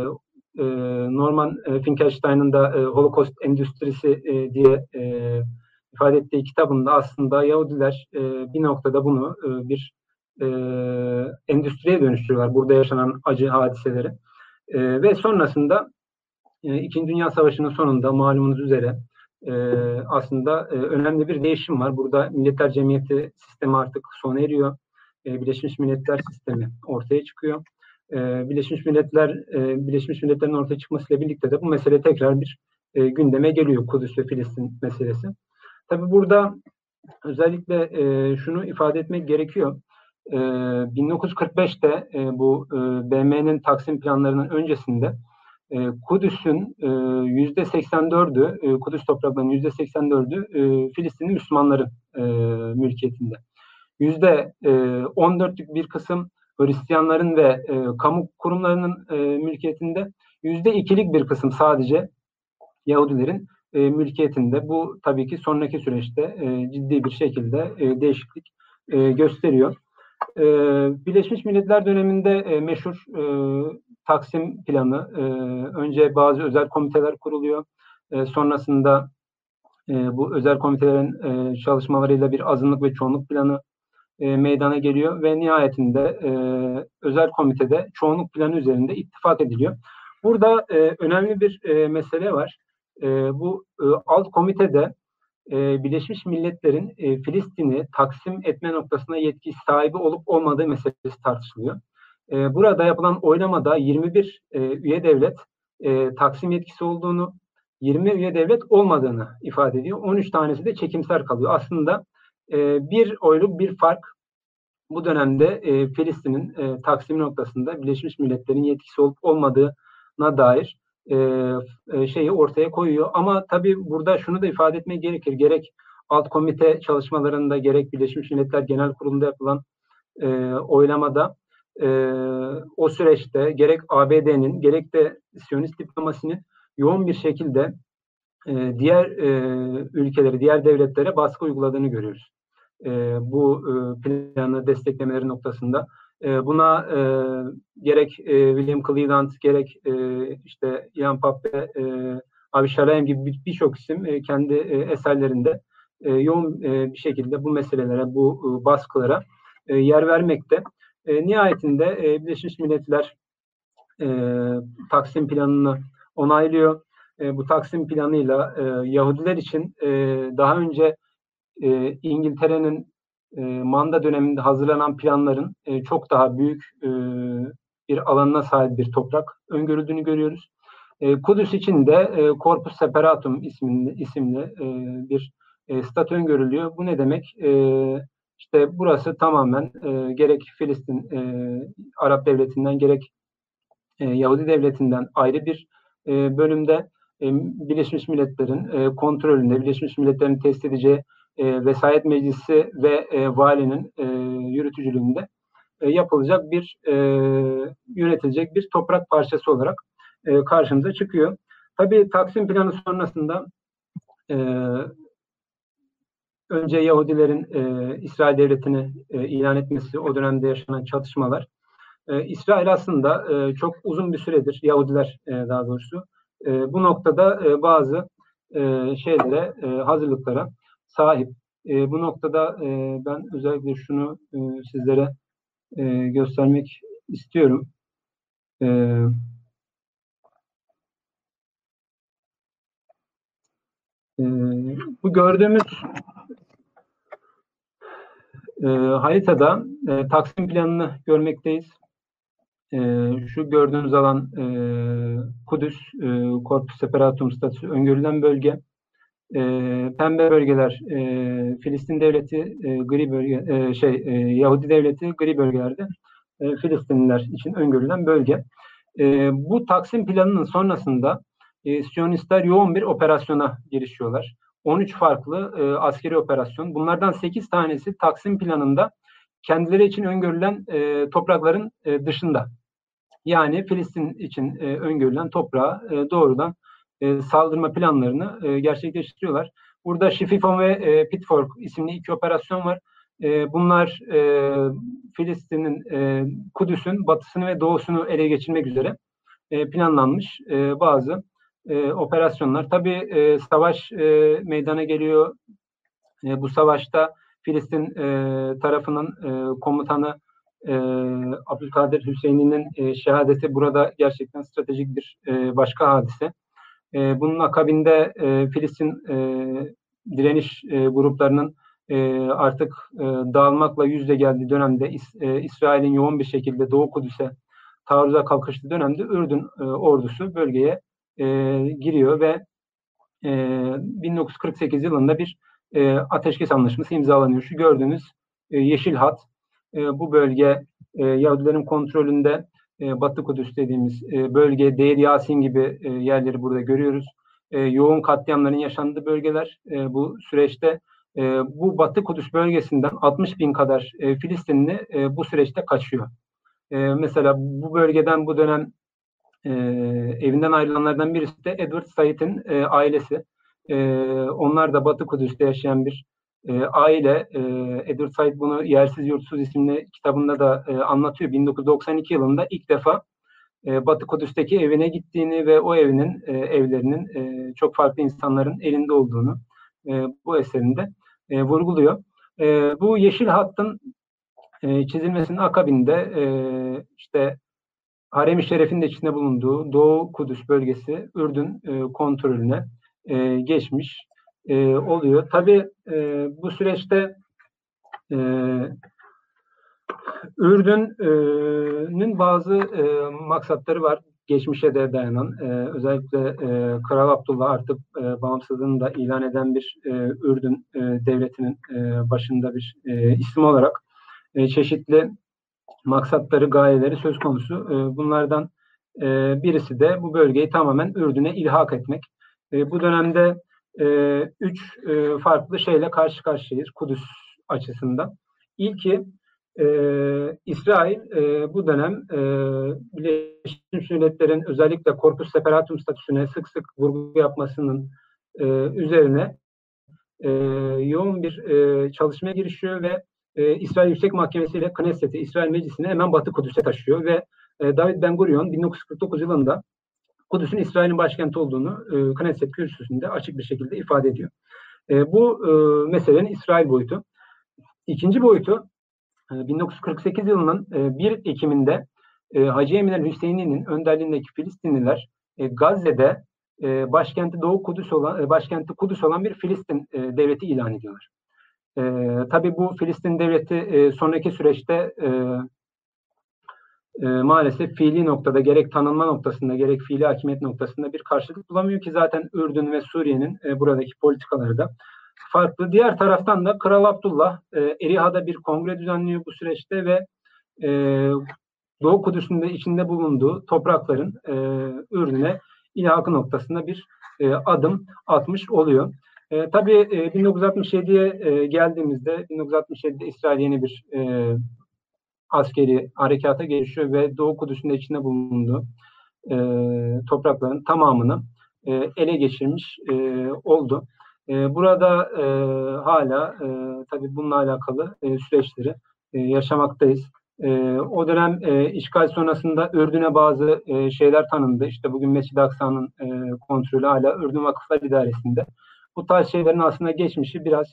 e, Norman e, Finkelstein'ın da e, Holocaust Endüstrisi e, diye e, ifade ettiği kitabında aslında Yahudiler e, bir noktada bunu e, bir e, endüstriye dönüştürüyorlar. Burada yaşanan acı hadiseleri. E, ve sonrasında e, İkinci Dünya Savaşı'nın sonunda malumunuz üzere e, aslında e, önemli bir değişim var. Burada Milletler Cemiyeti sistemi artık sona eriyor. E, Birleşmiş Milletler sistemi ortaya çıkıyor. E, Birleşmiş Milletler e, Birleşmiş Milletler'in ortaya çıkmasıyla birlikte de bu mesele tekrar bir e, gündeme geliyor, Kudüs ve Filistin meselesi. Tabii burada özellikle e, şunu ifade etmek gerekiyor. E, bin dokuz yüz kırk beşte e, bu e, B M'nin Taksim planlarının öncesinde e, Kudüs'ün e, yüzde seksen dördü, e, Kudüs topraklarının yüzde seksen dördü e, Filistinli Müslümanların e, mülkiyetinde. Yüzde on dörtlük bir kısım Hristiyanların ve e, kamu kurumlarının e, mülkiyetinde, yüzde ikilik bir kısım sadece Yahudilerin e, mülkiyetinde. Bu tabii ki sonraki süreçte e, ciddi bir şekilde e, değişiklik e, gösteriyor. E, Birleşmiş Milletler döneminde e, meşhur e, Taksim planı, e, önce bazı özel komiteler kuruluyor. E, sonrasında e, bu özel komitelerin e, çalışmalarıyla bir azınlık ve çoğunluk planı e, meydana geliyor ve nihayetinde e, özel komitede çoğunluk planı üzerinde ittifak ediliyor. Burada e, önemli bir e, mesele var. E, bu e, alt komitede e, Birleşmiş Milletler'in e, Filistin'i taksim etme noktasına yetki sahibi olup olmadığı meselesi tartışılıyor. E, burada yapılan oylamada yirmi bir e, üye devlet e, taksim yetkisi olduğunu, yirmi üye devlet olmadığını ifade ediyor. on üç tanesi de çekimser kalıyor. Aslında e, bir oyluk bir fark bu dönemde e, Filistin'in e, taksimi noktasında Birleşmiş Milletler'in yetkisi olup olmadığına dair e, e, şeyi ortaya koyuyor. Ama tabii burada şunu da ifade etmek gerekir. Gerek alt komite çalışmalarında gerek Birleşmiş Milletler Genel Kurulu'nda yapılan e, oylamada e, o süreçte gerek A B D'nin gerek de Siyonist diplomasinin yoğun bir şekilde e, diğer e, ülkeleri, diğer devletlere baskı uyguladığını görüyoruz. E, bu e, planı desteklemeleri noktasında. E, buna e, gerek e, William Cleveland, gerek e, işte Ian Pappe, e, Avi Shalem gibi birçok isim e, kendi e, eserlerinde e, yoğun e, bir şekilde bu meselelere, bu e, baskılara e, yer vermekte. E, nihayetinde e, Birleşmiş Milletler e, Taksim planını onaylıyor. E, bu Taksim planıyla e, Yahudiler için e, daha önce e, İngiltere'nin e, manda döneminde hazırlanan planların e, çok daha büyük e, bir alanına sahip bir toprak öngörüldüğünü görüyoruz. E, Kudüs için de e, Corpus Separatum isimli, isimli e, bir e, statü öngörülüyor. Bu ne demek? E, işte burası tamamen e, gerek Filistin e, Arap Devleti'nden gerek e, Yahudi Devleti'nden ayrı bir e, bölümde e, Birleşmiş Milletler'in e, kontrolünde, Birleşmiş Milletler'in test edeceği e, Vesayet Meclisi ve e, valinin e, yürütücülüğünde e, yapılacak bir e, yönetilecek bir toprak parçası olarak e, karşımıza çıkıyor. Tabii Taksim planı sonrasında e, önce Yahudilerin e, İsrail Devleti'ni e, ilan etmesi, o dönemde yaşanan çatışmalar. E, İsrail aslında e, çok uzun bir süredir, Yahudiler e, daha doğrusu, e, bu noktada e, bazı e, şeylere, e, hazırlıklara sahip. E, bu noktada e, ben özellikle şunu e, sizlere e, göstermek istiyorum. E, e, bu gördüğümüz e, haritada e, Taksim planını görmekteyiz. E, şu gördüğünüz alan e, Kudüs, e, Corpus Separatum statüsü öngörülen bölge. E, pembe bölgeler e, Filistin devleti, e, gri bölge, e, şey e, Yahudi devleti, gri bölgelerde e, Filistinliler için öngörülen bölge. E, bu Taksim planının sonrasında e, Siyonistler yoğun bir operasyona girişiyorlar. on üç farklı e, askeri operasyon. Bunlardan sekiz tanesi Taksim planında kendileri için öngörülen e, toprakların e, dışında. Yani Filistin için e, öngörülen toprağa e, doğrudan e, saldırma planlarını e, gerçekleştiriyorlar. Burada Şififon ve e, Pitfork isimli iki operasyon var. E, bunlar e, Filistin'in, e, Kudüs'ün batısını ve doğusunu ele geçirmek üzere e, planlanmış e, bazı e, operasyonlar. Tabii e, savaş e, meydana geliyor. E, bu savaşta Filistin e, tarafının e, komutanı e, Abdülkadir Hüseyin'in e, şehadeti burada gerçekten stratejik bir e, başka hadise. E, bunun akabinde e, Filistin e, direniş e, gruplarının e, artık e, dağılmakla yüzde geldiği dönemde is, e, İsrail'in yoğun bir şekilde Doğu Kudüs'e taarruza kalkıştığı dönemde Ürdün e, ordusu bölgeye e, giriyor ve e, bin dokuz yüz kırk sekiz yılında bir e, ateşkes anlaşması imzalanıyor. Şu gördüğünüz e, yeşil hat, e, bu bölge e, Yahudilerin kontrolünde, e, Batı Kudüs dediğimiz e, bölge, Deir Yasin gibi e, yerleri burada görüyoruz. E, yoğun katliamların yaşandığı bölgeler. E, bu süreçte e, bu Batı Kudüs bölgesinden altmış bin kadar e, Filistinli e, bu süreçte kaçıyor. E, mesela bu bölgeden bu dönem e, evinden ayrılanlardan birisi de Edward Said'in e, ailesi. E, onlar da Batı Kudüs'te yaşayan bir e, aile. E, Edward Said bunu Yersiz Yurtsuz isimli kitabında da e, anlatıyor. bin dokuz yüz doksan iki yılında ilk defa e, Batı Kudüs'teki evine gittiğini ve o evinin e, evlerinin e, çok farklı insanların elinde olduğunu e, bu eserinde e, vurguluyor. E, bu yeşil hattın e, çizilmesinin akabinde e, işte Harem-i Şerif'in de içinde bulunduğu Doğu Kudüs bölgesi Ürdün e, kontrolüne e, geçmiş e, oluyor. Tabii e, bu süreçte e, Ürdün'ün bazı e, maksatları var. Geçmişe de dayanan. E, özellikle e, Kral Abdullah artık e, bağımsızlığını da ilan eden bir e, Ürdün e, devletinin e, başında bir e, isim olarak e, çeşitli maksatları, gayeleri söz konusu. E, bunlardan e, birisi de bu bölgeyi tamamen Ürdün'e ilhak etmek. E, bu dönemde e, üç e, farklı şeyle karşı karşıyayız Kudüs açısından. İlki e, İsrail e, bu dönem e, Birleşmiş Milletler'in özellikle Corpus Separatum statüsüne sık sık vurgu yapmasının e, üzerine e, yoğun bir e, çalışmaya girişiyor ve e, İsrail Yüksek Mahkemesi ile Knesset'i, İsrail Meclisi'ni hemen Batı Kudüs'e taşıyor ve e, David Ben Gurion bin dokuz yüz kırk dokuz yılında Kudüs'ün İsrail'in başkenti olduğunu e, Knesset kürsüsünde açık bir şekilde ifade ediyor. E, bu e, meselenin İsrail boyutu. İkinci boyutu e, bin dokuz yüz kırk sekiz yılının e, bir Ekim'inde e, Hacı Emin el-Hüseyni'nin önderliğindeki Filistinliler e, Gazze'de e, başkenti Doğu Kudüs olan e, başkenti Kudüs olan bir Filistin e, devleti ilan ediyorlar. E, tabii bu Filistin devleti e, sonraki süreçte e, e, maalesef fiili noktada gerek tanınma noktasında gerek fiili hakimiyet noktasında bir karşılık bulamıyor ki zaten Ürdün ve Suriye'nin e, buradaki politikaları da farklı. Diğer taraftan da Kral Abdullah e, Eriha'da bir kongre düzenliyor bu süreçte ve e, Doğu Kudüs'ün de içinde bulunduğu toprakların e, Ürdün'e ilhakı noktasında bir e, adım atmış oluyor. E, tabii e, bin dokuz yüz altmış yediye e, geldiğimizde bin dokuz yüz altmış yedide İsrail yeni bir e, askeri harekata geçiyor ve Doğu Kudüs'ün de içinde bulunduğu e, toprakların tamamını e, ele geçirmiş e, oldu. E, burada e, hala e, tabii bununla alakalı e, süreçleri e, yaşamaktayız. E, o dönem e, işgal sonrasında Ürdün'e bazı e, şeyler tanındı. İşte bugün Mescid-i Aksa'nın e, kontrolü hala Ürdün Vakıflar İdaresi'nde. Bu tarz şeylerin aslında geçmişi biraz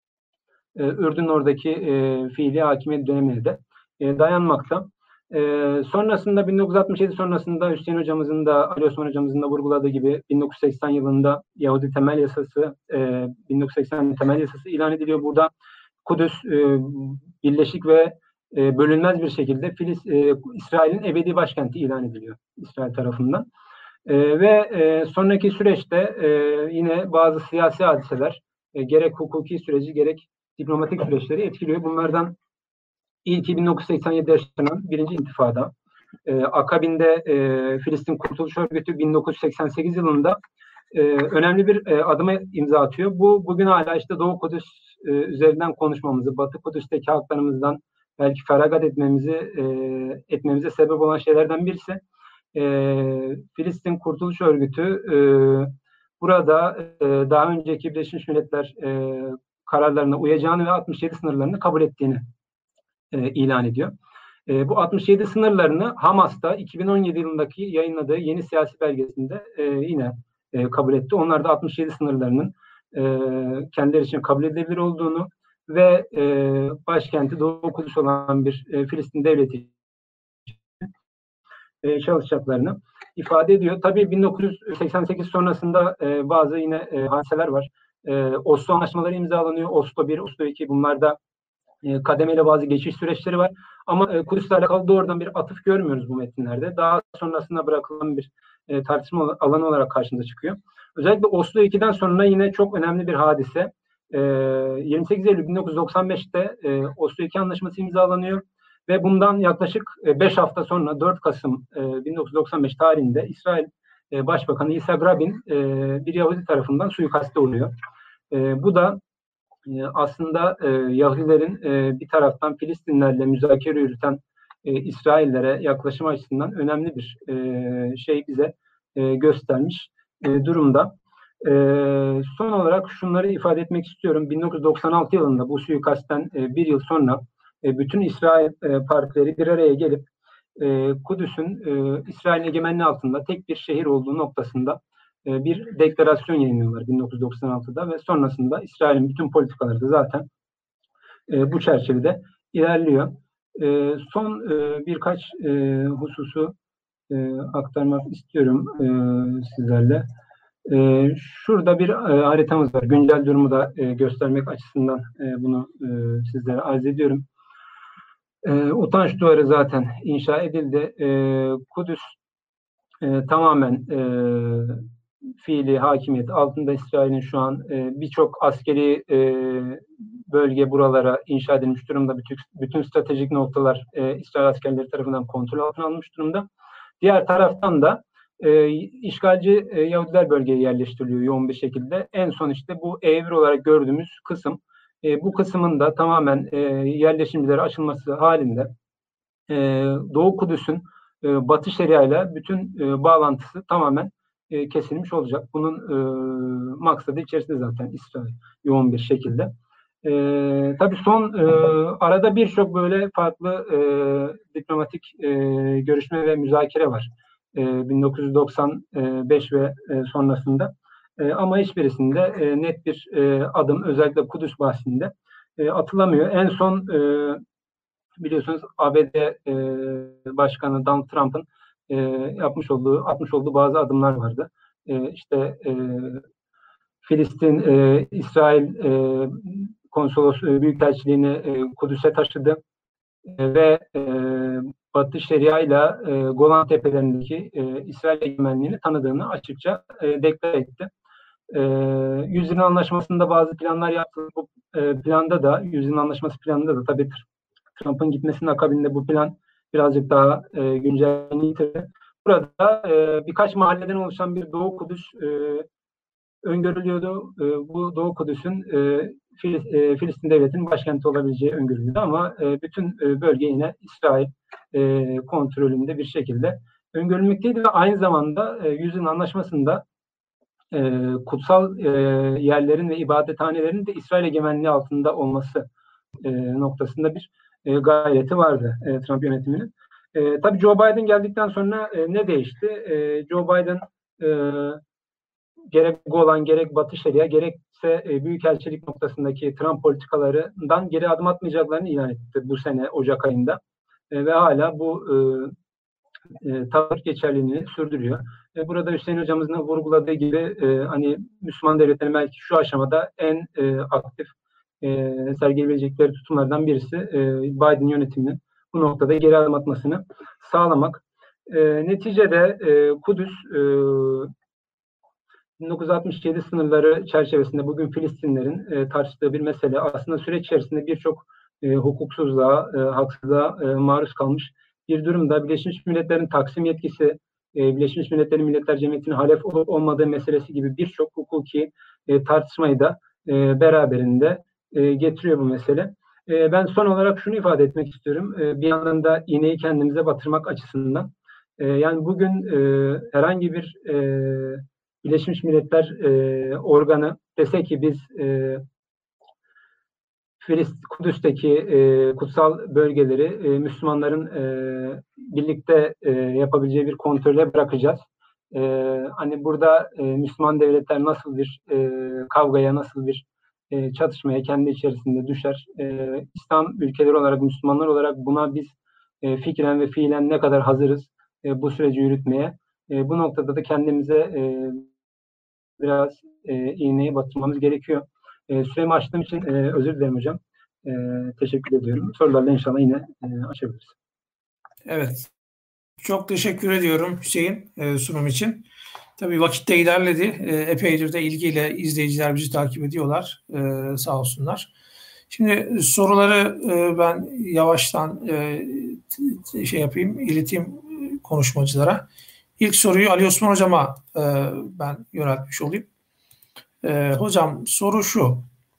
e, Ürdün oradaki e, fiili hakimiyet dönemine de e, dayanmakta. E, sonrasında bin dokuz yüz altmış yedi sonrasında Hüseyin hocamızın da Ali Osman hocamızın da vurguladığı gibi bin dokuz yüz seksen yılında Yahudi Temel Yasası e, bin dokuz yüz seksen Temel Yasası ilan ediliyor. Burada Kudüs e, birleşik ve e, bölünmez bir şekilde Filis, e, İsrail'in ebedi başkenti ilan ediliyor İsrail tarafından. E, ve e, sonraki süreçte e, yine bazı siyasi hadiseler e, gerek hukuki süreci gerek diplomatik süreçleri etkiliyor. Bunlardan ilki bin dokuz yüz seksen yedide yaşanan birinci intifada. E, akabinde e, Filistin Kurtuluş Örgütü bin dokuz yüz seksen sekiz yılında e, önemli bir e, adıma imza atıyor. Bu bugün hala işte Doğu Kudüs e, üzerinden konuşmamızı, Batı Kudüs'teki haklarımızdan belki feragat etmemizi e, etmemize sebep olan şeylerden birisi. E, Filistin Kurtuluş Örgütü e, burada e, daha önceki Birleşmiş Milletler e, kararlarına uyacağını ve altmış yedi sınırlarını kabul ettiğini e, ilan ediyor. E, bu altmış yedi sınırlarını Hamas'ta iki bin on yedi yılındaki yayınladığı yeni siyasi belgesinde e, yine e, kabul etti. Onlar da altmış yedi sınırlarının e, kendileri için kabul edilebilir olduğunu ve e, başkenti Doğu Kudüs olan bir e, Filistin devleti e, çalışacaklarını ifade ediyor. Tabii bin dokuz yüz seksen sekiz sonrasında e, bazı yine e, hadiseler var. E, Oslo anlaşmaları imzalanıyor. Oslo bir, Oslo iki, bunlarda e, kademeli bazı geçiş süreçleri var. Ama e, Kudüs'le alakalı doğrudan bir atıf görmüyoruz bu metinlerde. Daha sonrasında bırakılan bir e, tartışma alanı olarak karşımıza çıkıyor. Özellikle Oslo iki'den sonra yine çok önemli bir hadise. E, yirmi sekiz Eylül bin dokuz yüz doksan beş'te e, Oslo iki Anlaşması imzalanıyor. Ve bundan yaklaşık beş hafta sonra dört Kasım bin dokuz yüz doksan beş tarihinde İsrail Başbakanı Yitzhak Rabin bir Yahudi tarafından suikaste uğruyor. Bu da aslında Yahudilerin bir taraftan Filistinlerle müzakere yürüten İsraillere yaklaşım açısından önemli bir şey bize göstermiş durumda. Son olarak şunları ifade etmek istiyorum. bin dokuz yüz doksan altı yılında bu suikastten bir yıl sonra bütün İsrail partileri bir araya gelip Kudüs'ün İsrail egemenliği altında tek bir şehir olduğu noktasında e, bir deklarasyon yayınlıyorlar bin dokuz yüz doksan altıda ve sonrasında İsrail'in bütün politikaları da zaten e, bu çerçevede ilerliyor. E, son e, birkaç e, hususu e, aktarmak istiyorum e, sizlerle. E, şurada bir e, haritamız var. Güncel durumu da e, göstermek açısından e, bunu e, sizlere arz ediyorum. E, utanç duvarı zaten inşa edildi. E, Kudüs e, tamamen e, fiili hakimiyet altında. İsrail'in şu an e, birçok askeri e, bölge buralara inşa edilmiş durumda. Bütün, bütün stratejik noktalar e, İsrail askerleri tarafından kontrol altına alınmış durumda. Diğer taraftan da e, işgalci e, Yahudiler bölgeye yerleştiriliyor yoğun bir şekilde. En son işte bu E bir olarak gördüğümüz kısım. E, bu kısmın da tamamen e, yerleşimcilere açılması halinde e, Doğu Kudüs'ün e, Batı Şeria ile bütün e, bağlantısı tamamen e, kesilmiş olacak. Bunun e, maksadı içerisinde zaten İsrail yoğun bir şekilde. E, tabii son e, arada birçok böyle farklı e, diplomatik e, görüşme ve müzakere var. E, bin dokuz yüz doksan beş ve e, sonrasında. E, ama hiçbirisinde e, net bir e, adım özellikle Kudüs bahsinde e, atılamıyor. En son e, biliyorsunuz A B D e, Başkanı Donald Trump'ın e, yapmış olduğu, atmış olduğu bazı adımlar vardı. E, işte e, Filistin, e, İsrail e, konsolos e, büyükelçiliğini e, Kudüs'e taşıdı e, ve e, Batı Şeria ile e, Golan Tepelerindeki e, İsrail egemenliğini tanıdığını açıkça e, deklar etti. E, Yüzyıl Anlaşması'nda bazı planlar yaptı. Bu e, planda da, Yüzyıl Anlaşması planında da tabii Trump'ın gitmesinin akabinde bu plan birazcık daha e, güncelliğini yitirdi. Burada e, birkaç mahalleden oluşan bir Doğu Kudüs e, öngörülüyordu. E, bu Doğu Kudüs'ün e, Fil, e, Filistin devletinin başkenti olabileceği öngörülüyordu ama e, bütün e, bölge yine İsrail e, kontrolünde bir şekilde öngörülmekteydi ve aynı zamanda e, Yüzyıl Anlaşması'nda e, kutsal e, yerlerin ve ibadethanelerin de İsrail egemenliği altında olması e, noktasında bir e, gayreti vardı e, Trump yönetiminin. E, tabii Joe Biden geldikten sonra e, ne değişti? E, Joe Biden e, gerek Golan, gerek Batı Şeria, gerekse e, büyükelçilik noktasındaki Trump politikalarından geri adım atmayacaklarını ilan etti bu sene Ocak ayında. E, ve hala bu e, e, tavır geçerliliğini sürdürüyor. E, burada Hüseyin hocamızın vurguladığı gibi e, hani Müslüman devletlerin belki şu aşamada en e, aktif e, sergileyebilecekleri tutumlardan birisi e, Biden yönetiminin bu noktada geri adım atmasını sağlamak. E, neticede e, Kudüs e, bin dokuz yüz altmış yedi sınırları çerçevesinde bugün Filistinlerin e, tartıştığı bir mesele. Aslında süreç içerisinde birçok e, hukuksuzluğa, e, haksızlığa e, maruz kalmış bir durumda. Birleşmiş Milletler'in taksim yetkisi, e, Birleşmiş Milletler'in Milletler Cemiyeti'nin halef olup olmadığı meselesi gibi birçok hukuki e, tartışmayı da e, beraberinde e, getiriyor bu mesele. E, ben son olarak şunu ifade etmek istiyorum. E, bir yandan da iğneyi kendimize batırmak açısından. E, yani bugün e, herhangi bir e, Birleşmiş Milletler e, organı dese ki biz e, Filistin, Kudüs'teki e, kutsal bölgeleri e, Müslümanların e, birlikte e, yapabileceği bir kontrole bırakacağız. E, hani burada e, Müslüman devletler nasıl bir e, kavgaya, nasıl bir e, çatışmaya kendi içerisinde düşer. E, İslam ülkeleri olarak, Müslümanlar olarak buna biz e, fikren ve fiilen ne kadar hazırız e, bu süreci yürütmeye. E, bu noktada da kendimize e, biraz e, iğneyi batırmamız gerekiyor. E, süremi açtığım için e, özür dilerim hocam. E, teşekkür ediyorum. Sorularla inşallah yine e, açabiliriz. Evet. Çok teşekkür ediyorum Hüseyin e, sunum için. Tabii vakit de ilerledi. E, epeydir de ilgiyle izleyiciler bizi takip ediyorlar. E, sağ olsunlar. Şimdi soruları e, ben yavaştan e, şey yapayım, ileteyim konuşmacılara. İlk soruyu Ali Osman Hocam'a e, ben yöneltmiş olayım. E, hocam soru şu.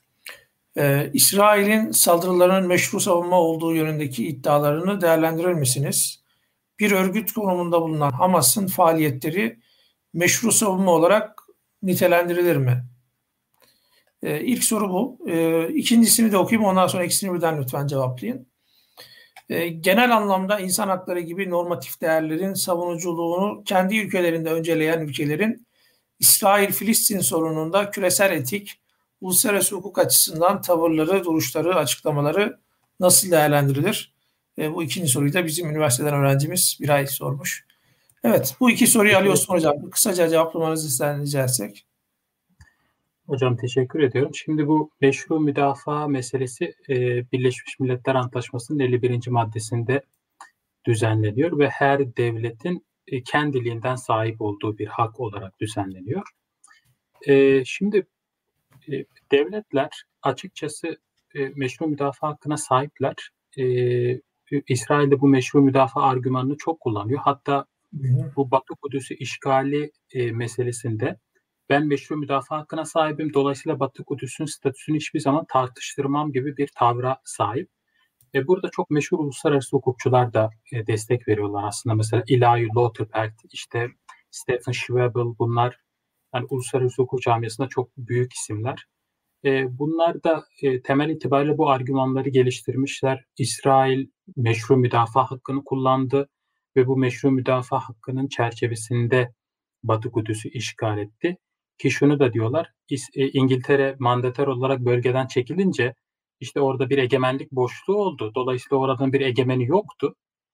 E, İsrail'in saldırılarının meşru savunma olduğu yönündeki iddialarını değerlendirir misiniz? Bir örgüt konumunda bulunan Hamas'ın faaliyetleri meşru savunma olarak nitelendirilir mi? E, ilk soru bu. E, ikincisini de okuyayım, ondan sonra ikisini birden lütfen cevaplayın. E, genel anlamda insan hakları gibi normatif değerlerin savunuculuğunu kendi ülkelerinde önceleyen ülkelerin İsrail-Filistin sorununda küresel etik, uluslararası hukuk açısından tavırları, duruşları, açıklamaları nasıl değerlendirilir? E, bu ikinci soruyu da bizim üniversiteden öğrencimiz Biray sormuş. Evet, bu iki soruyu Ali Osman Hocam kısaca cevaplamanızı isteyen rica etsek. Hocam teşekkür ediyorum. Şimdi bu meşru müdafaa meselesi e, Birleşmiş Milletler Antlaşması'nın elli birinci maddesinde düzenleniyor ve her devletin e, kendiliğinden sahip olduğu bir hak olarak düzenleniyor. E, şimdi e, devletler açıkçası e, meşru müdafaa hakkına sahipler. E, İsrail'de bu meşru müdafaa argümanını çok kullanıyor. Hatta bu Batı Kudüs'ü işgali e, meselesinde ben meşru müdafaa hakkına sahibim, dolayısıyla Batı Kudüs'ün statüsünü hiçbir zaman tartıştırmam gibi bir tavra sahip. E, burada çok meşhur uluslararası hukukçular da e, destek veriyorlar aslında. Mesela Eli Lauterbach, işte Stephen Schwebel, bunlar yani uluslararası hukuk camiasında çok büyük isimler. E, bunlar da e, temel itibariyle bu argümanları geliştirmişler. İsrail meşru müdafaa hakkını kullandı ve bu meşru müdafaa hakkının çerçevesinde Batı Kudüs'ü işgal etti. Ki şunu da diyorlar, İngiltere mandater olarak bölgeden çekilince işte orada bir egemenlik boşluğu oldu. Dolayısıyla oradan bir egemeni yoktu.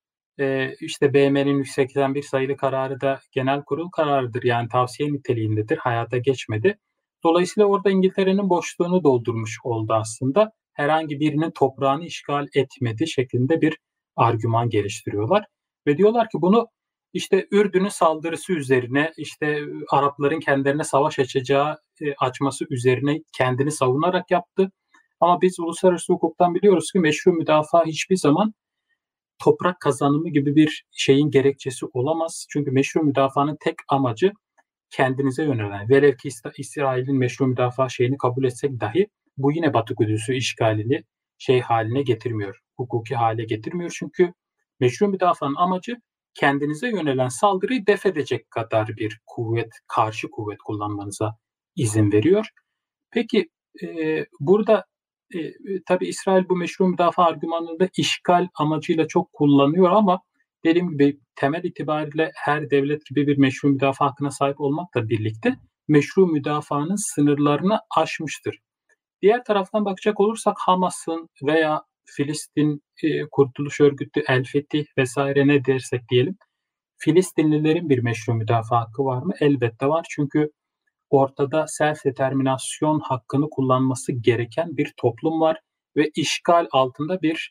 Ee, işte B M'nin yüz seksen bir sayılı kararı da genel kurul kararıdır. Yani tavsiye niteliğindedir. Hayata geçmedi. Dolayısıyla orada İngiltere'nin boşluğunu doldurmuş oldu aslında. Herhangi birinin toprağını işgal etmedi şeklinde bir argüman geliştiriyorlar. Ve diyorlar ki bunu işte Ürdün'ün saldırısı üzerine, işte Arapların kendilerine savaş açacağı e, açması üzerine kendini savunarak yaptı. Ama biz uluslararası hukuktan biliyoruz ki meşru müdafaa hiçbir zaman toprak kazanımı gibi bir şeyin gerekçesi olamaz. Çünkü meşru müdafaanın tek amacı kendinize yönelen. Velev ki İsrail'in meşru müdafaa şeyini kabul etsek dahi bu yine Batı Kudüs'ü işgalini şey haline getirmiyor. Hukuki hale getirmiyor. Çünkü meşru müdafaanın amacı kendinize yönelen saldırıyı def edecek kadar bir kuvvet, karşı kuvvet kullanmanıza izin veriyor. Peki e, burada e, tabii İsrail bu meşru müdafaa argümanını da işgal amacıyla çok kullanıyor ama dediğim gibi temel itibariyle her devlet gibi bir meşru müdafaa hakkına sahip olmakla birlikte meşru müdafaanın sınırlarını aşmıştır. Diğer taraftan bakacak olursak Hamas'ın veya Filistin e, Kurtuluş Örgütü, El Fetih vesaire ne dersek diyelim, Filistinlilerin bir meşru müdafaa hakkı var mı? Elbette var. Çünkü ortada self-determinasyon hakkını kullanması gereken bir toplum var ve işgal altında bir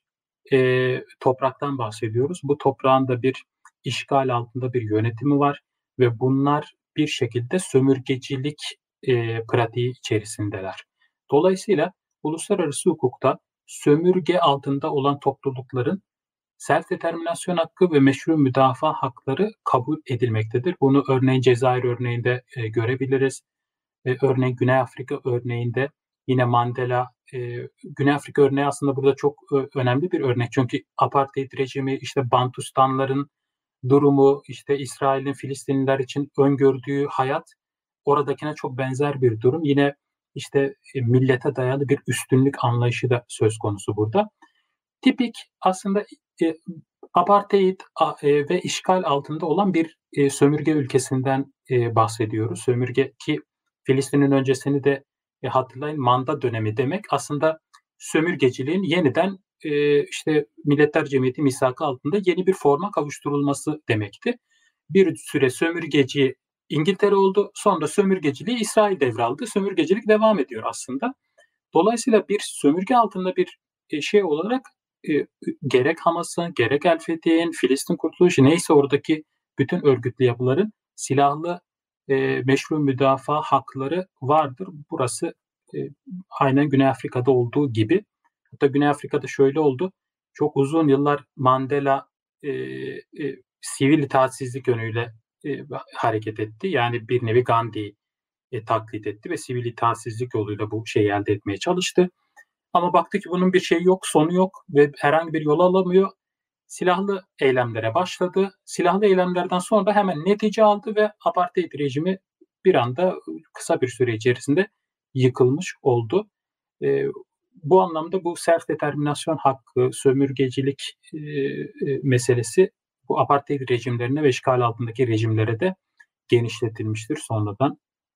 e, topraktan bahsediyoruz. Bu toprağın da bir işgal altında bir yönetimi var ve bunlar bir şekilde sömürgecilik e, pratiği içerisindeler. Dolayısıyla uluslararası hukukta sömürge altında olan toplulukların self-determinasyon hakkı ve meşru müdafaa hakları kabul edilmektedir. Bunu örneğin Cezayir örneğinde e, görebiliriz. E, örneğin Güney Afrika örneğinde yine Mandela, e, Güney Afrika örneği aslında burada çok e, önemli bir örnek. Çünkü apartheid rejimi, işte Bantustanların durumu, işte İsrail'in Filistinliler için öngördüğü hayat oradakine çok benzer bir durum. Yine işte e, millete dayalı bir üstünlük anlayışı da söz konusu burada. Tipik aslında e, apartheid e, ve işgal altında olan bir e, sömürge ülkesinden e, bahsediyoruz. Sömürge ki Filistin'in öncesini de e, hatırlayın, manda dönemi demek aslında sömürgeciliğin yeniden e, işte Milletler Cemiyeti misakı altında yeni bir forma kavuşturulması demekti. Bir süre sömürgeci İngiltere oldu, sonra sömürgeciliği İsrail devraldı. Sömürgecilik devam ediyor aslında. Dolayısıyla bir sömürge altında bir e, şey olarak e, gerek Hamas'ın, gerek El Fetih'in, Filistin Kurtuluşu neyse oradaki bütün örgütlü yapıların silahlı e, meşru müdafaa hakları vardır. Burası e, aynen Güney Afrika'da olduğu gibi. Hatta Güney Afrika'da şöyle oldu. Çok uzun yıllar Mandela e, e, sivil itaatsizlik yönüyle e, hareket etti. Yani bir nevi Gandhi'yi e, taklit etti ve sivil itaatsizlik yoluyla bu şeyi elde etmeye çalıştı. Ama baktı ki bunun bir şeyi yok, sonu yok ve herhangi bir yol alamıyor. Silahlı eylemlere başladı. Silahlı eylemlerden sonra da hemen netice aldı ve apartheid rejimi bir anda kısa bir süre içerisinde yıkılmış oldu. E, bu anlamda bu self-determinasyon hakkı, sömürgecilik e, e, meselesi bu apartheid rejimlerine ve işgal altındaki rejimlere de genişletilmiştir sonradan.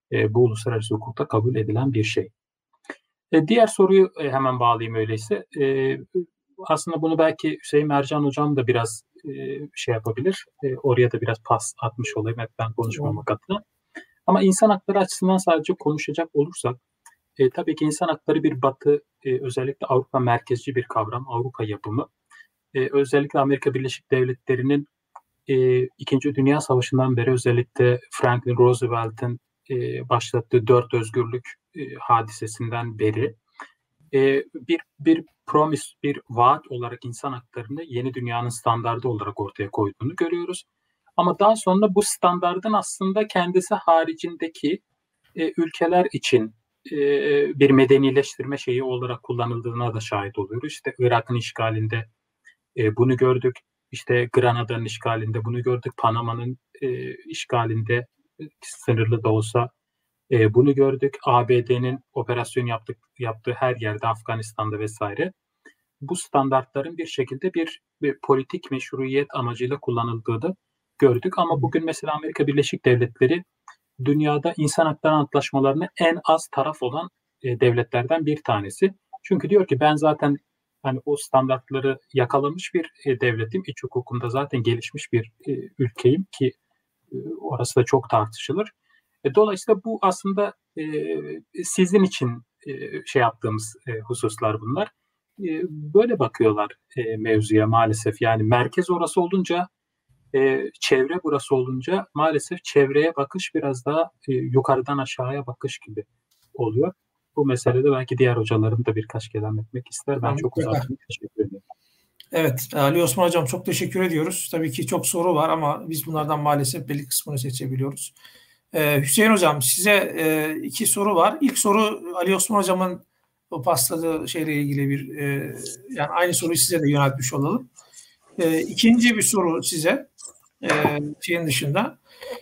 E, bu uluslararası hukukta kabul edilen bir şey. E, diğer soruyu e, hemen bağlayayım öyleyse. E, aslında bunu belki Hüseyin Mercan Hocam da biraz e, şey yapabilir. E, oraya da biraz pas atmış olayım hep ben konuşmamak adına. Ama insan hakları açısından sadece konuşacak olursak, e, tabii ki insan hakları bir Batı, e, özellikle Avrupa merkezci bir kavram, Avrupa yapımı. E, özellikle Amerika Birleşik Devletleri'nin e, İkinci Dünya Savaşı'ndan beri özellikle Franklin Roosevelt'in e, başlattığı dört özgürlük e, hadisesinden beri e, bir bir promis, bir vaat olarak insan haklarını yeni dünyanın standardı olarak ortaya koyduğunu görüyoruz. Ama daha sonra bu standardın aslında kendisi haricindeki e, ülkeler için e, bir medenileştirme şeyi olarak kullanıldığına da şahit oluyoruz. İşte Irak'ın işgalinde e, bunu gördük. İşte Granada'nın işgalinde bunu gördük. Panama'nın e, işgalinde e, sınırlı da olsa e, bunu gördük. A B D'nin operasyon yaptık, yaptığı her yerde, Afganistan'da vesaire. Bu standartların bir şekilde bir, bir politik meşruiyet amacıyla kullanıldığı da gördük. Ama bugün mesela Amerika Birleşik Devletleri dünyada insan hakları antlaşmalarına en az taraf olan e, devletlerden bir tanesi. Çünkü diyor ki ben zaten hani o standartları yakalamış bir e, devletim. İç hukukunda zaten gelişmiş bir e, ülkeyim ki e, orası da çok tartışılır. E, dolayısıyla bu aslında e, sizin için e, şey yaptığımız e, hususlar bunlar. E, böyle bakıyorlar e, mevzuya maalesef. Yani merkez orası olunca, e, çevre burası olunca maalesef çevreye bakış biraz daha e, yukarıdan aşağıya bakış gibi oluyor. Bu meselede belki diğer hocalarım da birkaç kelam etmek ister. Ben tamam, çok uzattım. Teşekkür ederim. Evet, Ali Osman Hocam çok teşekkür ediyoruz. Tabii ki çok soru var ama biz bunlardan maalesef belli kısmını seçebiliyoruz. Ee, Hüseyin Hocam size e, iki soru var. İlk soru Ali Osman Hocam'ın o pasladığı şeyle ilgili bir e, yani aynı soruyu size de yöneltmiş olalım. E, ikinci bir soru size e, şeyin dışında.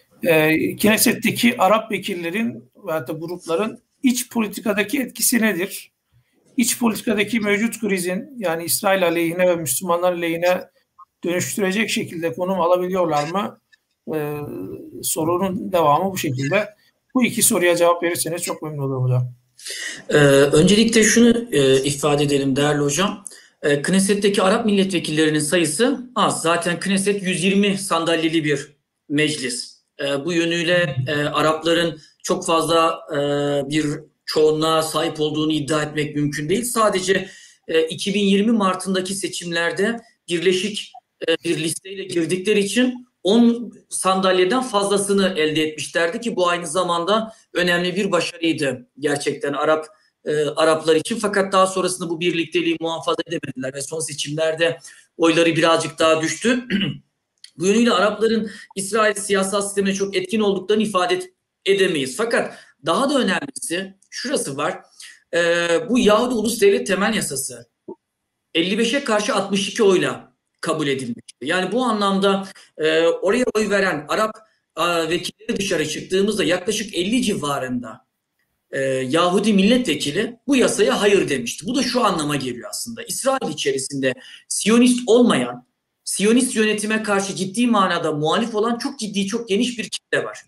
E, Knesset'teki Arap vekillerin veya da grupların iç politikadaki etkisi nedir? İç politikadaki mevcut krizin yani İsrail aleyhine ve Müslümanlar aleyhine dönüştürecek şekilde konum alabiliyorlar mı? Ee, sorunun devamı bu şekilde. Bu iki soruya cevap verirseniz çok memnun olurum hocam. Ee, öncelikle şunu e, ifade edelim değerli hocam. E, Knesset'teki Arap milletvekillerinin sayısı az. Zaten Knesset yüz yirmi sandalyeli bir meclis. E, bu yönüyle e, Arapların çok fazla e, bir çoğunluğa sahip olduğunu iddia etmek mümkün değil. Sadece e, iki bin yirmi Mart'ındaki seçimlerde birleşik e, bir listeyle girdikleri için on sandalyeden fazlasını elde etmişlerdi ki bu aynı zamanda önemli bir başarıydı gerçekten Arap e, Araplar için. Fakat daha sonrasında bu birlikteliği muhafaza edemediler ve son seçimlerde oyları birazcık daha düştü. Bu yönüyle Arapların İsrail siyasal sistemine çok etkin olduklarını ifade edemeyiz. Fakat daha da önemlisi şurası var. E, bu Yahudi Ulus Devlet Temel Yasası elli beşe karşı altmış iki oyla kabul edilmişti. Yani bu anlamda e, oraya oy veren Arap e, vekilleri dışarı çıktığımızda yaklaşık elli civarında e, Yahudi milletvekili bu yasaya hayır demişti. Bu da şu anlama geliyor aslında. İsrail içerisinde Siyonist olmayan, Siyonist yönetime karşı ciddi manada muhalif olan çok ciddi, çok geniş bir kitle var.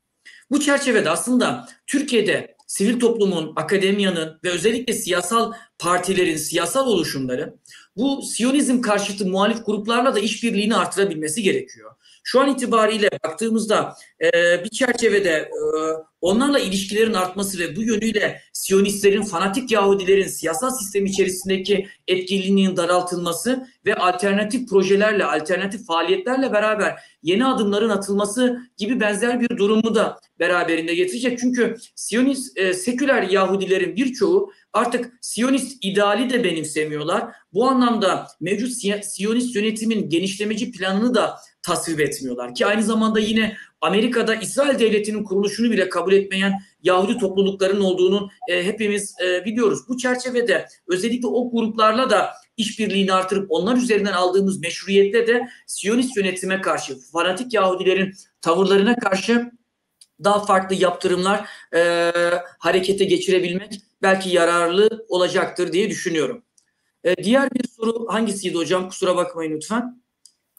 Bu çerçevede aslında Türkiye'de sivil toplumun, akademiyanın ve özellikle siyasal partilerin, siyasal oluşumları bu Siyonizm karşıtı muhalif gruplarla da işbirliğini artırabilmesi gerekiyor. Şu an itibariyle baktığımızda e, bir çerçevede e, onlarla ilişkilerin artması ve bu yönüyle Siyonistlerin, fanatik Yahudilerin siyasal sistem içerisindeki etkililiğinin daraltılması ve alternatif projelerle, alternatif faaliyetlerle beraber yeni adımların atılması gibi benzer bir durumu da beraberinde getirecek. Çünkü Siyonist, e, seküler Yahudilerin birçoğu artık Siyonist ideali de benimsemiyorlar. Bu anlamda mevcut Siyonist yönetimin genişlemeci planını da tasvip etmiyorlar. Ki aynı zamanda yine Amerika'da İsrail Devleti'nin kuruluşunu bile kabul etmeyen Yahudi toplulukların olduğunu e, hepimiz e, biliyoruz. Bu çerçevede özellikle o gruplarla da işbirliğini artırıp onlar üzerinden aldığımız meşruiyetle de Siyonist yönetime karşı, fanatik Yahudilerin tavırlarına karşı daha farklı yaptırımlar e, harekete geçirebilmek belki yararlı olacaktır diye düşünüyorum. E, diğer bir soru hangisiydi hocam? Kusura bakmayın lütfen.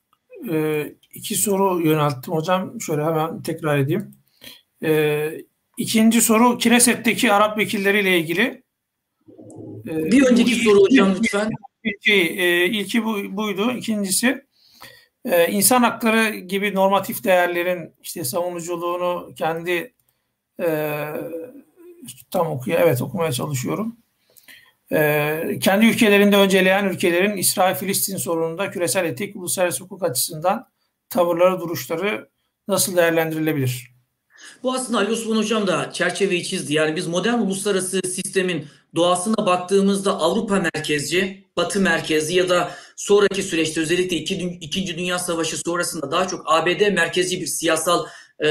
E, iki soru yönelttim hocam. Şöyle hemen tekrar edeyim. E, İkinci soru Kineset'teki Arap vekilleriyle ilgili. Ee, bir önceki bu, soru hocam lütfen. İlki, e, ilki bu, buydu. İkincisi e, insan hakları gibi normatif değerlerin işte savunuculuğunu kendi e, tam okuyor. Evet okumaya çalışıyorum. E, kendi ülkelerinde önceleyen ülkelerin İsrail-Filistin sorununda küresel etik, uluslararası hukuk açısından tavırları, duruşları nasıl değerlendirilebilir? Bu aslında Ali Osman Hocam da çerçeveyi çizdi. Yani biz modern uluslararası sistemin doğasına baktığımızda Avrupa merkezci, Batı merkezli ya da sonraki süreçte özellikle İkinci Dünya Savaşı sonrasında daha çok A B D merkezci bir siyasal e,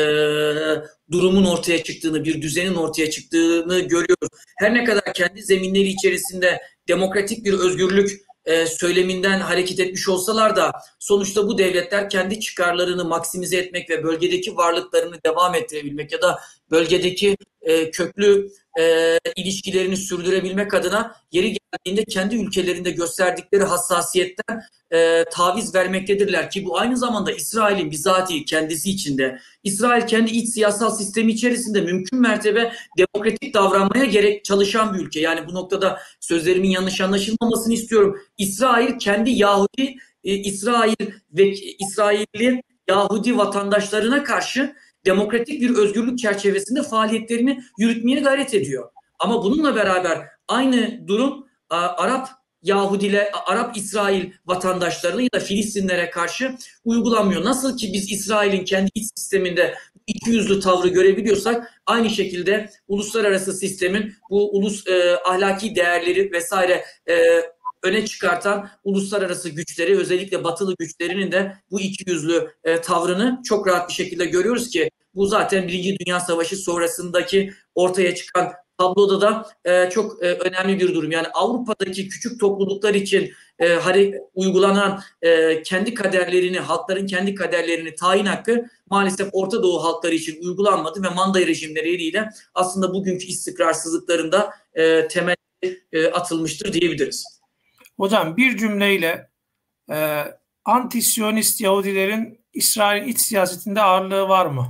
durumun ortaya çıktığını, bir düzenin ortaya çıktığını görüyoruz. Her ne kadar kendi zeminleri içerisinde demokratik bir özgürlük E, söyleminden hareket etmiş olsalar da sonuçta bu devletler kendi çıkarlarını maksimize etmek ve bölgedeki varlıklarını devam ettirebilmek ya da bölgedeki e, köklü e, ilişkilerini sürdürebilmek adına yeri geldiğinde kendi ülkelerinde gösterdikleri hassasiyetten e, taviz vermektedirler ki bu aynı zamanda İsrail'in bizatihi kendisi içinde, İsrail kendi iç siyasal sistemi içerisinde mümkün mertebe demokratik davranmaya gerek çalışan bir ülke. Yani bu noktada sözlerimin yanlış anlaşılmamasını istiyorum. İsrail kendi Yahudi, e, İsrail ve İsrailli Yahudi vatandaşlarına karşı demokratik bir özgürlük çerçevesinde faaliyetlerini yürütmeye gayret ediyor. Ama bununla beraber aynı durum Arap Yahudiler, Arap İsrail vatandaşlarına ya da Filistinlere karşı uygulanmıyor. Nasıl ki biz İsrail'in kendi iç sisteminde ikiyüzlü tavrı görebiliyorsak aynı şekilde uluslararası sistemin bu ulus e, ahlaki değerleri vesaire e, öne çıkartan uluslararası güçleri, özellikle batılı güçlerinin de bu ikiyüzlü e, tavrını çok rahat bir şekilde görüyoruz ki bu zaten Birinci Dünya Savaşı sonrasındaki ortaya çıkan tabloda da e, çok e, önemli bir durum. Yani Avrupa'daki küçük topluluklar için e, hare, uygulanan e, kendi kaderlerini, halkların kendi kaderlerini tayin hakkı maalesef Orta Doğu halkları için uygulanmadı ve manda rejimleriyle aslında bugünkü istikrarsızlıklarında e, temel e, atılmıştır diyebiliriz. Hocam bir cümleyle e, anti-Siyonist Yahudilerin İsrail iç siyasetinde ağırlığı var mı?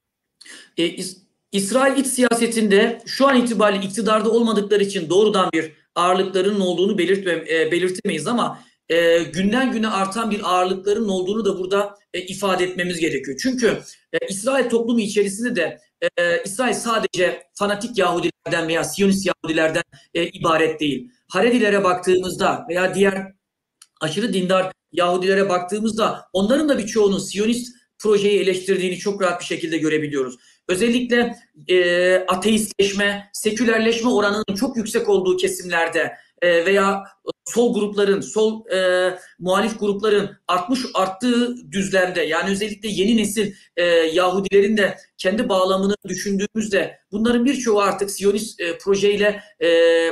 E, İs- İsrail iç siyasetinde şu an itibariyle iktidarda olmadıkları için doğrudan bir ağırlıklarının olduğunu belirtme, e, belirtemeyiz ama e, günden güne artan bir ağırlıkların olduğunu da burada e, ifade etmemiz gerekiyor. Çünkü e, İsrail toplumu içerisinde de e, İsrail sadece fanatik Yahudilerden veya Siyonist Yahudilerden e, ibaret değil. Haredilere baktığımızda veya diğer aşırı dindar Yahudilere baktığımızda onların da birçoğunun Siyonist projeyi eleştirdiğini çok rahat bir şekilde görebiliyoruz. Özellikle e, ateistleşme, sekülerleşme oranının çok yüksek olduğu kesimlerde e, veya sol grupların, sol e, muhalif grupların artmış arttığı düzlemde, yani özellikle yeni nesil e, Yahudilerin de kendi bağlamını düşündüğümüzde bunların birçoğu artık Siyonist e, projeyle e,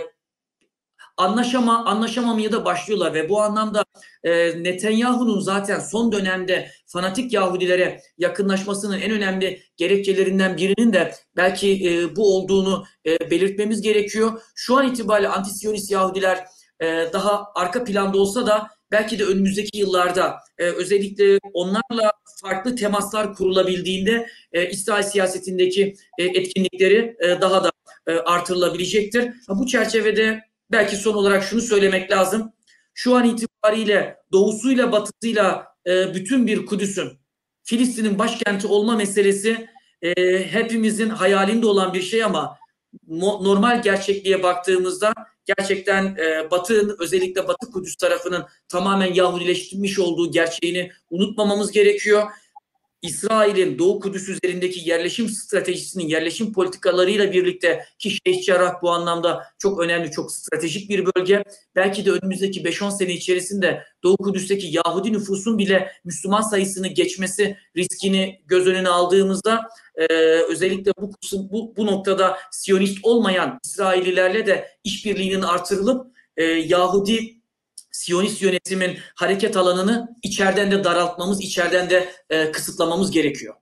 Anlaşama, anlaşamamaya da başlıyorlar ve bu anlamda e, Netanyahu'nun zaten son dönemde fanatik Yahudilere yakınlaşmasının en önemli gerekçelerinden birinin de belki e, bu olduğunu e, belirtmemiz gerekiyor. Şu an itibariyle anti-Siyonist Yahudiler e, daha arka planda olsa da belki de önümüzdeki yıllarda e, özellikle onlarla farklı temaslar kurulabildiğinde e, İsrail siyasetindeki e, etkinlikleri e, daha da e, artırılabilecektir. Bu çerçevede belki son olarak şunu söylemek lazım. Şu an itibariyle doğusuyla batısıyla e, bütün bir Kudüs'ün Filistin'in başkenti olma meselesi e, hepimizin hayalinde olan bir şey ama mo- normal gerçekliğe baktığımızda gerçekten e, Batı'nın, özellikle Batı Kudüs tarafının tamamen Yahudileştirilmiş olduğu gerçeğini unutmamamız gerekiyor. İsrail'in Doğu Kudüs üzerindeki yerleşim stratejisinin, yerleşim politikalarıyla birlikte ki Şeyh Cerrah bu anlamda çok önemli, çok stratejik bir bölge. Belki de önümüzdeki beş on sene içerisinde Doğu Kudüs'teki Yahudi nüfusun bile Müslüman sayısını geçmesi riskini göz önüne aldığımızda e, özellikle bu, bu, bu noktada Siyonist olmayan İsraillilerle de işbirliğinin artırılıp e, Yahudi Siyonist yönetimin hareket alanını içeriden de daraltmamız, içeriden de e, kısıtlamamız gerekiyor.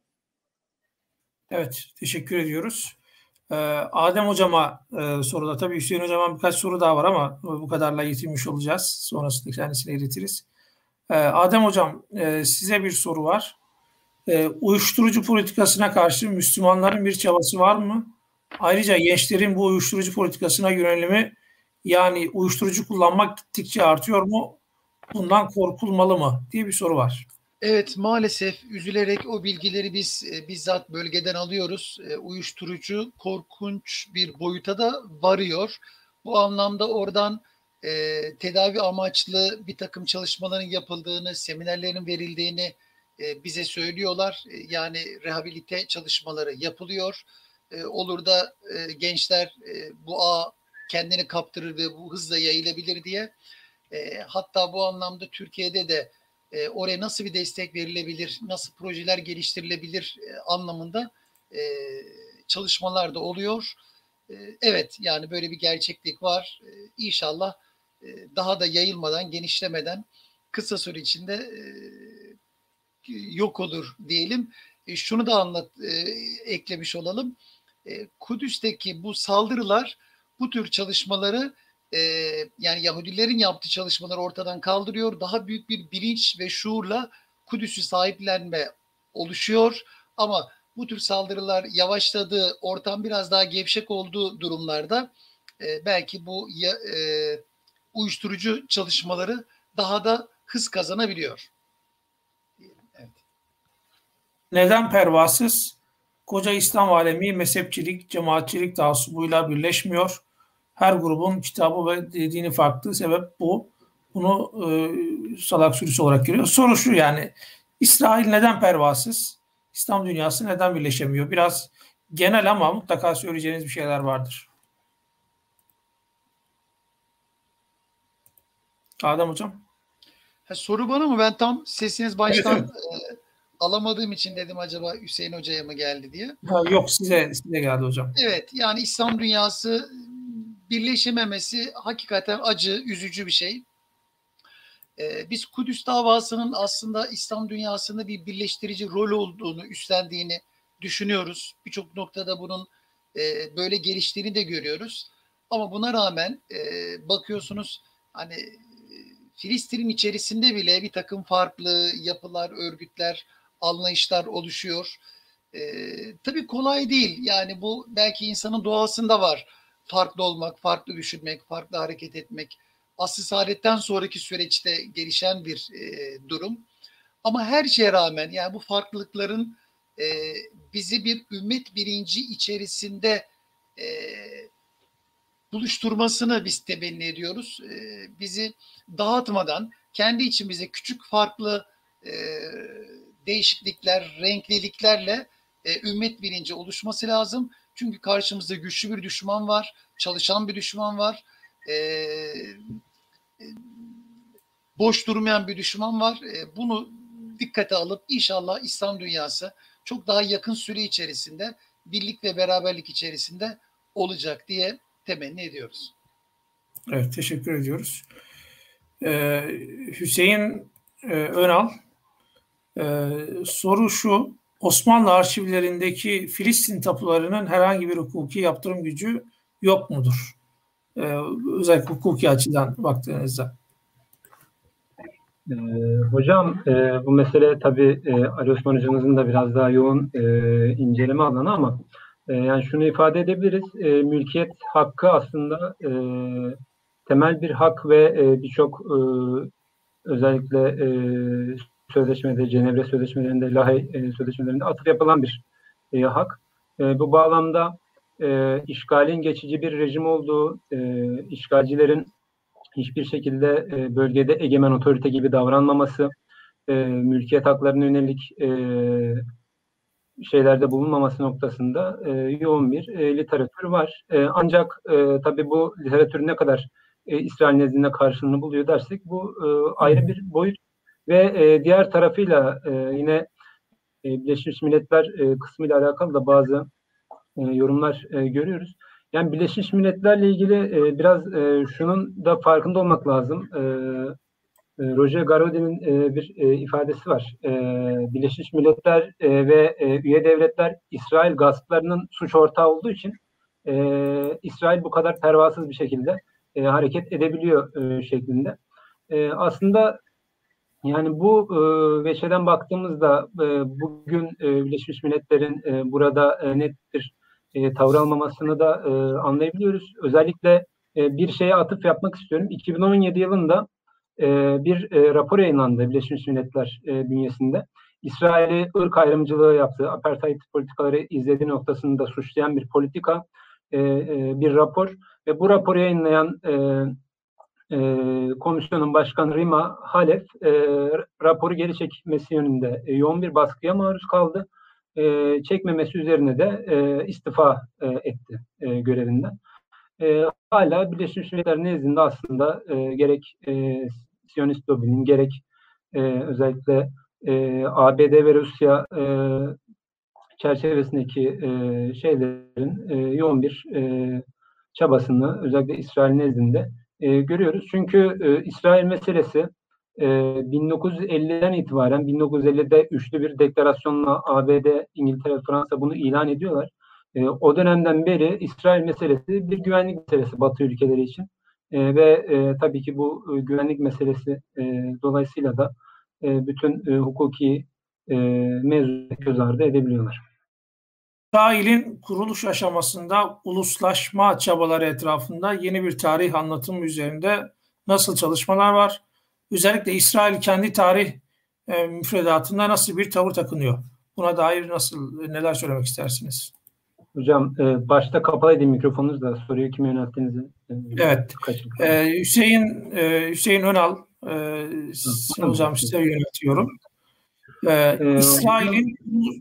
Evet, teşekkür ediyoruz. Ee, Adem Hocam'a e, soruda, tabii Hüseyin Hocam'a birkaç soru daha var ama bu kadarla yetinmiş olacağız. Sonrasında kendisine iletiriz. Ee, Adem Hocam, e, size bir soru var. E, uyuşturucu politikasına karşı Müslümanların bir çabası var mı? Ayrıca gençlerin bu uyuşturucu politikasına yönelimi, yani uyuşturucu kullanmak gittikçe artıyor mu? Bundan korkulmalı mı diye bir soru var. Evet, maalesef üzülerek o bilgileri biz e, bizzat bölgeden alıyoruz. E, uyuşturucu korkunç bir boyuta da varıyor. Bu anlamda oradan e, tedavi amaçlı bir takım çalışmaların yapıldığını, seminerlerin verildiğini e, bize söylüyorlar. E, yani rehabilite çalışmaları yapılıyor. E, olur da e, gençler e, bu ağ kendini kaptırır ve bu hızla yayılabilir diye. E, hatta bu anlamda Türkiye'de de e, oraya nasıl bir destek verilebilir, nasıl projeler geliştirilebilir e, anlamında e, çalışmalar da oluyor. E, evet, yani böyle bir gerçeklik var. E, İnşallah e, daha da yayılmadan, genişlemeden kısa süre içinde e, yok olur diyelim. E, şunu da anlat, e, eklemiş olalım. E, Kudüs'teki bu saldırılar bu tür çalışmaları e, yani Yahudilerin yaptığı çalışmaları ortadan kaldırıyor. Daha büyük bir bilinç ve şuurla Kudüs'ü sahiplenme oluşuyor. Ama bu tür saldırılar yavaşladığı, ortam biraz daha gevşek olduğu durumlarda e, belki bu ya, e, uyuşturucu çalışmaları daha da hız kazanabiliyor. Evet. Neden pervasız? Koca İslam alemi mezhepçilik, cemaatçilik taassubuyla birleşmiyor. Her grubun kitabı ve dini farklı. Sebep bu. Bunu e, salak sürüsü olarak görüyor. Soru şu, yani İsrail neden pervasız? İslam dünyası neden birleşemiyor? Biraz genel ama mutlaka söyleyeceğiniz bir şeyler vardır. Adem Hocam. Ha, soru bana mı? Ben tam sesiniz baştan Evet, e, alamadığım için dedim acaba Hüseyin Hoca'ya mı geldi diye. Ha, yok, size size geldi hocam. Evet, yani İslam dünyası birleşememesi hakikaten acı, üzücü bir şey. Ee, biz Kudüs davasının aslında İslam dünyasında bir birleştirici rol olduğunu, üstlendiğini düşünüyoruz. Birçok noktada bunun e, böyle geliştiğini de görüyoruz. Ama buna rağmen e, bakıyorsunuz hani e, Filistin'in içerisinde bile bir takım farklı yapılar, örgütler, anlayışlar oluşuyor. E, tabii kolay değil. Yani bu belki insanın doğasında var. Farklı olmak, farklı düşünmek, farklı hareket etmek. Asr-ı Saadet'ten sonraki süreçte gelişen bir e, durum. Ama her şeye rağmen yani bu farklılıkların e, bizi bir ümmet bilinci içerisinde e, buluşturmasını biz temenni ediyoruz. E, bizi dağıtmadan kendi içimize küçük farklı e, değişiklikler, renkliliklerle e, ümmet bilinci oluşması lazım. Çünkü karşımızda güçlü bir düşman var, çalışan bir düşman var. E, boş durmayan bir düşman var. Bunu dikkate alıp inşallah İslam dünyası çok daha yakın süre içerisinde birlik ve beraberlik içerisinde olacak diye temenni ediyoruz. Evet, teşekkür ediyoruz. Ee, Hüseyin e, Önal e, soru şu: Osmanlı arşivlerindeki Filistin tapularının herhangi bir hukuki yaptırım gücü yok mudur? Ee, özellikle hukuki açıdan baktığınızda. Ee, hocam e, bu mesele tabii e, Ali Osman hocamızın da biraz daha yoğun e, inceleme alanı ama e, yani şunu ifade edebiliriz. E, mülkiyet hakkı aslında e, temel bir hak ve e, birçok e, özellikle e, sözleşmede, Cenevre Sözleşmelerinde, Lahey e, Sözleşmelerinde atıf yapılan bir e, hak. E, bu bağlamda e, işgalin geçici bir rejim olduğu, e, işgalcilerin hiçbir şekilde e, bölgede egemen otorite gibi davranmaması, e, mülkiyet haklarına yönelik e, şeylerde bulunmaması noktasında e, yoğun bir e, literatür var. E, ancak e, tabii bu literatür ne kadar e, İsrail nezdinde karşılığını buluyor dersek bu e, ayrı bir boyut ve e, diğer tarafıyla e, yine e, Birleşmiş Milletler e, kısmıyla alakalı da bazı e, yorumlar e, görüyoruz. Yani Birleşmiş Milletler'le ilgili e, biraz e, şunun da farkında olmak lazım. E, e, Roger Garaudy'nin e, bir e, ifadesi var. E, Birleşmiş Milletler e, ve e, üye devletler İsrail gasplarının suç ortağı olduğu için e, İsrail bu kadar pervasız bir şekilde e, hareket edebiliyor e, şeklinde. E, aslında yani bu e, veçeden baktığımızda e, bugün e, Birleşmiş Milletler'in e, burada e, net bir e, tavır almamasını da e, anlayabiliyoruz. Özellikle e, bir şeye atıf yapmak istiyorum. iki bin on yedi yılında e, bir e, rapor yayınlandı Birleşmiş Milletler e, bünyesinde. İsrail'i ırk ayrımcılığı yaptığı, apartheid politikaları izlediği noktasında suçlayan bir politika, e, e, bir rapor ve bu raporu yayınlayan e, e, komisyonun başkanı Rima Halef e, raporu geri çekmesi yönünde e, yoğun bir baskıya maruz kaldı. E, çekmemesi üzerine de e, istifa e, etti e, görevinden. E, hala Birleşmiş Milletler nezdinde aslında e, gerek e, Siyonist lobinin gerek e, özellikle e, A B D ve Rusya e, çerçevesindeki e, şeylerin e, yoğun bir e, çabasını özellikle İsrail nezdinde e, görüyoruz. Çünkü e, İsrail meselesi e, bin dokuz yüz elliden itibaren bin dokuz yüz ellide üçlü bir deklarasyonla A B D, İngiltere, Fransa bunu ilan ediyorlar. E, o dönemden beri İsrail meselesi bir güvenlik meselesi Batı ülkeleri için. E, ve e, tabii ki bu e, güvenlik meselesi e, dolayısıyla da e, bütün e, hukuki e, mevzuları göz ardı edebiliyorlar. İsrail'in kuruluş aşamasında uluslaşma çabaları etrafında yeni bir tarih anlatımı üzerinde nasıl çalışmalar var? Özellikle İsrail kendi tarih e, müfredatında nasıl bir tavır takınıyor? Buna dair nasıl neler söylemek istersiniz? Hocam e, başta kapalıydı mikrofonunuz da soruyu kime yönelttiğinizi. E, evet. E, Hüseyin e, Hüseyin Önal e, hocam size yöneltiyorum. E, e, İsrail'in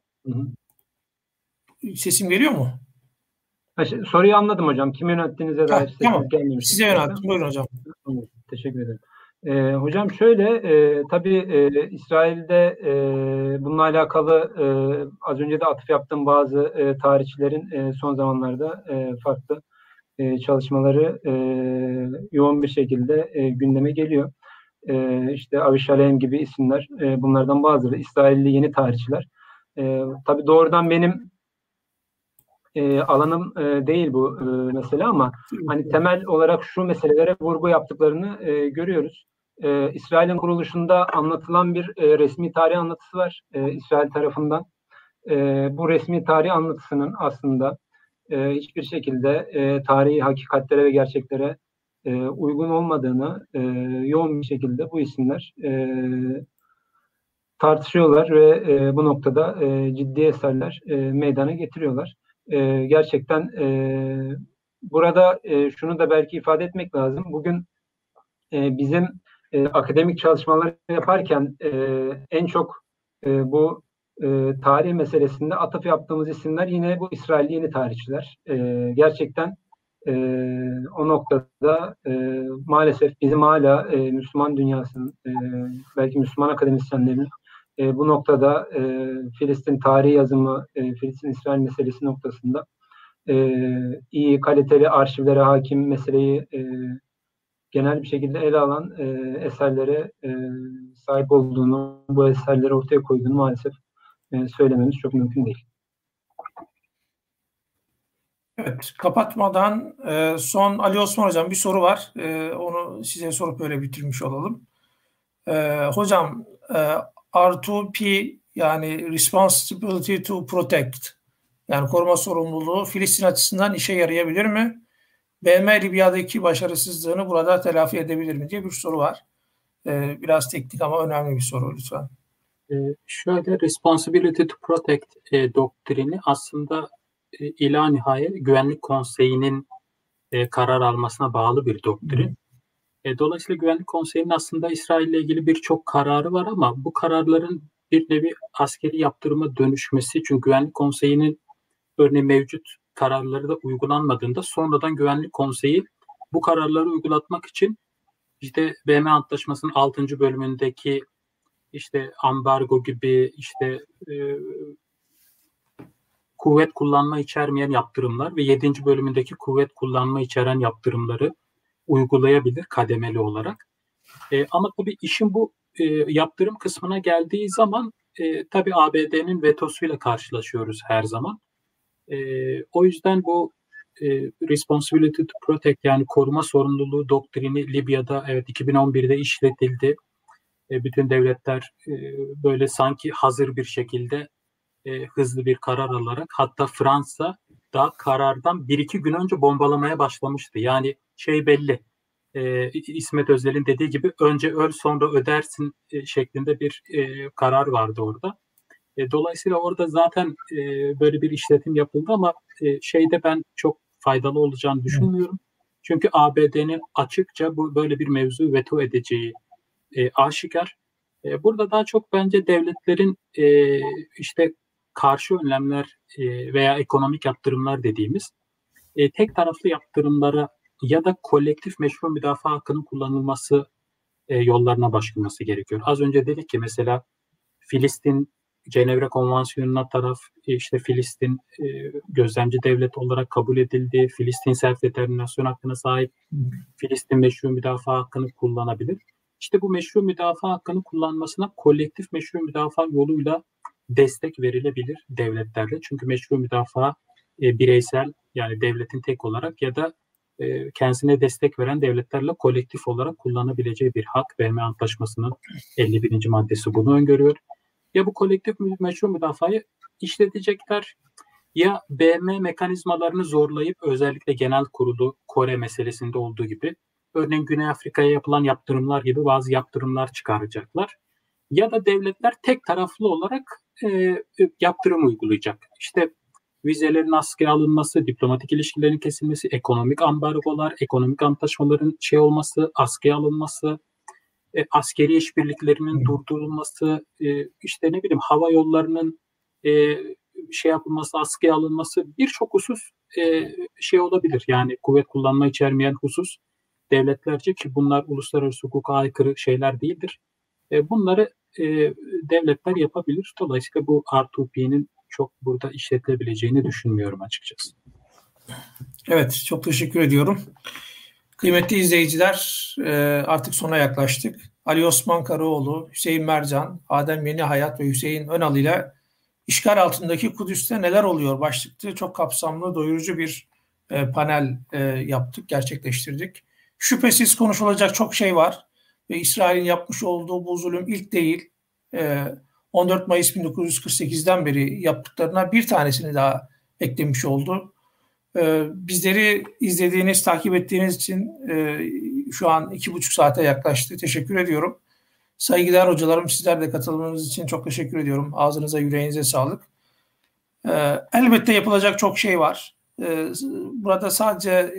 sesim geliyor mu? Soruyu anladım hocam. Kim yönettiğinize dair sesiniz tamam. gelmemiş. Size yönelttim. Buyurun hocam. Teşekkür ederim. E, hocam şöyle, e, tabii e, İsrail'de e, bununla alakalı e, az önce de atıf yaptığım bazı e, tarihçilerin e, son zamanlarda e, farklı e, çalışmaları e, yoğun bir şekilde e, gündeme geliyor. E, işte Avi Shalem gibi isimler, e, bunlardan bazıları İsrailli yeni tarihçiler. E, tabii doğrudan benim E, alanım e, değil bu e, mesele ama hani temel olarak şu meselelere vurgu yaptıklarını e, görüyoruz. E, İsrail'in kuruluşunda anlatılan bir e, resmi tarih anlatısı var e, İsrail tarafından. E, bu resmi tarih anlatısının aslında e, hiçbir şekilde e, tarihi hakikatlere ve gerçeklere e, uygun olmadığını e, yoğun bir şekilde bu isimler e, tartışıyorlar ve e, bu noktada e, ciddi eserler e, meydana getiriyorlar. E, gerçekten e, burada e, şunu da belki ifade etmek lazım. Bugün e, bizim e, akademik çalışmalar yaparken e, en çok e, bu e, tarih meselesinde atıf yaptığımız isimler yine bu İsrailli yeni tarihçiler. E, gerçekten e, o noktada e, maalesef bizim hala e, Müslüman dünyasının, e, belki Müslüman akademisyenlerin E, bu noktada e, Filistin tarihi yazımı, e, Filistin-İsrail meselesi noktasında e, iyi, kaliteli arşivlere hakim, meseleyi e, genel bir şekilde ele alan e, eserlere e, sahip olduğunu, bu eserleri ortaya koyduğunu maalesef e, söylememiz çok mümkün değil. Evet, kapatmadan e, son Ali Osman Hocam bir soru var. E, onu size sorup böyle bitirmiş olalım. E, hocam, e, R iki P yani Responsibility to Protect yani koruma sorumluluğu Filistin açısından işe yarayabilir mi? B M Libya'daki başarısızlığını burada telafi edebilir mi diye bir soru var. Ee, biraz teknik ama önemli bir soru lütfen. Ee, şöyle Responsibility to Protect e, doktrini aslında e, ila nihayet Güvenlik Konseyi'nin e, karar almasına bağlı bir doktrin. E, dolayısıyla Güvenlik Konseyi'nin aslında İsrail ile ilgili birçok kararı var ama bu kararların bir nevi askeri yaptırıma dönüşmesi, çünkü Güvenlik Konseyi'nin örneğin mevcut kararları da uygulanmadığında sonradan Güvenlik Konseyi bu kararları uygulatmak için işte B M Antlaşması'nın altıncı bölümündeki işte ambargo gibi işte e, kuvvet kullanma içermeyen yaptırımlar ve yedinci bölümündeki kuvvet kullanma içeren yaptırımları uygulayabilir kademeli olarak. E, ama tabii işin bu e, yaptırım kısmına geldiği zaman e, tabii A B D'nin vetosuyla karşılaşıyoruz her zaman. E, o yüzden bu e, Responsibility to Protect yani koruma sorumluluğu doktrini Libya'da evet iki bin on birde işletildi. E, bütün devletler e, böyle sanki hazır bir şekilde e, hızlı bir karar alarak, hatta Fransa daha karardan bir iki gün önce bombalamaya başlamıştı. Yani şey belli, e, İsmet Özel'in dediği gibi önce öl sonra ödersin e, şeklinde bir e, karar vardı orada. E, dolayısıyla orada zaten e, böyle bir işletim yapıldı ama e, şeyde ben çok faydalı olacağını düşünmüyorum. Çünkü A B D'nin açıkça bu böyle bir mevzu veto edeceği e, aşikar. E, burada daha çok bence devletlerin e, işte karşı önlemler e, veya ekonomik yaptırımlar dediğimiz e, tek taraflı yaptırımlara ya da kolektif meşru müdafaa hakkının kullanılması e, yollarına başvurması gerekiyor. Az önce dedik ki mesela Filistin Cenevre Konvansiyonu'na taraf, işte Filistin e, gözlemci devlet olarak kabul edildi. Filistin self-determinasyon hakkına sahip. Filistin meşru müdafaa hakkını kullanabilir. İşte bu meşru müdafaa hakkını kullanmasına kolektif meşru müdafaa yoluyla destek verilebilir devletlerle. Çünkü meşru müdafaa e, bireysel, yani devletin tek olarak ya da e, kendisine destek veren devletlerle kolektif olarak kullanabileceği bir hak. B M Antlaşması'nın elli birinci maddesi bunu öngörüyor. Ya bu kolektif meşru müdafayı işletecekler ya B M mekanizmalarını zorlayıp özellikle genel kurulu Kore meselesinde olduğu gibi örneğin Güney Afrika'ya yapılan yaptırımlar gibi bazı yaptırımlar çıkaracaklar. Ya da devletler tek taraflı olarak e, yaptırım uygulayacak. İşte vizelerin askıya alınması, diplomatik ilişkilerin kesilmesi, ekonomik ambargolar, ekonomik antlaşmaların şey olması, askıya alınması, E, askeri işbirliklerinin durdurulması, e, işte ne bileyim hava yollarının e, şey yapılması, askıya alınması, birçok husus e, şey olabilir. Yani kuvvet kullanma içermeyen husus devletlerce, ki bunlar uluslararası hukuka aykırı şeyler değildir. E, bunları e, devletler yapabilir. Dolayısıyla bu R iki P'nin çok burada işletilebileceğini düşünmüyorum açıkçası. Evet, çok teşekkür ediyorum. Kıymetli izleyiciler, artık sona yaklaştık. Ali Osman Karaoğlu, Hüseyin Mercan, Adem Yenihayat ve Hüseyin Önal ile işgal altındaki Kudüs'te neler oluyor başlıklı çok kapsamlı, doyurucu bir panel yaptık, gerçekleştirdik. Şüphesiz konuşulacak çok şey var ve İsrail'in yapmış olduğu bu zulüm ilk değil. on dört Mayıs bin dokuz yüz kırk sekizden beri yaptıklarına bir tanesini daha eklemiş oldu. Bizleri izlediğiniz, takip ettiğiniz için şu an iki buçuk saate yaklaştı. Teşekkür ediyorum. Saygıdeğer hocalarım, sizler de katılımınız için çok teşekkür ediyorum. Ağzınıza, yüreğinize sağlık. Elbette yapılacak çok şey var. Burada sadece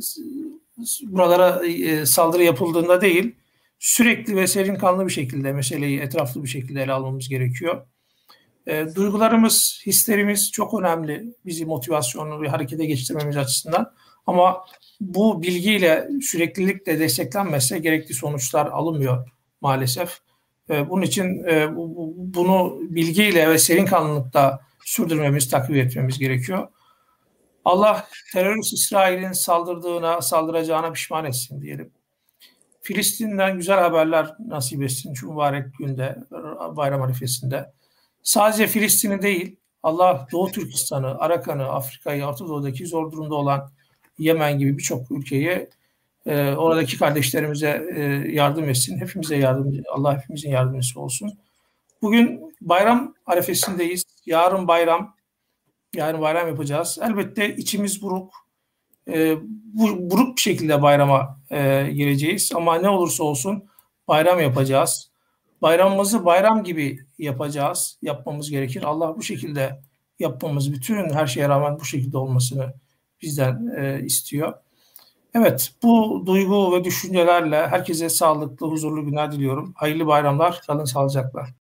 buralara saldırı yapıldığında değil, sürekli ve serin kanlı bir şekilde meseleyi etraflı bir şekilde ele almamız gerekiyor. E, duygularımız, hislerimiz çok önemli bizi motivasyonlu bir harekete geçirmemiz açısından. Ama bu bilgiyle süreklilikle desteklenmezse gerekli sonuçlar alınmıyor maalesef. E, bunun için e, bu, bunu bilgiyle ve serin kanlılıkla sürdürmemiz, takip etmemiz gerekiyor. Allah terörist İsrail'in saldırdığına, saldıracağına pişman etsin diyelim. Filistin'den güzel haberler nasip etsin şu mübarek günde, bayram arifesinde. Sadece Filistin'i değil, Allah Doğu Türkistan'ı, Arakan'ı, Afrika'yı, Orta Doğu'daki zor durumda olan Yemen gibi birçok ülkeyi, e, oradaki kardeşlerimize e, yardım etsin. Hepimize yardım, Allah hepimizin yardımcısı olsun. Bugün bayram arifesindeyiz. Yarın bayram, yarın bayram yapacağız. Elbette içimiz buruk, e, bu, buruk bir şekilde bayrama e, gireceğiz. Ama ne olursa olsun bayram yapacağız. Bayramımızı bayram gibi yapacağız, yapmamız gerekir. Allah bu şekilde yapmamız, bütün her şeye rağmen bu şekilde olmasını bizden e, istiyor. Evet, bu duygu ve düşüncelerle herkese sağlıklı, huzurlu günler diliyorum. Hayırlı bayramlar, kalın sağlıcakla.